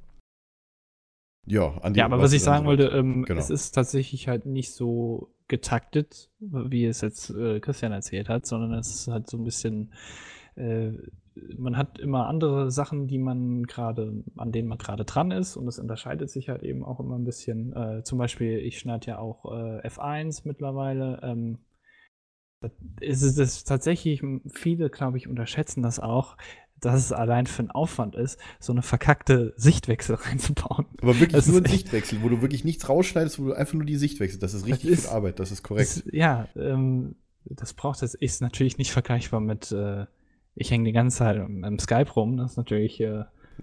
Ja, Andi, Ja, aber was ich du dann sagen so- wollte, ähm, Genau. es ist tatsächlich halt nicht so getaktet, wie es jetzt äh, Christian erzählt hat, sondern es ist halt so ein bisschen, äh, man hat immer andere Sachen, die man gerade, an denen man gerade dran ist, und es unterscheidet sich halt eben auch immer ein bisschen. Äh, zum Beispiel, ich schneide ja auch äh, F eins mittlerweile. Ähm, das ist es tatsächlich, viele, glaube ich, unterschätzen das auch, dass es allein für einen Aufwand ist, so eine verkackte Sichtwechsel reinzubauen. Aber wirklich Das nur ist ein echt- Sichtwechsel, wo du wirklich nichts rausschneidest, wo du einfach nur die Sicht wechselst. Das ist richtig ist- viel Arbeit, das ist korrekt. Das, ja, ähm, das braucht es, ist natürlich nicht vergleichbar mit, äh, ich hänge die ganze Zeit im, im Skype rum, das ist natürlich, äh,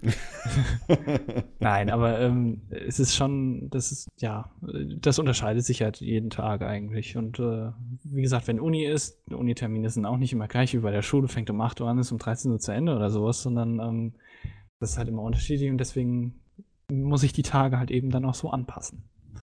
nein, aber ähm, es ist schon, das ist, ja, das unterscheidet sich halt jeden Tag eigentlich. Und äh, wie gesagt, wenn Uni ist, Unitermine sind auch nicht immer gleich wie bei der Schule, fängt um acht Uhr an, ist um dreizehn Uhr zu Ende oder sowas, sondern ähm, das ist halt immer unterschiedlich, und deswegen muss ich die Tage halt eben dann auch so anpassen.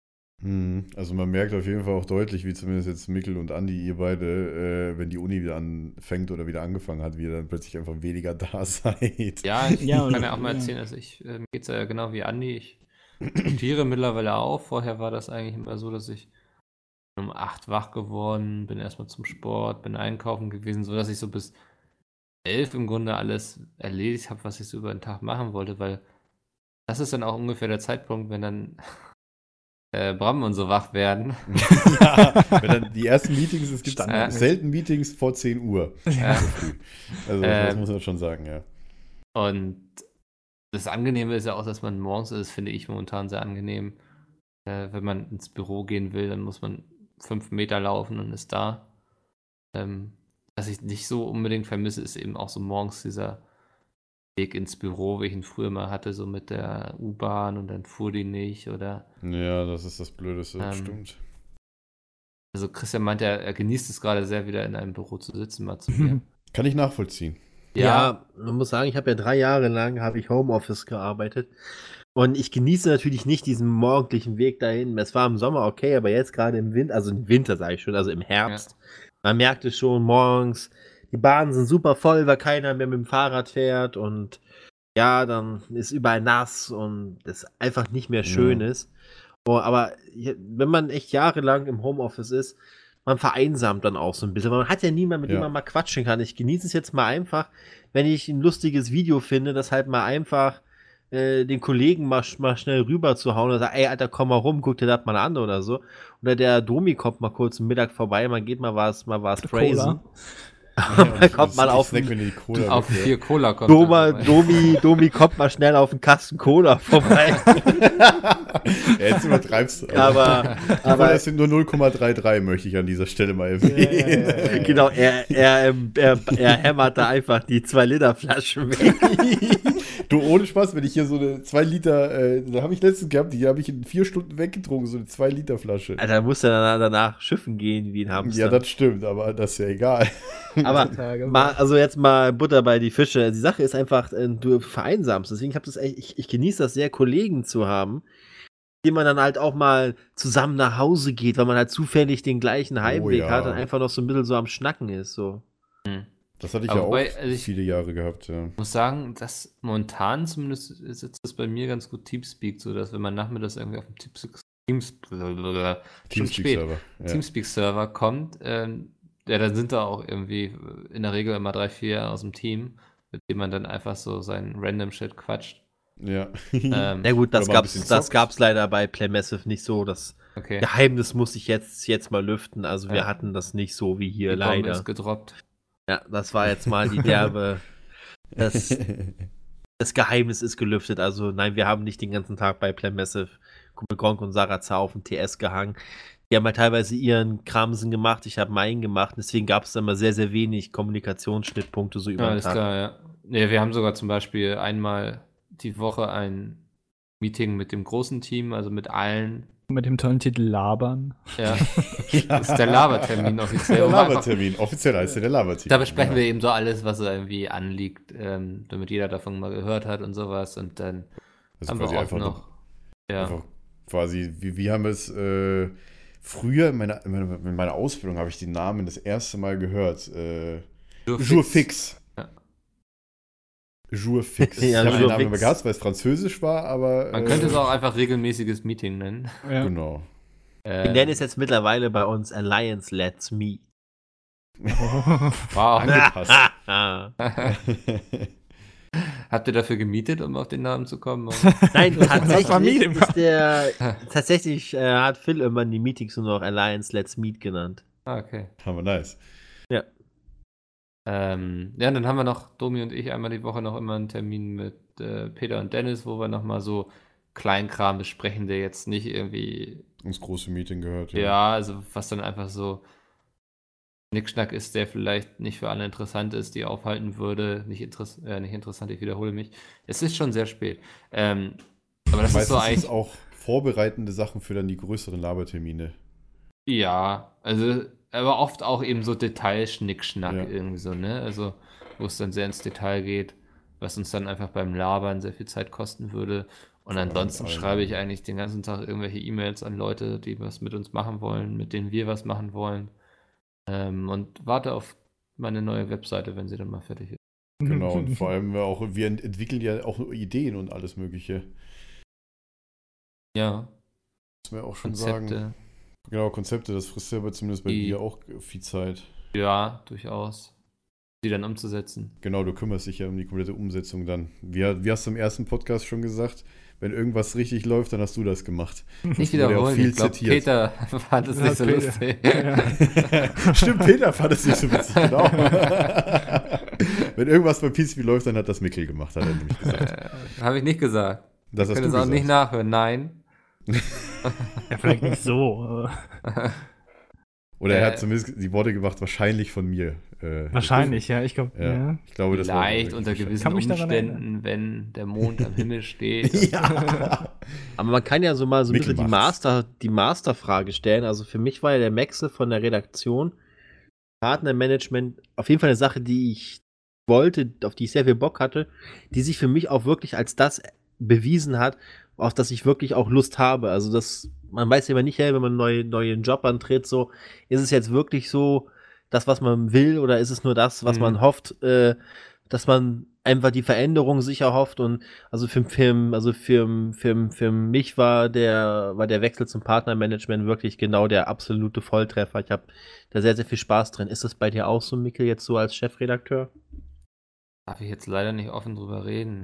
Hm, Also man merkt auf jeden Fall auch deutlich, wie zumindest jetzt Mikkel und Andi, ihr beide, äh, wenn die Uni wieder anfängt oder wieder angefangen hat, wie ihr dann plötzlich einfach weniger da seid. Ja, ich Ja, kann und- ja auch mal ja. erzählen, dass ich, äh, mir geht's ja genau wie Andi, ich studiere mittlerweile auch. Vorher war das eigentlich immer so, dass ich um acht wach geworden, bin erstmal zum Sport, bin einkaufen gewesen, sodass ich so bis elf im Grunde alles erledigt habe, was ich so über den Tag machen wollte, weil das ist dann auch ungefähr der Zeitpunkt, wenn dann äh, Bram und so wach werden. Ja, wenn dann die ersten Meetings, es gibt Standard. selten Meetings vor zehn Uhr. Ja. So früh. Also das Ähm. muss man schon sagen, ja. Und das Angenehme ist ja auch, dass man morgens, das finde ich momentan sehr angenehm, äh, wenn man ins Büro gehen will, dann muss man fünf Meter laufen und ist da. Ähm, was ich nicht so unbedingt vermisse, ist eben auch so morgens dieser Weg ins Büro, wie ich ihn früher mal hatte, so mit der U-Bahn, und dann fuhr die nicht, oder Ja, das ist das Blödeste, das Ähm, stimmt. also Christian meint ja, er genießt es gerade sehr, wieder in einem Büro zu sitzen, mal zu mir. Kann ich nachvollziehen. Ja, man muss sagen, ich habe ja drei Jahre lang habe ich Homeoffice gearbeitet. Und ich genieße natürlich nicht diesen morgendlichen Weg dahin. Es war im Sommer okay, aber jetzt gerade im Winter, also im Winter sage ich schon, also im Herbst, man merkt es schon morgens, die Bahnen sind super voll, weil keiner mehr mit dem Fahrrad fährt, und ja, dann ist überall nass und das einfach nicht mehr schön Ja. ist. Oh, aber je- wenn man echt jahrelang im Homeoffice ist, man vereinsamt dann auch so ein bisschen. Man hat ja niemanden, mit Ja. dem man mal quatschen kann. Ich genieße es jetzt mal einfach, wenn ich ein lustiges Video finde, das halt mal einfach äh, den Kollegen mal, sch- mal schnell rüber zu hauen und sagt, ey, Alter, komm mal rum, guck dir das mal an oder so. Oder der Domi kommt mal kurz am Mittag vorbei, man geht mal was, mal was phrasen. Man kommt mal auf Snack, den wenn ihr die Cola Auf wegwirft. vier Cola kommt. Doma, er vorbei. Domi, Domi kommt mal schnell auf den Kasten Cola vorbei. Ja, jetzt übertreibst du. aber, Aber aber das sind nur null Komma dreiunddreißig, möchte ich an dieser Stelle mal erwähnen. genau, er, er, ähm, er, er hämmert da einfach die zwei Liter Flaschen weg. Du, ohne Spaß, wenn ich hier so eine zwei Liter, äh, da habe ich letztens gehabt, die habe ich in vier Stunden weggetrunken, so eine zwei Liter Flasche. Alter, da musst du danach, danach schiffen gehen wie ein Hamster. Ja, das stimmt, aber das ist ja egal. Aber mal, also jetzt mal Butter bei die Fische. Die Sache ist einfach, äh, du vereinsamst. Deswegen hab das echt, ich, ich genieße das sehr, Kollegen zu haben, mit denen man dann halt auch mal zusammen nach Hause geht, weil man halt zufällig den gleichen Heimweg ja. hat und einfach noch so ein bisschen so am Schnacken ist. So. Das hatte ich Aber ja auch wobei, also ich- viele Jahre gehabt, ja. Ich muss sagen, dass momentan zumindest sitzt das bei mir ganz gut Teamspeak, so dass wenn man nachmittags irgendwie auf dem Teamspeak, Teamspeak, schon spät, Teamspeak-Server. Ja. Teamspeak-Server kommt, ähm, ja, dann sind da auch irgendwie in der Regel immer drei, vier aus dem Team, mit dem man dann einfach so seinen Random Shit quatscht. Ja. Ähm, Na gut, das Oder mal ein gab's, bisschen das zockt. gab's leider bei Play Massive nicht so. Das okay. Geheimnis muss ich jetzt, jetzt mal lüften. Also wir Ja. hatten das nicht so wie hier, Die Bombe leider. ist gedroppt. Ja, das war jetzt mal die derbe. Das, das Geheimnis ist gelüftet. Also nein, wir haben nicht den ganzen Tag bei Play Massive Kumpel Gronk und Sarazar auf dem T S gehangen. Die haben halt teilweise ihren Kramsen gemacht, ich habe meinen gemacht. Deswegen gab es immer sehr, sehr wenig Kommunikationsschnittpunkte so über Ja, den alles Tag. klar, ja. Nee, wir haben sogar zum Beispiel einmal die Woche ein Meeting mit dem großen Team, also mit allen. Mit dem tollen Titel Labern. Ja, das ist der Labertermin offiziell. Der Um einfach- Labertermin. Offiziell heißt der der Labertermin. Da besprechen ja. wir eben so alles, was so irgendwie anliegt, ähm, damit jeder davon mal gehört hat und sowas. Und dann Also haben quasi wir auch einfach, noch. Ja. einfach quasi, wie, wie haben wir es äh, früher in meiner, in meiner, in meiner Ausbildung habe ich den Namen das erste Mal gehört. Äh, Jour fix. Ja. Jour fix. Ja, ich habe den Jour Namen fix. immer gehasst, weil es französisch war, aber. Man äh, könnte es auch einfach regelmäßiges Meeting nennen. Ja. Genau. Ähm, Wir nennen es jetzt mittlerweile bei uns Alliance Let's Meet. wow. Angepasst. Habt ihr dafür gemietet, um auf den Namen zu kommen? Nein, war tatsächlich Meeting. ist der, tatsächlich äh, hat Phil immer die Meetings nur noch Alliance Let's Meet genannt. ah, okay. Aber nice. Ähm, ja, und dann haben wir noch, Domi und ich, einmal die Woche noch immer einen Termin mit äh, Peter und Dennis, wo wir nochmal so Kleinkram besprechen, der jetzt nicht irgendwie, Ins große Meeting gehört. ja, also was dann einfach so Nickschnack ist, der vielleicht nicht für alle interessant ist, die aufhalten würde. Nicht, interess äh, nicht interessant, ich wiederhole mich. Es ist schon sehr spät. Ähm, aber das Meistens ist so eigentlich. ist auch vorbereitende Sachen für dann die größeren Labertermine. Ja, also, aber oft auch eben so Detailschnickschnack Ja. irgendwie so, ne? Also, wo es dann sehr ins Detail geht, was uns dann einfach beim Labern sehr viel Zeit kosten würde. Und allem ansonsten mit allen. schreibe ich eigentlich den ganzen Tag irgendwelche E-Mails an Leute, die was mit uns machen wollen, mit denen wir was machen wollen. Ähm, und warte auf meine neue Webseite, wenn sie dann mal fertig ist. Genau, und vor allem auch, wir ent entwickeln ja auch Ideen und alles Mögliche. Ja, Muss man auch schon Konzepte. sagen. Genau, Konzepte, das frisst ja aber zumindest bei Die- dir auch viel Zeit. Ja, durchaus. Die dann umzusetzen. Genau, du kümmerst dich ja um die komplette Umsetzung dann. Wie, wie hast du im ersten Podcast schon gesagt, wenn irgendwas richtig läuft, dann hast du das gemacht. Nicht wurde ja auch wiederholen, viel ich glaube, zitiert. Peter fand es Ja, nicht so Peter. lustig. Stimmt, Peter fand es nicht so witzig, genau. Wenn irgendwas bei P C B läuft, dann hat das Mikkel gemacht, hat er nämlich gesagt. Äh, Habe ich nicht gesagt. Das Ich hast kann du es auch gesagt. nicht nachhören, nein. Ja, vielleicht nicht so. aber Oder er Äh, hat zumindest die Worte gemacht, wahrscheinlich von mir. Äh, Wahrscheinlich, ja. Ich glaube, Ja, ja. ich glaube, das war Vielleicht wirklich unter wahrscheinlich. gewissen Kann mich daran Umständen, wenn der Mond am Himmel steht. Ja. Aber man kann ja so mal so ein Mikkel bisschen die, macht's. Master, die Masterfrage stellen. Also für mich war ja der Wechsel von der Redaktion, Partnermanagement auf jeden Fall eine Sache, die ich wollte, auf die ich sehr viel Bock hatte, die sich für mich auch wirklich als das bewiesen hat, auf das ich wirklich auch Lust habe. Also das, man weiß ja immer nicht, hey, wenn man einen neuen, neuen Job antritt, so, ist es jetzt wirklich so das, was man will, oder ist es nur das, was Mhm. man hofft, äh, dass man einfach die Veränderung sich erhofft. Und also für, für, also für, für, für mich war der, war der Wechsel zum Partnermanagement wirklich genau der absolute Volltreffer. Ich habe da sehr, sehr viel Spaß drin. Ist das bei dir auch so, Mikkel, jetzt so als Chefredakteur? Darf ich jetzt leider nicht offen drüber reden.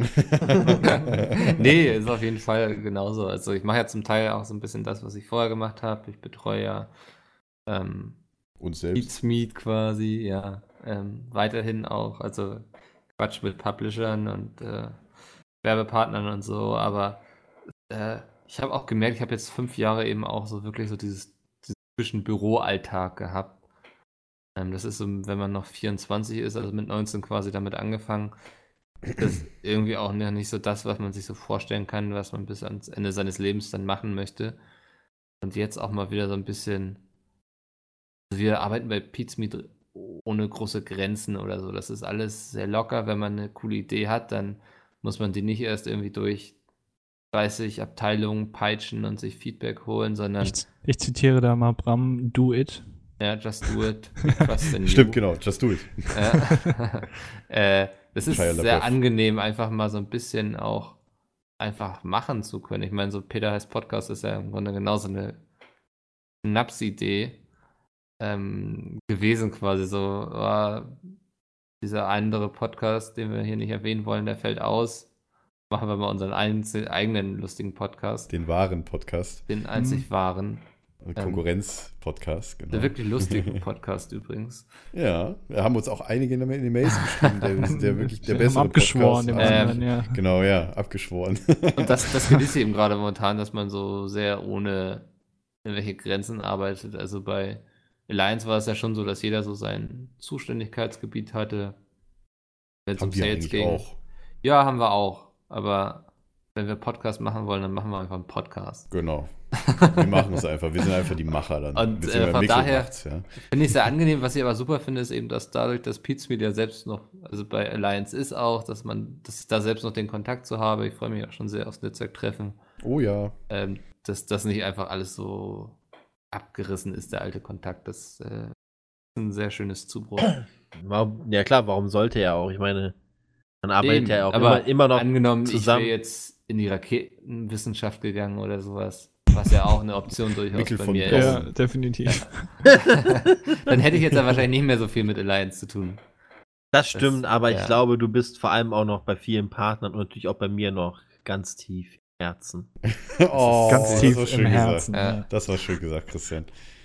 Nee, ist auf jeden Fall genauso. Also ich mache ja zum Teil auch so ein bisschen das, was ich vorher gemacht habe. Ich betreue ja ähm, Uns selbst. Beats Meet quasi, ja. Ähm, weiterhin auch, also Quatsch mit Publishern und äh, Werbepartnern und so, aber äh, ich habe auch gemerkt, ich habe jetzt fünf Jahre eben auch so wirklich so dieses, diesen typischen Büroalltag gehabt. Ähm, das ist so, wenn man noch vierundzwanzig ist, also mit neunzehn quasi damit angefangen. das ist irgendwie auch noch nicht so das, was man sich so vorstellen kann, was man bis ans Ende seines Lebens dann machen möchte. Und jetzt auch mal wieder so ein bisschen. Also wir arbeiten bei Pizmeet ohne große Grenzen oder so. Das ist alles sehr locker. Wenn man eine coole Idee hat, dann muss man die nicht erst irgendwie durch dreißig Abteilungen peitschen und sich Feedback holen, sondern Ich, ich zitiere da mal Bram, do it. ja, just do it. We trust in you. Stimmt, genau. Just do it. Ja. äh, das ist Shia sehr LaBeouf. angenehm, einfach mal so ein bisschen auch einfach machen zu können. Ich meine, so Peter heißt Podcast ist ja im Grunde genauso eine Schnapsidee ähm, gewesen quasi. So war dieser andere Podcast, den wir hier nicht erwähnen wollen, der fällt aus. Machen wir mal unseren einzel- eigenen lustigen Podcast, Den wahren Podcast. den einzig wahren. Konkurrenz-Podcast, genau. Der wirklich lustige Podcast übrigens. Ja, wir haben uns auch einige in den Mails geschrieben, der, der wirklich der Wir haben bessere abgeschworen, dem Podcast. Ähm, anderen, ja. Genau, ja, abgeschworen. Und das, das genieße ich eben gerade momentan, dass man so sehr ohne irgendwelche Grenzen arbeitet. Also bei Alliance war es ja schon so, dass jeder so sein Zuständigkeitsgebiet hatte. Wenn es um Haben wir Sales eigentlich ging. auch. Ja, haben wir auch. Aber wenn wir Podcast machen wollen, dann machen wir einfach einen Podcast. Genau. Wir machen es einfach. Wir sind einfach die Macher dann. Und, Beziehungsweise äh, von Mikkel daher- macht's, ja. Finde ich sehr angenehm. Was ich aber super finde, ist eben, dass dadurch, dass Pizmeet ja selbst noch, also bei Alliance ist auch, dass man, dass ich da selbst noch den Kontakt zu habe. Ich freue mich auch schon sehr aufs Netzwerktreffen. Oh ja. Ähm, dass das nicht einfach alles so abgerissen ist, der alte Kontakt. Das äh, ist ein sehr schönes Zubrot. Warum, ja klar, warum sollte er auch? Ich meine, man arbeitet Eben, ja auch aber immer, immer noch angenommen, zusammen. ich wäre jetzt in die Raketenwissenschaft gegangen oder sowas, was ja auch eine Option durchaus Mikkel bei von mir Braun. ist. Ja, definitiv. Dann hätte ich jetzt ja wahrscheinlich nicht mehr so viel mit Alliance zu tun. Das stimmt, Das- aber ja. ich glaube, du bist vor allem auch noch bei vielen Partnern und natürlich auch bei mir noch ganz tief im Herzen. Oh, Ganz das tief war im schön Herzen. Ja. Ja. Das war schön gesagt, Christian.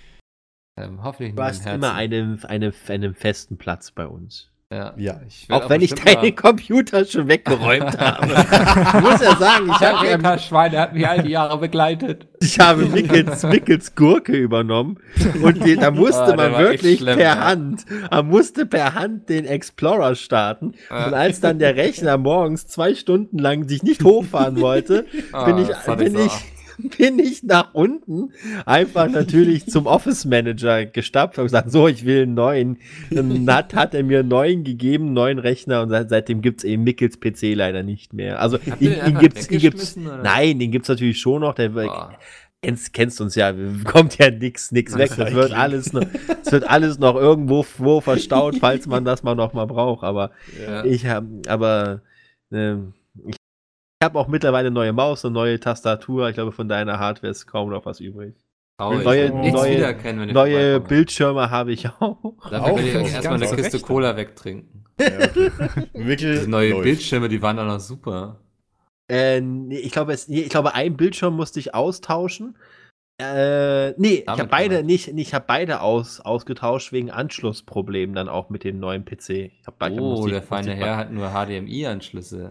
Ähm, hoffentlich Du nur im hast Herzen. immer eine, eine, einen festen Platz bei uns. Ja. Ja. Ich werd Auch wenn ich bestimmt deine mal- Computer schon weggeräumt habe. Ich muss ja sagen, ich habe ja Der Schwein, hat mich all die Jahre begleitet. Ich habe Mickels, Mickels Gurke übernommen und die, da musste Ah, der man war echt wirklich schlimm, per ja. Hand, man musste per Hand den Explorer starten. Ja. Und als dann der Rechner morgens zwei Stunden lang sich nicht hochfahren wollte, Ah, bin ich, das fand bin so ich, bin ich nach unten einfach natürlich zum Office Manager gestapft und gesagt, so, ich will einen neuen. Dann hat, hat er mir einen neuen gegeben, einen neuen Rechner und seit, seitdem gibt's eben Mickels P C leider nicht mehr. Also Habt ihn, ihr den ihn einfach gibt's, ihn gibt's, weggeschmissen, oder? nein, den gibt's natürlich schon noch, der Oh. kennst, kennst uns ja, kommt ja nix, nix weg. Das wird alles noch, das wird alles noch irgendwo wo verstaut, falls man das mal noch mal braucht. Aber Ja. ich habe, aber ähm, ich, ich habe auch mittlerweile eine neue Maus, eine neue Tastatur. Ich glaube, von deiner Hardware ist kaum noch was übrig. Traurig. Neue- Nichts neue- wiedererkennen, wenn ihr Neue vorbeikommt. Bildschirme habe ich auch. Dafür Auch will ich noch. euch erstmal eine Ganz Kiste recht. Cola wegtrinken. Ja, okay. Mikkel Diese neue läuft. Bildschirme, die waren auch noch super. Äh, nee, ich glaube, es, nee, ich glaube, ein Bildschirm musste ich austauschen. Äh, nee, ich Damit habe beide gemeint. nicht, nicht ich habe beide aus, ausgetauscht wegen Anschlussproblemen dann auch mit dem neuen P C. Ich hab, ich Oh, musste- der musste- feine Herr hat nur H D M I-Anschlüsse.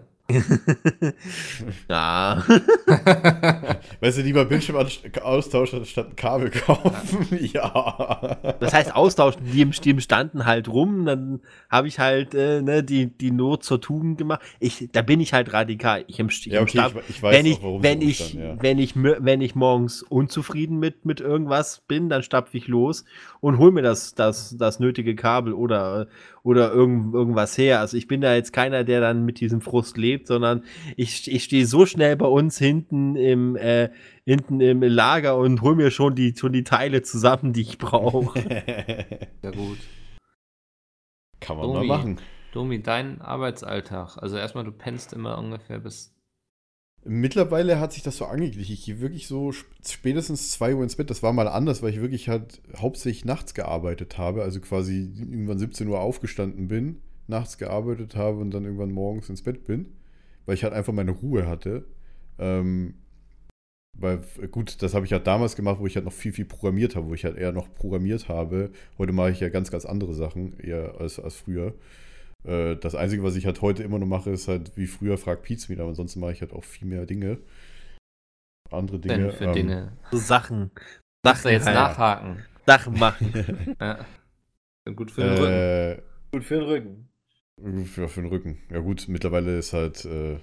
Ja. Weißt du, lieber Bildschirm aus- austauschen, statt ein Kabel kaufen? Ja. Das heißt, austauschen, die im, die im standen halt rum, dann habe ich halt äh, ne, die, die Not zur Tugend gemacht. Ich, da bin ich halt radikal. Ich im, ich Ja, im okay, Stab, ich, ich weiß wenn ich, auch, warum wenn sie ich, rumstanden, ja. wenn ich, mö- wenn ich morgens unzufrieden mit, mit irgendwas bin, dann stapfe ich los und hol mir das, das, das nötige Kabel oder, oder irgend, irgendwas her. Also ich bin da jetzt keiner, der dann mit diesem Frust lebt, sondern ich, ich stehe so schnell bei uns hinten im, äh, hinten im Lager und hol mir schon die, schon die Teile zusammen, die ich brauche. Ja gut. Kann man Domi. mal machen. Domi, dein Arbeitsalltag. Also erstmal, du pennst immer ungefähr bis. Mittlerweile hat sich das so angeglichen. Ich gehe wirklich so sp- spätestens zwei Uhr ins Bett. Das war mal anders, weil ich wirklich halt hauptsächlich nachts gearbeitet habe. Also quasi irgendwann siebzehn Uhr aufgestanden bin, nachts gearbeitet habe und dann irgendwann morgens ins Bett bin. Weil ich halt einfach meine Ruhe hatte. Ähm, weil, gut, das habe ich halt damals gemacht, wo ich halt noch viel, viel programmiert habe, wo ich halt eher noch programmiert habe. Heute mache ich ja ganz, ganz andere Sachen, eher als, als früher. Äh, das Einzige, was ich halt heute immer noch mache, ist halt wie früher fragt Pizmeet, aber ansonsten mache ich halt auch viel mehr Dinge. Andere Dinge. Denn für ähm, Dinge. So Sachen. Darfst du jetzt halt. nachhaken? Sachen machen. Ja. Gut für den Rücken. Äh, Gut für den Rücken. Ja, für den Rücken. Ja gut, mittlerweile ist halt, äh,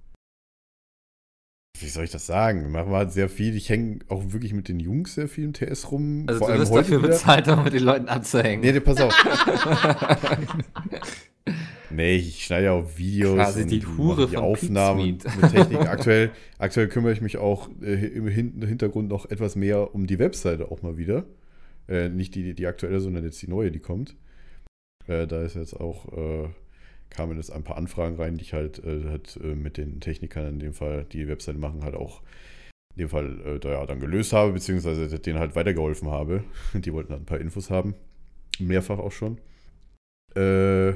wie soll ich das sagen? Machen wir halt sehr viel. Ich hänge auch wirklich mit den Jungs sehr viel im T S rum. Also Vor du allem wirst heute dafür wieder. bezahlt, um mit den Leuten abzuhängen. Nee, nee, pass auf. Nee, ich schneide ja auch Videos Quasi und die Hure mache die von Aufnahmen Pete's mit Technik. Aktuell, aktuell kümmere ich mich auch äh, im Hin- Hintergrund noch etwas mehr um die Webseite auch mal wieder. Äh, nicht die, die aktuelle, sondern jetzt die neue, die kommt. Äh, da ist jetzt auch, äh, kamen jetzt ein paar Anfragen rein, die ich halt, äh, halt äh, mit den Technikern in dem Fall, die die Webseite machen, halt auch in dem Fall äh, da, ja, dann gelöst habe, beziehungsweise denen halt weitergeholfen habe. Die wollten halt ein paar Infos haben. Mehrfach auch schon. Äh,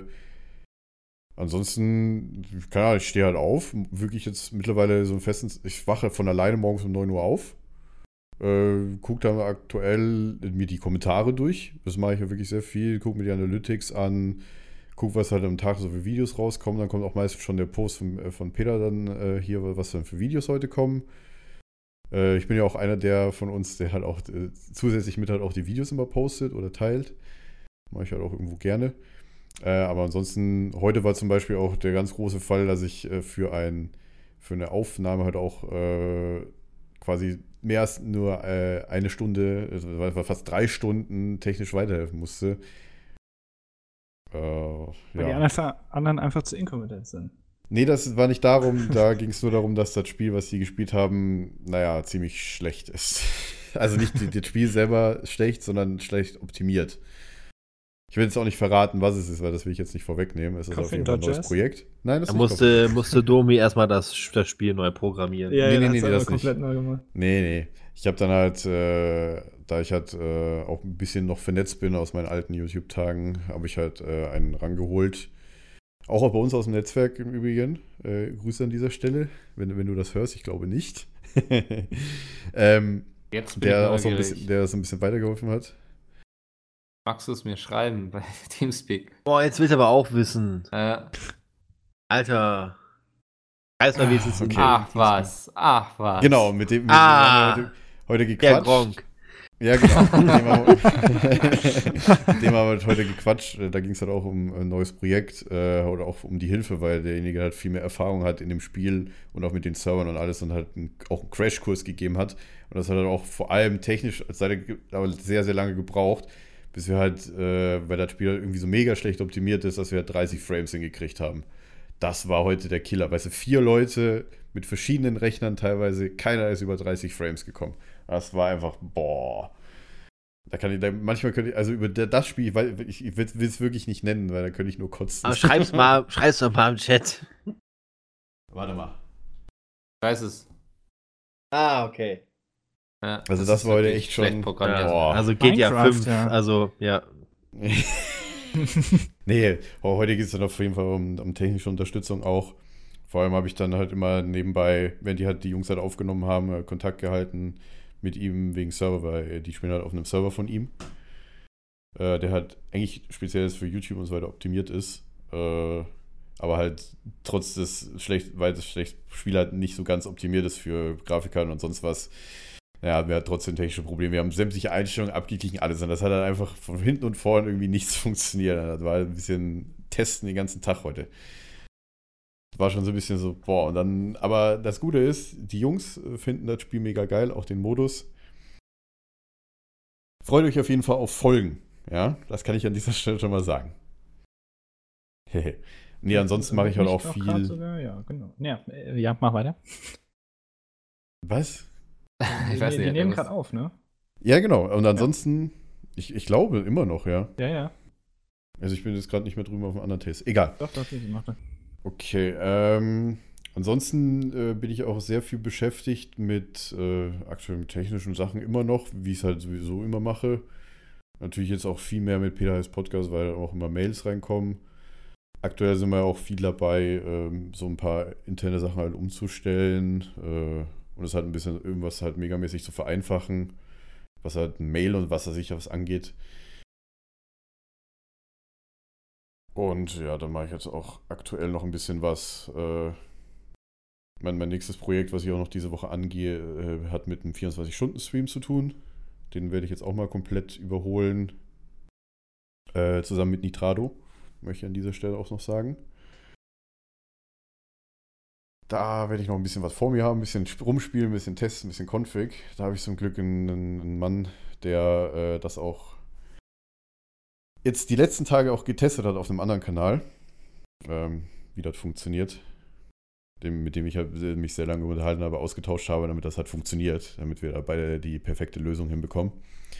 ansonsten, keine Ahnung, ich stehe halt auf. Wirklich jetzt mittlerweile so ein festes, ich wache von alleine morgens um neun Uhr auf. Äh, gucke dann aktuell mir die Kommentare durch. Das mache ich ja wirklich sehr viel. Gucke mir die Analytics an. Gucke, was halt am Tag so für Videos rauskommen. Dann kommt auch meistens schon der Post von, äh, von Peter dann äh, hier, was dann für Videos heute kommen. Äh, ich bin ja auch einer der von uns, der halt auch äh, zusätzlich mit halt auch die Videos immer postet oder teilt. Mache ich halt auch irgendwo gerne. Äh, aber ansonsten, heute war zum Beispiel auch der ganz große Fall, dass ich äh, für, ein, für eine Aufnahme halt auch äh, quasi mehr als nur äh, eine Stunde, also war fast drei Stunden technisch weiterhelfen musste. Äh, Weil die ja. anderen, anderen einfach zu inkompetent sind. Nee, das war nicht darum, da ging es nur darum, dass das Spiel, was sie gespielt haben, naja, ziemlich schlecht ist. Also nicht die- das Spiel selber schlecht, sondern schlecht optimiert. Ich will jetzt auch nicht verraten, was es ist, weil das will ich jetzt nicht vorwegnehmen. Es ist auf Coffee jeden Fall ein neues Dodgers? Projekt. Nein, das Da ist nicht musste, musste Domi erstmal das, das Spiel neu programmieren. Nee, nee, nee, hat's nee, aber das komplett neu gemacht. Nee, nee. Ich habe dann halt, äh, da ich halt äh, auch ein bisschen noch vernetzt bin aus meinen alten YouTube-Tagen, habe ich halt äh, einen rangeholt. Auch bei uns aus dem Netzwerk im Übrigen. Äh, Grüße an dieser Stelle, wenn, wenn du das hörst. Ich glaube nicht. ähm, Jetzt bin der ich auch so ein neugierig. bisschen, der so ein bisschen weitergeholfen hat. Magst du es mir schreiben bei Teamspeak? Boah, jetzt will ich aber auch wissen. Äh, Alter. Weiß mal, wie es ist. Okay. ach was, ach was. Genau, mit dem mit Ah. dem haben wir heute, heute Der gequatscht. Gronk. Ja, genau. Mit dem haben wir, mit dem haben wir heute gequatscht. Da ging es halt auch um ein neues Projekt äh, oder auch um die Hilfe, weil derjenige halt viel mehr Erfahrung hat in dem Spiel und auch mit den Servern und alles und halt einen, auch einen Crashkurs gegeben hat. Und das hat er auch vor allem technisch als Seite ge- aber sehr, sehr lange gebraucht, bis wir halt, äh, weil das Spiel halt irgendwie so mega schlecht optimiert ist, dass wir halt dreißig Frames hingekriegt haben. Das war heute der Killer. Weißt du, vier Leute mit verschiedenen Rechnern teilweise, keiner ist über dreißig Frames gekommen. Das war einfach, boah. Da kann ich, da, manchmal könnte ich, also über der, das Spiel, weil ich, ich will es wirklich nicht nennen, weil da könnte ich nur kotzen. Aber schreib's mal, schreib's doch mal im Chat. Warte mal. Ich weiß es. Ah, okay. Ja, Also das ist war heute wirklich echt schlecht schon- programmiert. Boah. Also G T A Minecraft, fünf, ja. also, ja. Nee, aber heute geht es dann auf jeden Fall um, um technische Unterstützung auch. Vor allem habe ich dann halt immer nebenbei, wenn die halt die Jungs halt aufgenommen haben, äh, Kontakt gehalten mit ihm wegen Server, weil äh, die spielen halt auf einem Server von ihm. Äh, der halt eigentlich speziell für YouTube und so weiter optimiert ist. Äh, aber halt trotz des schlecht, weil das schlecht Spiel halt nicht so ganz optimiert ist für Grafikkarten und sonst was. Ja, wir hatten trotzdem technische Probleme. Wir haben sämtliche Einstellungen abgeglichen, alles. Und das hat halt einfach von hinten und vorne irgendwie nichts funktioniert. Das war ein bisschen Testen den ganzen Tag heute. Das war schon so ein bisschen so, boah, und dann, aber das Gute ist, die Jungs finden das Spiel mega geil, auch den Modus. Freut euch auf jeden Fall auf Folgen. Ja, das kann ich an dieser Stelle schon mal sagen. Hehe. Nee, ansonsten mache ich halt auch Nicht noch grad viel. Sogar, ja, genau. Ja, äh, ja, mach weiter. Was? Ich die, weiß die nicht. nehmen was- gerade auf, ne? Ja, genau. Und ansonsten, ich, ich glaube immer noch, ja. Ja, ja. Also ich bin jetzt gerade nicht mehr drüben auf dem anderen Test. Egal. Doch, doch, ich mache. Okay, ähm, ansonsten äh, bin ich auch sehr viel beschäftigt mit äh, aktuellen technischen Sachen immer noch, wie ich es halt sowieso immer mache. Natürlich jetzt auch viel mehr mit Peter Heiß Podcast, weil auch immer Mails reinkommen. Aktuell sind wir auch viel dabei, ähm, so ein paar interne Sachen halt umzustellen äh, und es halt ein bisschen irgendwas halt megamäßig zu vereinfachen, was halt ein Mail und was da sicher was angeht. Und ja, dann mache ich jetzt auch aktuell noch ein bisschen was. Äh, mein, mein nächstes Projekt, was ich auch noch diese Woche angehe, äh, hat mit einem vierundzwanzig-Stunden-Stream zu tun. Den werde ich jetzt auch mal komplett überholen. Äh, zusammen mit Nitrado. möchte ich an dieser Stelle auch noch sagen. Da werde ich noch ein bisschen was vor mir haben, ein bisschen rumspielen, ein bisschen testen, ein bisschen Config. Da habe ich zum Glück einen, einen Mann, der äh, das auch jetzt die letzten Tage auch getestet hat auf einem anderen Kanal, ähm, wie das funktioniert. Dem, mit dem ich halt mich sehr lange unterhalten habe, ausgetauscht habe, damit das halt funktioniert, damit wir da beide die perfekte Lösung hinbekommen.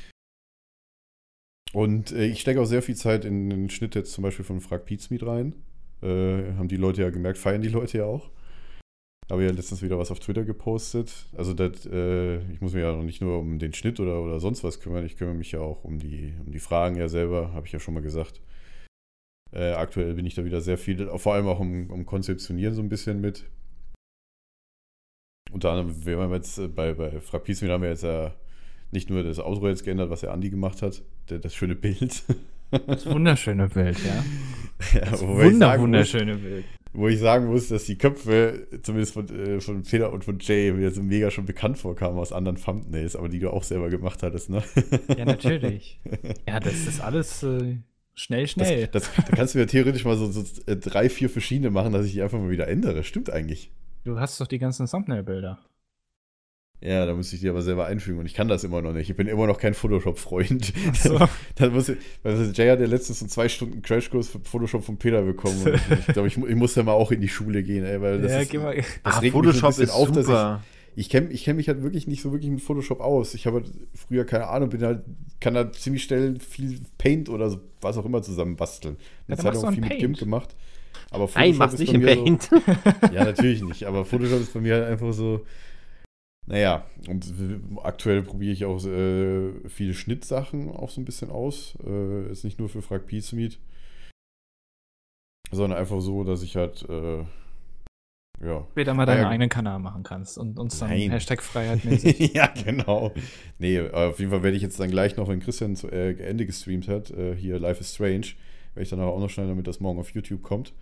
Und äh, ich stecke auch sehr viel Zeit in den Schnitt jetzt zum Beispiel von Frag Pizmeet rein. Äh, haben die Leute ja gemerkt, feiern die Leute ja auch. Habe ja letztens wieder was auf Twitter gepostet. Also das, äh, ich muss mich ja noch nicht nur um den Schnitt oder, oder sonst was kümmern, ich kümmere mich ja auch um die, um die Fragen ja selber, habe ich ja schon mal gesagt. Äh, aktuell bin ich da wieder sehr viel, vor allem auch um, um Konzeptionieren so ein bisschen mit. Unter anderem, wir haben jetzt bei, bei Frag Pizmeet haben wir jetzt ja nicht nur das Outro jetzt geändert, was der Andi gemacht hat, der, das schöne Bild. Das wunderschöne Bild, ja. Ja, Das wobei ich wunder, sagen wunderschöne Bild. muss, wo ich sagen muss, dass die Köpfe, zumindest von, äh, von Peter und von Jay, mir so mega schon bekannt vorkamen aus anderen Thumbnails, aber die du auch selber gemacht hattest, ne? Ja, natürlich. Ja, das ist alles äh, schnell, schnell. Das, das, da kannst du ja theoretisch mal so, so äh, drei, vier verschiedene machen, dass ich die einfach mal wieder ändere. Stimmt eigentlich. Du hast doch die ganzen Thumbnail-Bilder. Ja, da müsste ich die aber selber einfügen und ich kann das immer noch nicht. Ich bin immer noch kein Photoshop-Freund. Ach so. Dann muss ich, also Jay hat ja letztens so zwei Stunden Crashkurs für Photoshop von Peter bekommen. Und ich glaube, ich, ich muss ja mal auch in die Schule gehen, ey, weil das Ja, ist, geh mal. das Ah, regt Photoshop mich ein bisschen ist auf, dass super. ich, ich kenne ich kenn mich halt wirklich nicht so wirklich mit Photoshop aus. Ich habe halt früher keine Ahnung, bin halt, kann da ziemlich schnell viel Paint oder so, was auch immer zusammen basteln. Ja, Eine dann Zeit machst lang du viel ein mit Paint. GIMP gemacht. Aber Nein, Photoshop mach's ist nicht bei im mir so, Paint. ja, natürlich nicht, aber Photoshop ist bei mir halt einfach so, naja, und aktuell probiere ich auch äh, viele Schnittsachen auch so ein bisschen aus. Äh, ist nicht nur für Frag Pizmeet, sondern einfach so, dass ich halt, äh, ja. Später mal deinen Ja, eigenen Kanal machen kannst und uns dann Nein. Hashtag Freiheit mäßig. Ja, genau. Nee, auf jeden Fall werde ich jetzt dann gleich noch, wenn Christian zu äh, Ende gestreamt hat, äh, hier Life is Strange, werde ich dann auch noch schnell, damit das morgen auf YouTube kommt.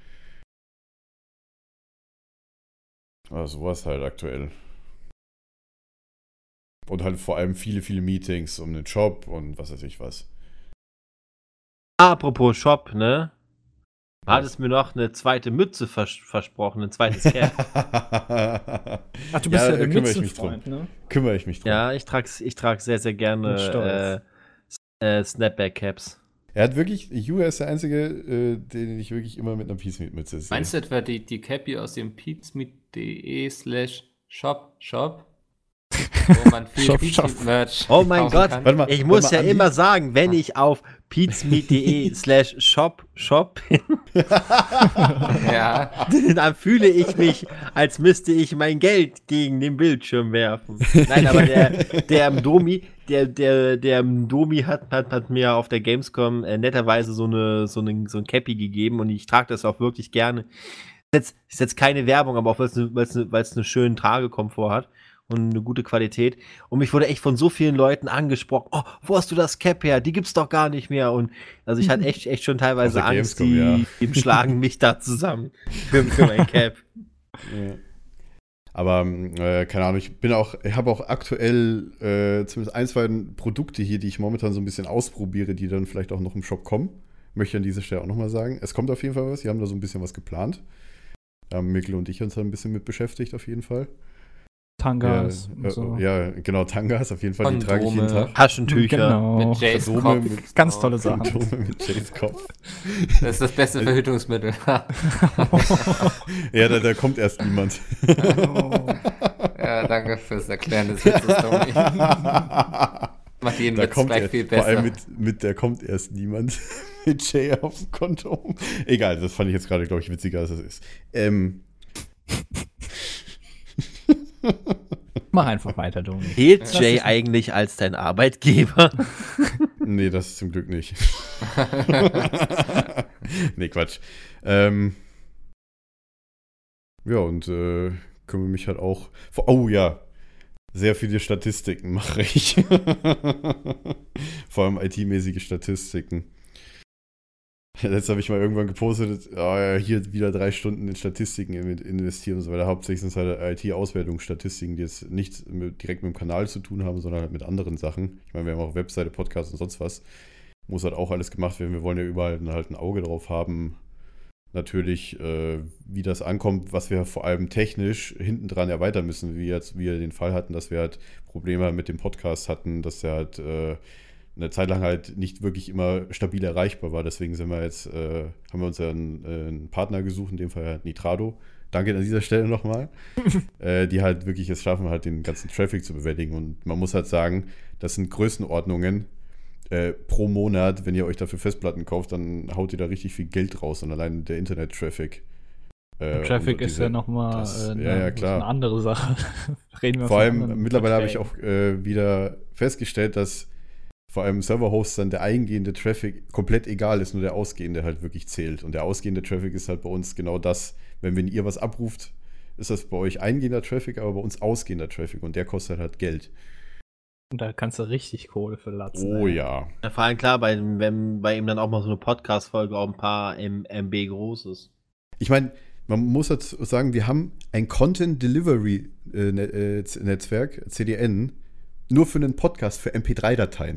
Also sowas halt aktuell. Und halt vor allem viele, viele Meetings um den Job und was weiß ich was. Apropos Shop, ne? Du hattest mir noch eine zweite Mütze vers versprochen, ein zweites Cap. Ach, du bist ja, der kümmere ich mich drum. Mützenfreund, ne? Kümmere ich mich drum. Ja, ich trage ich trag sehr, sehr Bin gerne stolz. äh, äh, Snapback-Caps. Er hat wirklich, Julia ist der Einzige, äh, den ich wirklich immer mit einer Pizmeet-Mütze sehe. Meinst du etwa die, die Cappy aus dem pizmeet.de slash shop shop? Wo man viel Shop, Pizmeet-Merch Oh mein kaufen Gott, kann? Warte mal, ich warte muss mal, ja Andi. immer sagen, wenn ich auf pizmeet.de slash shop shop bin, Ja, dann fühle ich mich, als müsste ich mein Geld gegen den Bildschirm werfen. Nein, aber der, der Mdomi, der, der, der Mdomi hat, hat, hat mir auf der Gamescom äh, netterweise so eine, so eine, so ein Cappy gegeben und ich trage das auch wirklich gerne. Ist jetzt, ist jetzt keine Werbung, aber auch weil es ne, weil's ne, weil's einen schönen Tragekomfort hat und eine gute Qualität. Und mich wurde echt von so vielen Leuten angesprochen, oh, wo hast du das Cap her? Die gibt's doch gar nicht mehr. Und also ich hatte echt, echt schon teilweise Auf der Angst, Gamescom, die, die schlagen mich da zusammen für, für mein Cap. Ja. Aber, äh, keine Ahnung, ich bin auch, ich habe auch aktuell äh, zumindest ein, zwei Produkte hier, die ich momentan so ein bisschen ausprobiere, die dann vielleicht auch noch im Shop kommen. Möchte ich an dieser Stelle auch nochmal sagen. Es kommt auf jeden Fall was, wir haben da so ein bisschen was geplant. Da haben Mikkel und ich uns da ein bisschen mit beschäftigt, auf jeden Fall. Tangas Ja, und äh, so. ja, genau, Tangas, auf jeden Fall, die trage ich jeden Kondome. Tag. Taschentücher. Genau. mit Jays Kondome Kopf. mit- Ganz tolle Sachen. Kondome mit Jays Kopf. Das ist das beste Verhütungsmittel. Ja, da, da kommt erst niemand. Ja, danke fürs Erklären des Witzes, Tommy. Macht jeden Da Witz kommt gleich er, viel vor allem besser. mit, mit der kommt erst niemand mit Jay auf dem Konto. Egal, das fand ich jetzt gerade, glaube ich, witziger, als es ist. Ähm, Mach einfach weiter, Domi. Zählt Lass Jay dich- eigentlich als dein Arbeitgeber? nee, das ist zum Glück nicht. Nee, Quatsch. Ähm, ja, und äh, kümmere mich halt auch. Vor, oh ja, sehr viele Statistiken mache ich. Vor allem I T-mäßige Statistiken. Jetzt habe ich mal irgendwann gepostet, oh ja, hier wieder drei Stunden in Statistiken in- investieren und so weiter. Hauptsächlich sind es halt I T-Auswertungsstatistiken, die jetzt nichts mit, direkt mit dem Kanal zu tun haben, sondern halt mit anderen Sachen. Ich meine, wir haben auch Webseite, Podcast und sonst was. muss halt auch alles gemacht werden. Wir wollen ja überall halt ein Auge drauf haben. Natürlich, äh, wie das ankommt, was wir vor allem technisch hinten dran erweitern müssen, wie jetzt wir den Fall hatten, dass wir halt Probleme mit dem Podcast hatten, dass der halt äh, eine Zeit lang halt nicht wirklich immer stabil erreichbar war. Deswegen sind wir jetzt, äh, haben wir uns ja einen, äh, einen Partner gesucht, in dem Fall halt Nitrado. Danke an dieser Stelle nochmal. äh, die halt wirklich es schaffen, halt den ganzen Traffic zu bewältigen. Und man muss halt sagen, das sind Größenordnungen äh, pro Monat. Wenn ihr euch dafür Festplatten kauft, dann haut ihr da richtig viel Geld raus. Und allein der Internet-Traffic. Äh, Traffic ist ja nochmal äh, ja, ja, klar. eine andere Sache. Reden wir vor allem, mittlerweile habe ich auch äh, wieder festgestellt, dass vor allem Server-Hosts dann der eingehende Traffic komplett egal ist, nur der ausgehende halt wirklich zählt. Und der ausgehende Traffic ist halt bei uns genau das, wenn, wenn ihr was abruft, ist das bei euch eingehender Traffic, aber bei uns ausgehender Traffic und der kostet halt Geld. Und da kannst du richtig Kohle für latzen. Oh ey. ja. Ja, vor allem klar, bei, wenn bei ihm dann auch mal so eine Podcast-Folge auch ein paar M B groß ist. Ich meine, man muss dazu sagen, wir haben ein Content Delivery äh, Netzwerk, C D N, nur für einen Podcast, für M P drei Dateien.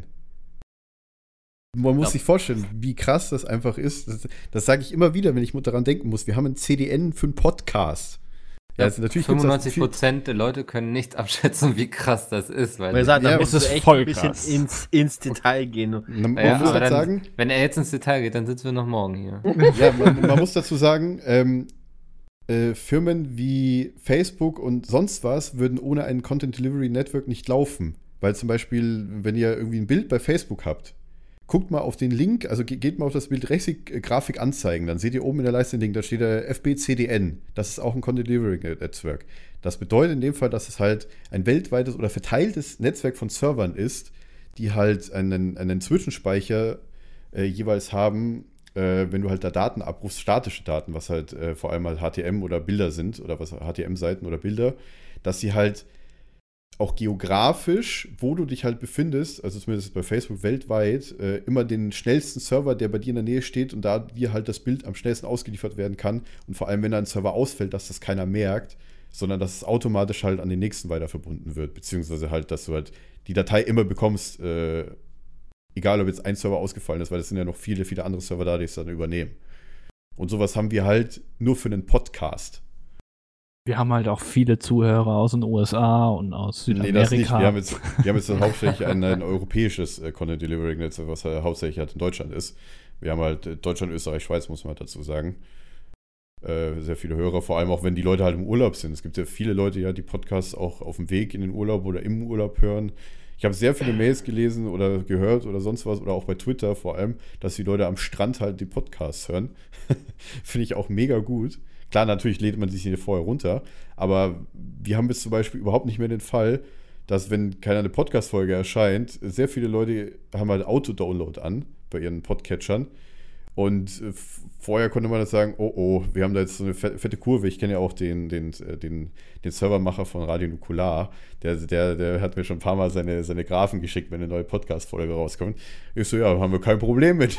Man muss Ja. sich vorstellen, wie krass das einfach ist. Das, das sage ich immer wieder, wenn ich daran denken muss. Wir haben ein C D N für einen Podcast. Ja, also natürlich gibt's das fünfundneunzig viel- Prozent der Leute können nicht abschätzen, wie krass das ist. Weil Weil er sagt, Ja, da es musst du ist echt voll ein bisschen krass. ins, ins Detail gehen. Man, man ja, muss aber halt dann, sagen, wenn er jetzt ins Detail geht, dann sitzen wir noch morgen hier. ja, man, man muss dazu sagen, ähm, äh, Firmen wie Facebook und sonst was würden ohne ein Content Delivery Network nicht laufen. Weil zum Beispiel, wenn ihr irgendwie ein Bild bei Facebook habt, guckt mal auf den Link, also ge- geht mal auf das Bild rechts, äh, Grafik anzeigen, dann seht ihr oben in der Leiste den Link, da steht der F B C D N. Das ist auch ein Content Delivery Network. Das bedeutet in dem Fall, dass es halt ein weltweites oder verteiltes Netzwerk von Servern ist, die halt einen, einen Zwischenspeicher äh, jeweils haben, äh, wenn du halt da Daten abrufst, statische Daten, was halt äh, vor allem halt H T M oder Bilder sind oder was H T M-Seiten oder Bilder, dass sie halt auch geografisch, wo du dich halt befindest, also zumindest bei Facebook weltweit, äh, immer den schnellsten Server, der bei dir in der Nähe steht und da dir halt das Bild am schnellsten ausgeliefert werden kann und vor allem, wenn da ein Server ausfällt, dass das keiner merkt, sondern dass es automatisch halt an den nächsten weiter verbunden wird, beziehungsweise halt, dass du halt die Datei immer bekommst, äh, egal ob jetzt ein Server ausgefallen ist, weil es sind ja noch viele, viele andere Server da, die es dann übernehmen. Und sowas haben wir halt nur für einen Podcast. Wir haben halt auch viele Zuhörer aus den U S A und aus Nee, Südamerika. das nicht. Wir haben jetzt, wir haben jetzt dann hauptsächlich ein, ein europäisches äh, Content Delivery Netzwerk, was halt hauptsächlich halt in Deutschland ist. Wir haben halt äh, Deutschland, Österreich, Schweiz, muss man halt dazu sagen. Äh, sehr viele Hörer, vor allem auch wenn die Leute halt im Urlaub sind. Es gibt ja viele Leute, ja, die Podcasts auch auf dem Weg in den Urlaub oder im Urlaub hören. Ich habe sehr viele Mails gelesen oder gehört oder sonst was oder auch bei Twitter vor allem, dass die Leute am Strand halt die Podcasts hören. Finde ich auch mega gut. Klar, natürlich lädt man sich hier vorher runter, aber wir haben jetzt zum Beispiel überhaupt nicht mehr den Fall, dass, wenn keine eine Podcast-Folge erscheint, sehr viele Leute haben halt Auto-Download an bei ihren Podcatchern. Und äh, vorher konnte man das sagen, oh oh, wir haben da jetzt so eine fette, fette Kurve. Ich kenne ja auch den, den, den, den Servermacher von Radio Nukular. Der, der, der hat mir schon ein paar Mal seine, seine Graphen geschickt, wenn eine neue Podcast-Folge rauskommt. Ich so, ja, haben wir kein Problem mit.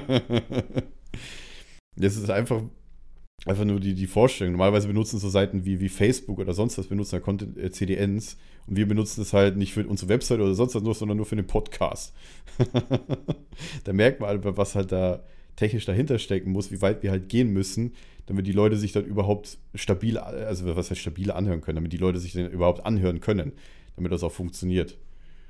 Das ist einfach, einfach nur die, die Vorstellung. Normalerweise benutzen so Seiten wie, wie Facebook oder sonst was, benutzen da Content, äh, C D Ns. Und wir benutzen es halt nicht für unsere Website oder sonst was, nur, sondern nur für den Podcast. Da merkt man, was halt da technisch dahinter stecken muss, wie weit wir halt gehen müssen, damit die Leute sich dann überhaupt stabil, also was heißt stabil anhören können, damit die Leute sich dann überhaupt anhören können, damit das auch funktioniert.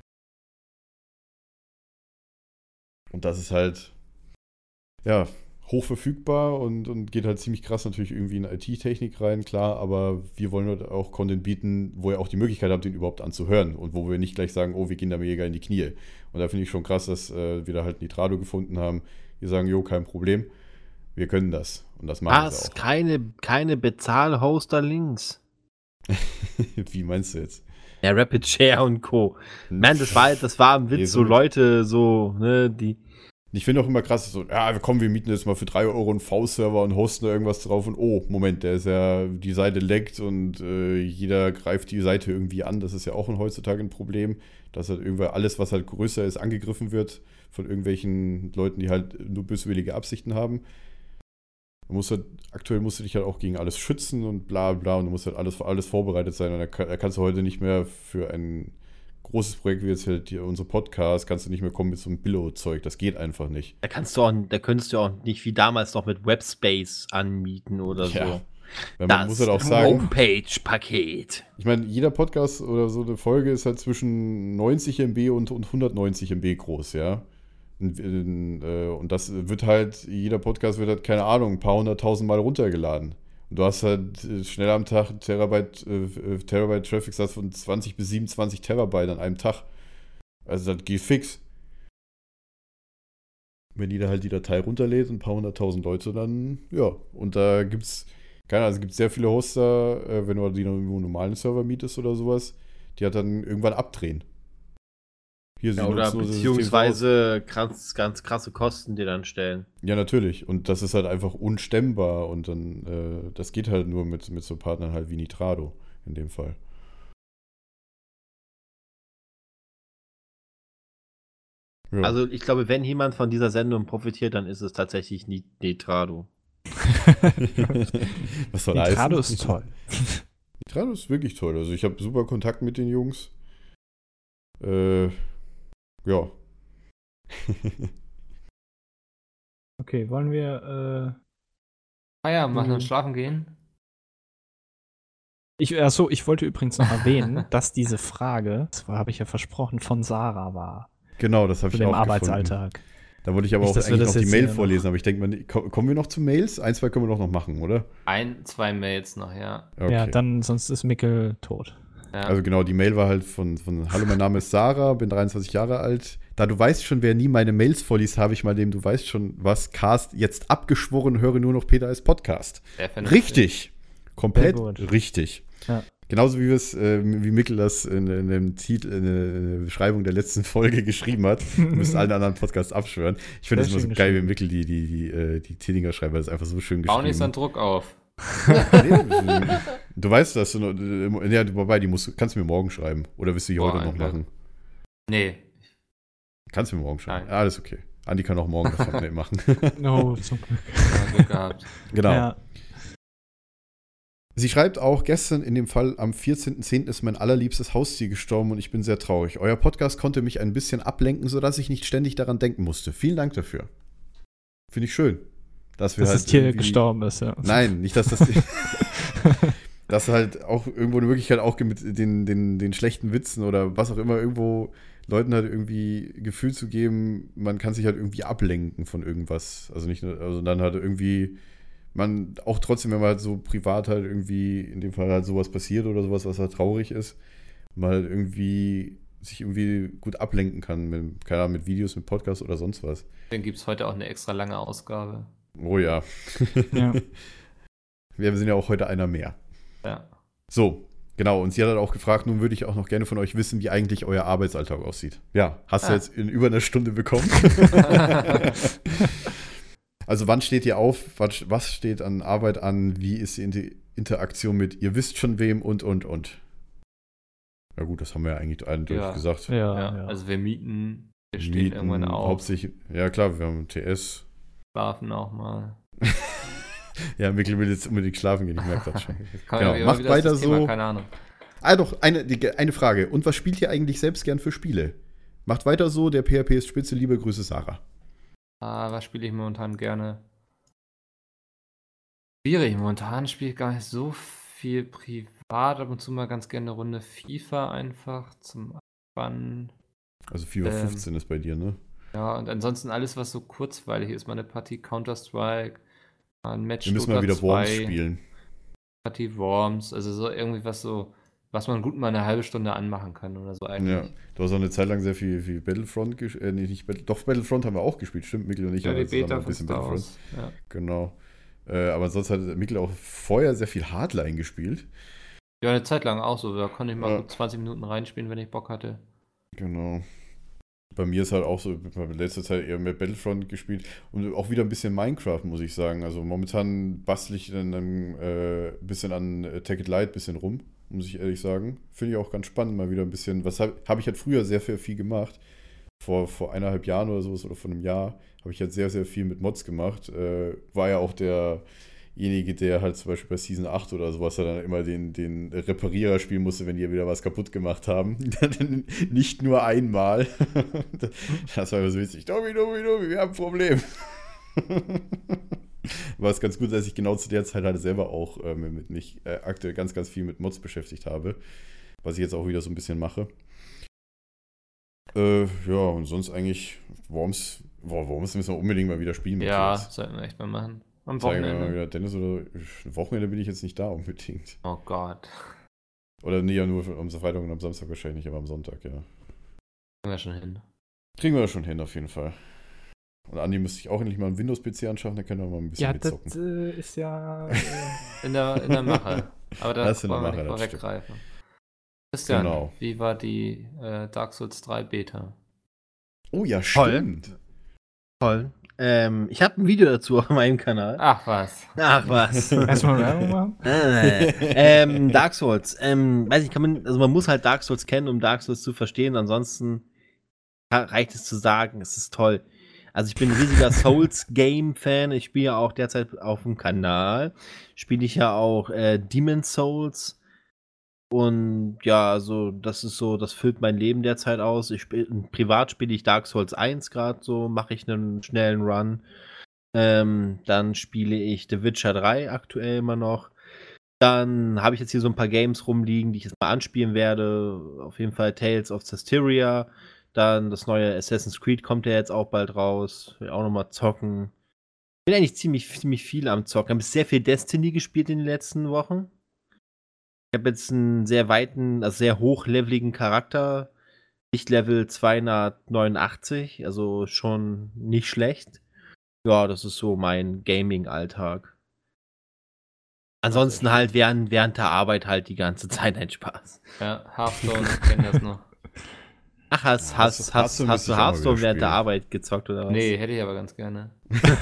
Und das ist halt, ja, hochverfügbar und, und geht halt ziemlich krass natürlich irgendwie in I T-Technik rein, klar, aber wir wollen halt auch Content bieten, wo ihr auch die Möglichkeit habt, den überhaupt anzuhören und wo wir nicht gleich sagen, oh, wir gehen da mega in die Knie. Und da finde ich schon krass, dass äh, wir da halt Nitrado gefunden haben. Die sagen, jo, kein Problem, wir können das. Und das machen Was? sie auch. Keine, keine Bezahl-Hoster-Links. Wie meinst du jetzt? Ja, Rapid Share und Co. Man, das war, das war im Witz, Nee, so so- Leute, so, ne, die. Ich finde auch immer krass, so, ja, komm, wir mieten jetzt mal für drei Euro einen V-Server und hosten da irgendwas drauf und oh, Moment, der ist ja, die Seite leckt und äh, jeder greift die Seite irgendwie an. Das ist ja auch heutzutage ein Problem, dass halt irgendwann alles, was halt größer ist, angegriffen wird von irgendwelchen Leuten, die halt nur böswillige Absichten haben. Du musst halt, aktuell musst du dich halt auch gegen alles schützen und bla bla und du musst halt alles für alles vorbereitet sein und da, kann, da kannst du heute nicht mehr für einen großes Projekt wie jetzt halt hier unsere Podcast, kannst du nicht mehr kommen mit so einem Billo-Zeug. Das geht einfach nicht. Da kannst du auch, da könntest du auch nicht wie damals noch mit Webspace anmieten oder Ja. so. Weil man muss halt auch sagen, Homepage-Paket. ich meine, jeder Podcast oder so eine Folge ist halt zwischen neunzig Megabyte und, und hundertneunzig Megabyte groß, ja. Und, äh, und das wird halt, jeder Podcast wird halt, keine Ahnung, ein paar hunderttausend Mal runtergeladen. Und du hast halt äh, schnell am Tag einen Terabyte, äh, Terabyte Traffic-Satz von zwanzig bis siebenundzwanzig Terabyte an einem Tag. Also das geht fix. Wenn jeder halt die Datei runterlädt, ein paar hunderttausend Leute, dann, ja. Und da gibt's, keine Ahnung, es gibt sehr viele Hoster, äh, wenn du die noch irgendwo einen normalen Server mietest oder sowas, die halt dann irgendwann abdrehen. Hier Ja, sie oder nutzen unser System aus. beziehungsweise ganz, ganz krasse Kosten dir dann stellen. Ja, natürlich. Und das ist halt einfach unstemmbar. Und dann, äh, das geht halt nur mit, mit so Partnern halt wie Nitrado in dem Fall. Ja. Also ich glaube, wenn jemand von dieser Sendung profitiert, dann ist es tatsächlich Nit- Nitrado. Was soll Nitrado heißen? ist toll. Nitrado ist wirklich toll. Also ich habe super Kontakt mit den Jungs. Äh, ja. Okay, wollen wir. Ah ja, machen Mhm. und schlafen gehen. Äh, ich, achso, ich wollte übrigens noch erwähnen, dass diese Frage, das habe ich ja versprochen, von Sarah war. Genau, das habe Zu ich dem auch gefunden. Arbeitsalltag. Da wollte ich aber Nicht, auch dass wir eigentlich das noch die jetzt Mail hier vorlesen, noch- aber ich denke mal, ko- kommen wir noch zu Mails? Ein, zwei können wir doch noch machen, oder? Ein, zwei Mails noch, ja. Okay. Ja, dann, sonst ist Mikkel tot. ja. Also genau, die Mail war halt von, von Hallo, mein Name ist Sarah, bin dreiundzwanzig Jahre alt. Da du weißt schon, wer nie meine Mails vorliest, habe ich mal dem Du weißt schon was Cast jetzt abgeschworen, höre nur noch Peter als Podcast. Sehr vernünftig. Richtig. Komplett Sehr gut. richtig. Ja. Genauso wie wir es, äh, wie Mikkel das in, in dem Titel, in der Beschreibung der letzten Folge geschrieben hat. Du müsst allen anderen Podcasts abschwören. Ich finde es Sehr immer so schön geil, wie geschrieben. Mikkel die, die, die, äh, die Titlinger schreibt, weil es einfach so schön Bau geschrieben nicht so einen Druck auf. Nee, du weißt das. Du, ja, wobei, die musst, kannst du mir morgen schreiben. Oder willst du die Boah, heute noch Alter. machen? Nee. Kannst du mir morgen schreiben. Nein. Ah, alles okay. Andi kann auch morgen das Thumbnail machen. No, zum Glück. Ja, Glück gehabt. Genau. Ja. Sie schreibt auch, gestern in dem Fall am vierzehnten zehnten ist mein allerliebstes Haustier gestorben und ich bin sehr traurig. Euer Podcast konnte mich ein bisschen ablenken, sodass ich nicht ständig daran denken musste. Vielen Dank dafür. Finde ich schön. Dass wir Dass halt das Tier irgendwie- gestorben ist, ja. Nein, nicht, dass das. Dass halt auch irgendwo eine Möglichkeit auch mit den, den, den schlechten Witzen oder was auch immer irgendwo Leuten halt irgendwie Gefühl zu geben, man kann sich halt irgendwie ablenken von irgendwas. Also nicht nur, also dann halt irgendwie, man auch trotzdem, wenn man halt so privat halt irgendwie, in dem Fall halt sowas passiert oder sowas, was halt traurig ist, man halt irgendwie sich irgendwie gut ablenken kann, mit, keine Ahnung, mit Videos, mit Podcasts oder sonst was. Dann gibt es heute auch eine extra lange Ausgabe. Oh ja. Ja. Wir sind ja auch heute einer mehr. Ja. So, genau. Und sie hat halt auch gefragt, nun würde ich auch noch gerne von euch wissen, wie eigentlich euer Arbeitsalltag aussieht. Ja, hast Ah. du jetzt in über einer Stunde bekommen. Also wann steht ihr auf? Was, was steht an Arbeit an? Wie ist die Inter Interaktion mit ihr wisst schon wem und, und, und? Ja gut, das haben wir ja eigentlich eindeutig Ja. gesagt. Ja, ja. ja. Also wir mieten, wir stehen Mieten, irgendwann auf, hauptsächlich, ja klar, wir haben T S. schlafen auch mal. Ja, Mikkel will jetzt unbedingt schlafen gehen, ich merke das schon. Das kann Genau, ja immer macht wieder das weiter Thema, so. Keine Ahnung. Ah, doch, eine, die, eine Frage. Und was spielt ihr eigentlich selbst gern für Spiele? Macht weiter so, der P H P ist spitze, liebe Grüße, Sarah. Ah, was spiele ich momentan gerne? Schwierig. Momentan spiele ich gar nicht so viel privat. Ab und zu mal ganz gerne eine Runde FIFA einfach zum Anspannen. Also FIFA Ähm. fünfzehn ist bei dir, ne? Ja, und ansonsten alles, was so kurzweilig ist. Mal eine Partie Counter-Strike, mal ein Match Wir müssen mal Dota wieder Worms zwei, spielen. Partie Worms. Also so irgendwie was so, was man gut mal eine halbe Stunde anmachen kann oder so eigentlich. Ja, du hast auch eine Zeit lang sehr viel, viel Battlefront gespielt. Äh, nee, nicht Battle doch, Battlefront haben wir auch gespielt, stimmt, Mikkel und ich Ja, haben die zusammen Beta ein von bisschen Star Battlefront. Wars. Ja. Genau. Äh, aber sonst hat Mikkel auch vorher sehr viel Hardline gespielt. ja, eine Zeit lang auch so. Da konnte ich mal Ja. gut zwanzig Minuten reinspielen, wenn ich Bock hatte. Genau. Bei mir ist halt auch so, ich habe in letzter Zeit eher mehr Battlefront gespielt und auch wieder ein bisschen Minecraft, muss ich sagen. Also momentan bastel ich dann ein äh, bisschen an äh, Take It Light ein bisschen rum, muss ich ehrlich sagen. Finde ich auch ganz spannend, mal wieder ein bisschen. Was habe hab ich halt früher sehr, sehr viel gemacht. Vor, vor eineinhalb Jahren oder sowas oder vor einem Jahr habe ich halt sehr, sehr viel mit Mods gemacht. Äh, war ja auch der derjenige, der halt zum Beispiel bei Season acht oder sowas dann immer den, den Reparierer spielen musste, wenn die wieder was kaputt gemacht haben. Nicht nur einmal. Das war immer so witzig. Domi, Domi, Domi, wir haben ein Problem. War es ganz gut, dass ich genau zu der Zeit halt selber auch äh, mit mich äh, aktuell ganz, ganz viel mit Mods beschäftigt habe. Was ich jetzt auch wieder so ein bisschen mache. Äh, ja, und sonst eigentlich, Worms, Worms müssen wir unbedingt mal wieder spielen. Ja, Matthias. sollten wir echt mal machen. Am Zeigen wir mal Wochenende. wieder Dennis oder Wochenende bin ich jetzt nicht da unbedingt. Oh Gott. Oder nee, ja, nur am Freitag und am Samstag wahrscheinlich nicht, aber am Sonntag, ja. Kriegen wir schon hin. Kriegen wir schon hin, auf jeden Fall. Und Andi müsste ich auch endlich mal einen Windows-P C anschaffen, dann können wir mal ein bisschen Ja, mitzocken. das äh, ist ja. Äh, In der, in der Mache. Aber da Das ist in der wollen wir Mache, nicht das stimmt. vorweggreifen. Christian, Genau. wie war die äh, Dark Souls drei Beta? Oh ja, Toll. stimmt. Toll. Ähm, ich habe ein Video dazu auf meinem Kanal. Ach was. Ach was. erstmal Werbung machen. Äh, ähm, Dark Souls. Ähm, weiß ich, kann man, also man muss halt Dark Souls kennen, um Dark Souls zu verstehen. Ansonsten reicht es zu sagen, es ist toll. Also ich bin ein riesiger Souls-Game-Fan. Ich spiele ja auch derzeit auf dem Kanal. Spiele ich ja auch äh, Demon's Souls. Und ja, also das ist so, das füllt mein Leben derzeit aus. Ich spiel, privat spiele ich Dark Souls eins gerade so, mache ich einen schnellen Run. Ähm, dann spiele ich The Witcher drei aktuell immer noch. Dann habe ich jetzt hier so ein paar Games rumliegen, die ich jetzt mal anspielen werde. Auf jeden Fall Tales of Cestiria. Dann das neue Assassin's Creed kommt ja jetzt auch bald raus. Will auch nochmal zocken. Bin eigentlich ziemlich, ziemlich viel am Zocken. Habe sehr viel Destiny gespielt in den letzten Wochen. Ich habe jetzt einen sehr weiten, also sehr hochleveligen Charakter. Lichtlevel zweihundertneunundachtzig, also schon nicht schlecht. Ja, das ist so mein Gaming-Alltag. Ansonsten halt während, während der Arbeit halt die ganze Zeit ein Spaß. Ja, Hearthstone, ich kenne das noch. Ach, hast, Ja, hast, Hearthstone hast, müsste hast du ich auch mal Hearthstone wieder während der spielen. Arbeit gezockt oder was? Nee, hätte ich aber ganz gerne. Kannst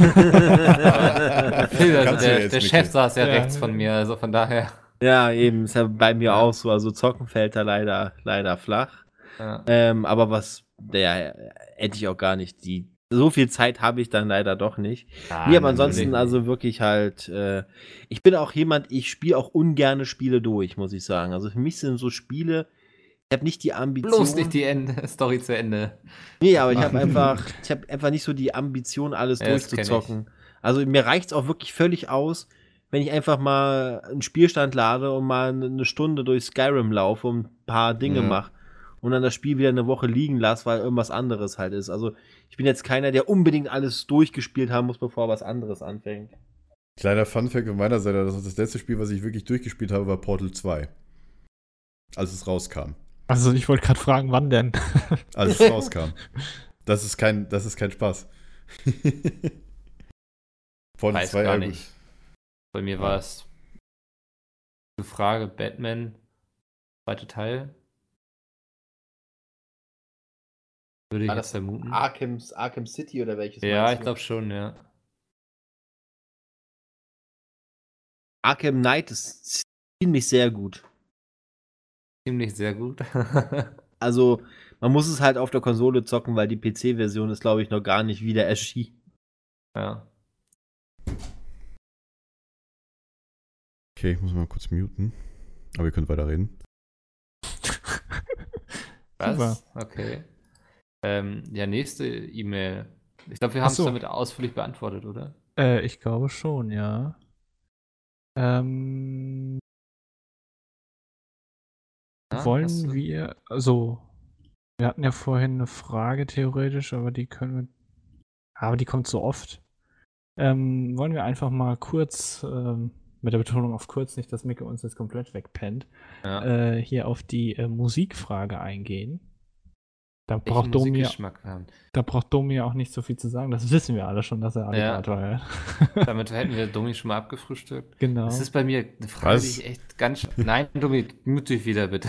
du der ja der jetzt nicht. Chef saß ja, Ja. rechts von mir, also von daher. Ja, eben, ist ja bei mir Ja. auch so. Also zocken fällt da leider, leider flach. Ja. Ähm, aber was, ja, hätte ich auch gar nicht. Die, so viel Zeit habe ich dann leider doch nicht. Ah, Nee, aber ansonsten natürlich. also wirklich halt, äh, ich bin auch jemand, ich spiele auch ungerne Spiele durch, muss ich sagen. Also für mich sind so Spiele, ich habe nicht die Ambition. Bloß nicht die Ende, Story zu Ende. Nee, aber ich habe einfach, ich habe einfach nicht so die Ambition, alles Ja, das kenn durchzuzocken. Also mir reicht's auch wirklich völlig aus, wenn ich einfach mal einen Spielstand lade und mal eine Stunde durch Skyrim laufe und ein paar Dinge Ja. mache und dann das Spiel wieder eine Woche liegen lasse, weil irgendwas anderes halt ist. Also ich bin jetzt keiner, der unbedingt alles durchgespielt haben muss, bevor was anderes anfängt. Kleiner Funfact von meiner Seite, das, das letzte Spiel, was ich wirklich durchgespielt habe, war Portal zwei. Als es rauskam. Also ich wollte gerade fragen, wann denn? Als es rauskam. Das ist kein, das ist kein Spaß. Portal Weiß zwei, gar ja, gut. nicht. Bei mir Ja. war es eine Frage, Batman, zweiter Teil. Würde ich War jetzt das vermuten. Arkham's, Arkham City oder welches? Ja, meinst ich du? glaube schon, ja. Arkham Knight ist ziemlich sehr gut. Ziemlich sehr gut. Also, man muss es halt auf der Konsole zocken, weil die P C-Version ist, glaube ich, noch gar nicht wieder erschienen. ja. Okay, ich muss mal kurz muten. Aber ihr könnt weiterreden. Was? Okay. Ähm, ja, nächste E-Mail. Ich glaube, wir haben es Ach so. damit ausführlich beantwortet, oder? Äh, ich glaube schon, ja. Ähm, Ja, hast wollen du- wir, also, wir hatten ja vorhin eine Frage theoretisch, aber die können wir, aber die kommt so oft. Ähm, wollen wir einfach mal kurz, ähm, mit der Betonung auf kurz, nicht, dass Micke uns jetzt komplett wegpennt, Ja. äh, hier auf die äh, Musikfrage eingehen. Da Welchen braucht Domi, Musikgeschmack wir haben. da braucht Domi auch nicht so viel zu sagen. Das wissen wir alle schon, dass er Alligator hört. Damit hätten wir Domi schon mal abgefrühstückt. Genau. Das ist bei mir eine Frage, Was? die ich echt ganz. sch- Nein, Domi, mute dich wieder, bitte.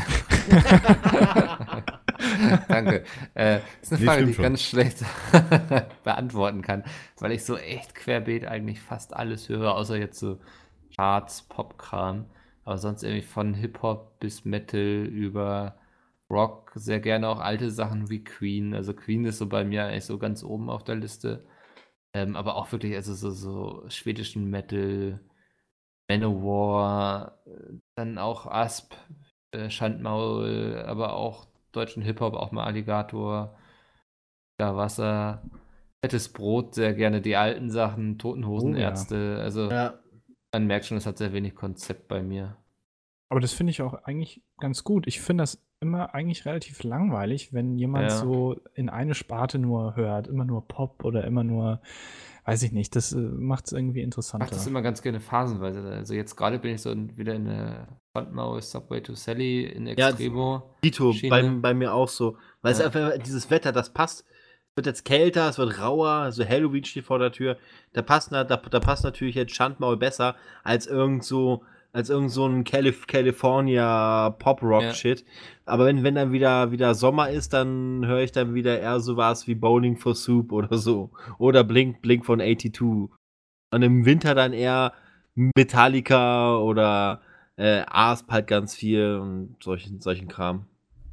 Danke. Äh, das ist eine Nee, Frage, die stimmt ich schon. ganz schlecht beantworten kann, weil ich so echt querbeet eigentlich fast alles höre, außer jetzt so Charts, Pop-Kram. Aber sonst irgendwie von Hip-Hop bis Metal über Rock, sehr gerne auch alte Sachen wie Queen. Also Queen ist so bei mir eigentlich so ganz oben auf der Liste. Ähm, aber auch wirklich, also so, so schwedischen Metal, Manowar, äh, dann auch Asp, äh, Schandmaul, aber auch deutschen Hip-Hop, auch mal Alligator, ja, Wasser, Fettes Brot, sehr gerne die alten Sachen, Toten Hosen Oh, ja. Ärzte. Also Ja. man merkt schon, es hat sehr wenig Konzept bei mir. Aber das finde ich auch eigentlich ganz gut. Ich finde das immer eigentlich relativ langweilig, wenn jemand Ja. so in eine Sparte nur hört, immer nur Pop oder immer nur, weiß ich nicht, das äh, macht es irgendwie Ich mache interessanter. das immer ganz gerne phasenweise. Also jetzt gerade bin ich so in, wieder in der Schandmaul, Subway to Sally, in Ja, Extremo. Tito, Schiene. bei, bei mir auch so. Weil es Ja. einfach dieses Wetter, das passt. Es wird jetzt kälter, es wird rauer, so Halloween steht vor der Tür. Da passt, na- da, da passt natürlich jetzt Schandmaul besser als irgend so, als irgend so ein Calif California Pop-Rock-Shit. Aber wenn, wenn dann wieder, wieder Sommer ist, dann höre ich dann wieder eher sowas wie Bowling for Soup oder so. Oder Blink, Blink von zweiundachtzig. Und im Winter dann eher Metallica oder äh, Asp halt ganz viel und solchen, solchen Kram.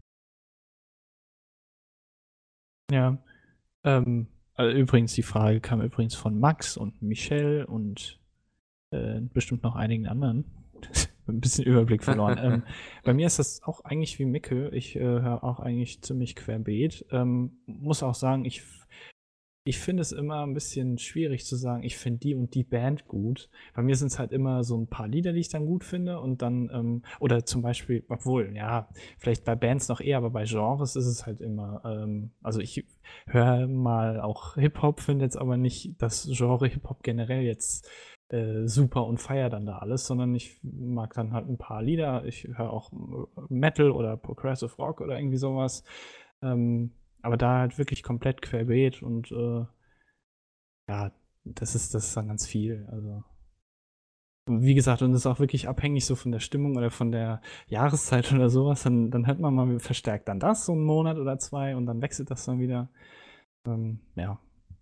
Ja. Ähm, äh, übrigens, die Frage kam übrigens von Max und Michelle und äh, bestimmt noch einigen anderen. Ein bisschen Überblick verloren. ähm, bei mir ist das auch eigentlich wie Micke. Ich äh, höre auch eigentlich ziemlich querbeet. Ähm, muss auch sagen, ich, ich finde es immer ein bisschen schwierig zu sagen, ich finde die und die Band gut. Bei mir sind es halt immer so ein paar Lieder, die ich dann gut finde und dann, ähm, oder zum Beispiel, obwohl, ja, vielleicht bei Bands noch eher, aber bei Genres ist es halt immer, ähm, also ich höre mal auch Hip-Hop, finde jetzt aber nicht das Genre Hip-Hop generell jetzt äh, super und feiere dann da alles, sondern ich mag dann halt ein paar Lieder. Ich höre auch Metal oder Progressive Rock oder irgendwie sowas. Ähm, aber da halt wirklich komplett querbeet und äh, ja, das ist, das ist dann ganz viel. Also. Und wie gesagt, und das ist auch wirklich abhängig so von der Stimmung oder von der Jahreszeit oder sowas. Dann, dann hört man mal verstärkt dann das, so einen Monat oder zwei, und dann wechselt das dann wieder. Ähm, ja.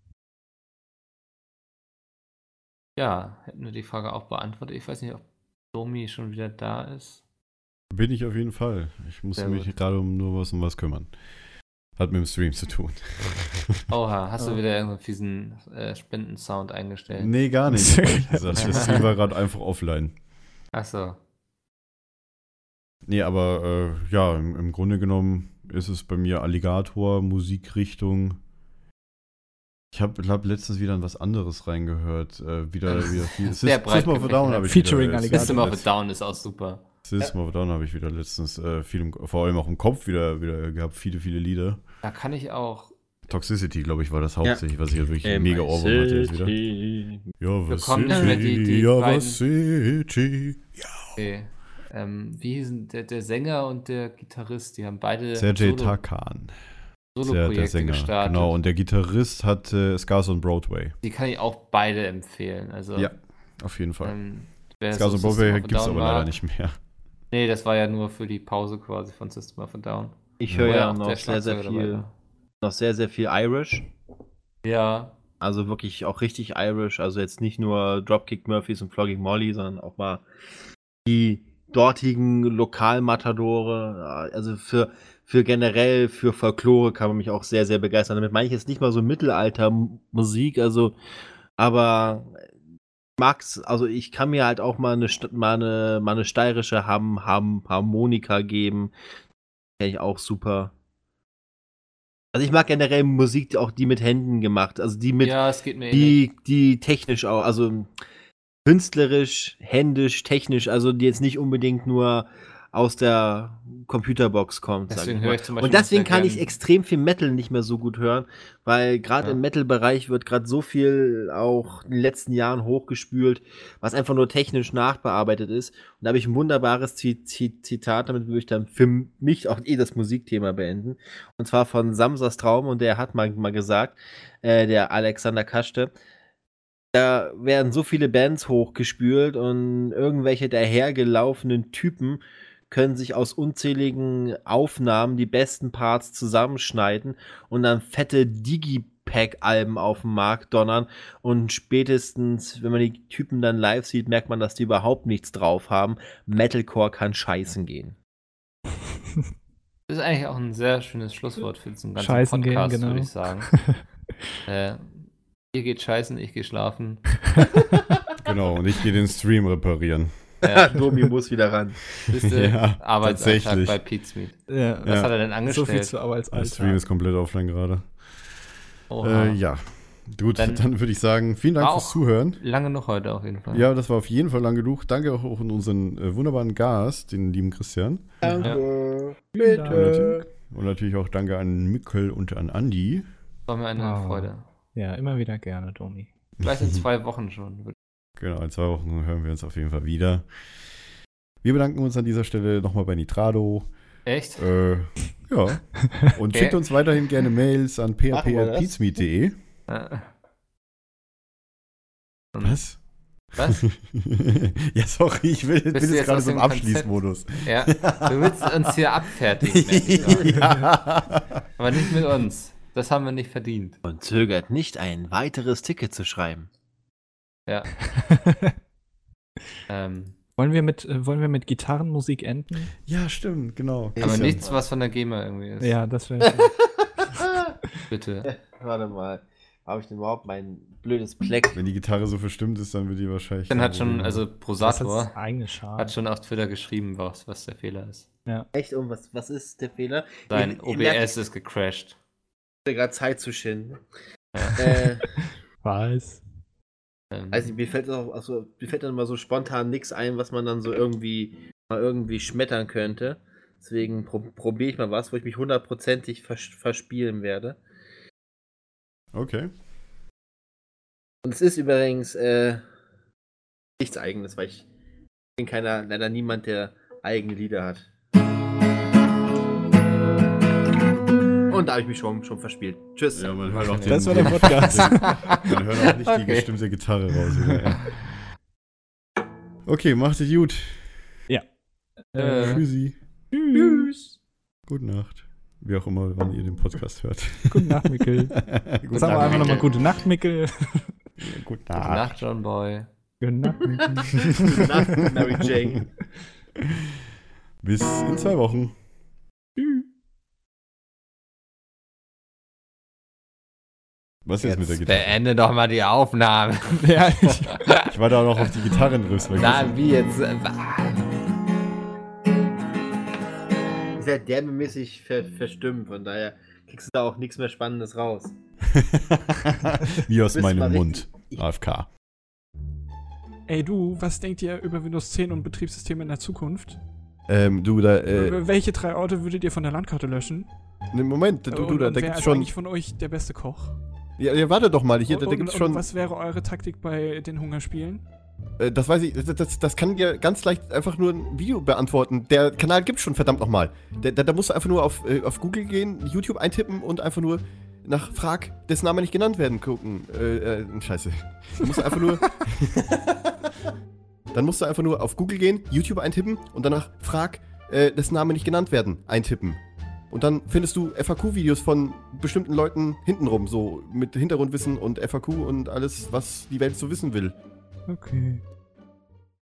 Ja, hätten wir die Frage auch beantwortet. Ich weiß nicht, ob Domi schon wieder da ist. Bin ich auf jeden Fall. Ich muss Sehr mich gut. gerade um nur was um was kümmern. Hat mit dem Stream zu tun. Oha, hast Oh. du wieder irgendeinen fiesen äh, Spendensound eingestellt? Nee, gar nicht. ehrlich gesagt. Das Stream war gerade einfach offline. Achso. Nee, aber äh, ja, im, im Grunde genommen ist es bei mir Alligator, Musikrichtung. Ich habe hab letztens wieder in was anderes reingehört. Äh, wieder, wieder viel. Sehr Sys- breit System of a gefächert. Down habe ich Featuring wieder. Alligator. System of a Down ist auch super. System of a Down habe ich wieder letztens äh, viel im, vor allem auch im Kopf wieder, wieder gehabt. Viele, viele Lieder. Da kann ich auch. Toxicity, glaube ich, war das hauptsächlich, was ich halt wirklich Ähm, mega Ohrwurm hatte jetzt wieder. City. Ja, was kommen nicht mehr die- die ja, beiden- was City. Ja. Okay. Ähm, wie hießen der, der Sänger und der Gitarrist? Die haben beide Sergej Solo- Tarkan. Der, Solo-Projekte der Sänger. gestartet. Genau, und der Gitarrist hat äh, Scars on Broadway. Die kann ich auch beide empfehlen. Also, Ja, auf jeden Fall. ähm, wer Scars so on System Broadway of a gibt es Down aber leider mag- nicht mehr. Nee, das war ja nur für die Pause quasi von System of a Down. Ich höre Wo ja auch noch der sehr, sehr Schlagzeuger dabei viel, war. noch sehr, sehr viel Irish. Ja, Also wirklich auch richtig Irish. Also jetzt nicht nur Dropkick Murphys und Flogging Molly, sondern auch mal die dortigen Lokalmatadore. Also für, für generell, für Folklore kann man mich auch sehr, sehr begeistern. Damit meine ich jetzt nicht mal so Mittelalter-Musik, also, aber Max, also ich kann mir halt auch mal eine, St- mal eine, mal eine steirische Ham, Ham, Harmonika geben. Kenn ich auch super. Also ich mag generell Musik, die auch die mit Händen gemacht, also die mit, ja, es geht mir ähnlich. die, die technisch auch, also künstlerisch, händisch, technisch, also die jetzt nicht unbedingt nur aus der Computerbox kommt. sag Deswegen ich höre mal. ich zum Beispiel Und deswegen sehr kann ich gern- extrem viel Metal nicht mehr so gut hören, weil gerade Ja. im Metal-Bereich wird gerade so viel auch in den letzten Jahren hochgespült, was einfach nur technisch nachbearbeitet ist. Und da habe ich ein wunderbares Zi- Zi- Zitat, damit würde ich dann für mich auch eh das Musikthema beenden. Und zwar von Samsas Traum, und der hat mal, mal gesagt, äh, der Alexander Kaschte, da werden so viele Bands hochgespült und irgendwelche dahergelaufenen Typen können sich aus unzähligen Aufnahmen die besten Parts zusammenschneiden und dann fette Digipack-Alben auf den Markt donnern, und spätestens, wenn man die Typen dann live sieht, merkt man, dass die überhaupt nichts drauf haben. Metalcore kann scheißen gehen. Das ist eigentlich auch ein sehr schönes Schlusswort für diesen ganzen Scheißen gehen, Podcast, genau. würde ich sagen. äh, ihr geht scheißen, ich gehe schlafen. Genau, und ich gehe den Stream reparieren. Ja. Domi muss wieder ran. Bist du Ja, Arbeitsalltag tatsächlich. bei Pete's Meat. Ja. Was Ja. hat er denn So angestellt? viel zu Der Arbeitsalltag. Stream ist komplett offline gerade. Oha. Äh, ja, gut, Dann- dann, würde ich sagen, vielen Dank War fürs auch- Zuhören. Lange noch heute auf jeden Fall. Ja, das war auf jeden Fall lang genug. Danke auch an unseren äh, wunderbaren Gast, den lieben Christian. Danke. Vielen Und Dank. natürlich, und natürlich auch danke an Mikkel und an Andi. War mir eine Ah. Freude. Ja, immer wieder gerne, Domi. Vielleicht in zwei Wochen schon. Genau, in zwei Wochen hören wir uns auf jeden Fall wieder. Wir bedanken uns an dieser Stelle nochmal bei Nitrado. Echt? Äh, ja. Und Okay. schickt uns weiterhin gerne Mails an p h p Machen wir at das? peatsmeet punkt de. Ja. Was? Was? Ja, sorry, ich will, bin Bist du jetzt jetzt gerade aus so im dem Abschließmodus. Ja, du willst uns hier abfertigen. merk ich gerade. Ja. Aber nicht mit uns. Das haben wir nicht verdient. Und zögert nicht, ein weiteres Ticket zu schreiben. Ja. Ähm, wollen, wir mit, äh, wollen wir mit Gitarrenmusik enden? Ja, stimmt, genau. aber Christian. nichts, was von der GEMA irgendwie ist. Ja, das wäre. Bitte. Warte mal. Habe ich denn überhaupt mein blödes Pleck? Wenn die Gitarre so verstimmt ist, dann wird die wahrscheinlich. Dann hat schon, also Das Prosator ist eigene Scham. hat schon auf Twitter geschrieben, was, was der Fehler ist. Echt? Und was, was ist der Fehler? Sein Ich- O ich B merke, S ist gecrashed. Ich gerade Zeit zu schinden. Ja. äh, Weiß. Ähm, also mir fällt auch, also, mir fällt dann mal so spontan nichts ein, was man dann so irgendwie mal irgendwie schmettern könnte. Deswegen pro probiere ich mal was, wo ich mich hundertprozentig vers verspielen werde. Okay. Und es ist übrigens äh, nichts Eigenes, weil ich bin keiner, leider niemand, der eigene Lieder hat. Und da habe ich mich schon, schon verspielt. Tschüss. Ja, man hört auch den, Das war der Podcast. Man hört auch nicht die Okay. bestimmte Gitarre raus. Wieder, ja. Okay, macht es gut. Äh, Tschüssi. Tschüss. Gute Nacht. Wie auch immer, wann ihr den Podcast hört. Gute Nacht, Mikkel. Gute Sagen wir Nacht, einfach nochmal Mikkel. gute Nacht, Mikkel. Gute Gute Nacht. Nacht, John Boy. Gute Nacht, Mikkel. Gute Nacht, Mary Jane. Bis in zwei Wochen. Was ist jetzt mit der Gitarre? Beende doch mal die Aufnahme. Ja, ich, Ich war da noch auf die Gitarrenriffs. weil Na, wie jetzt? äh, Ist halt derbemäßig ver verstimmt, von daher kriegst du da auch nichts mehr Spannendes raus. Wie aus Bist meinem mal Mund. richtig- A F K. ey, du, was denkt ihr über Windows zehn und Betriebssysteme in der Zukunft? Ähm, du, da, äh, Welche drei Orte würdet ihr von der Landkarte löschen? ne, Moment, du, du, und, da, und da wer gibt's ist schon. eigentlich von euch der beste Koch? Ja, ja, warte doch mal, hier, da, und, da gibt's und, schon. und was wäre eure Taktik bei den Hungerspielen? Äh, das weiß ich, das, das, das kann dir ganz leicht einfach nur ein Video beantworten. Der Kanal gibt's schon, verdammt nochmal. Da, da, da musst du einfach nur auf, äh, auf Google gehen, YouTube eintippen und einfach nur nach Frag, dessen Name nicht genannt werden, gucken. Äh, äh, scheiße. Du musst einfach nur. Dann musst du einfach nur auf Google gehen, YouTube eintippen und danach Frag, äh, dessen Name nicht genannt werden, eintippen. Und dann findest du F A Q-Videos von bestimmten Leuten hintenrum, so mit Hintergrundwissen und F A Q und alles, was die Welt so wissen will. Okay.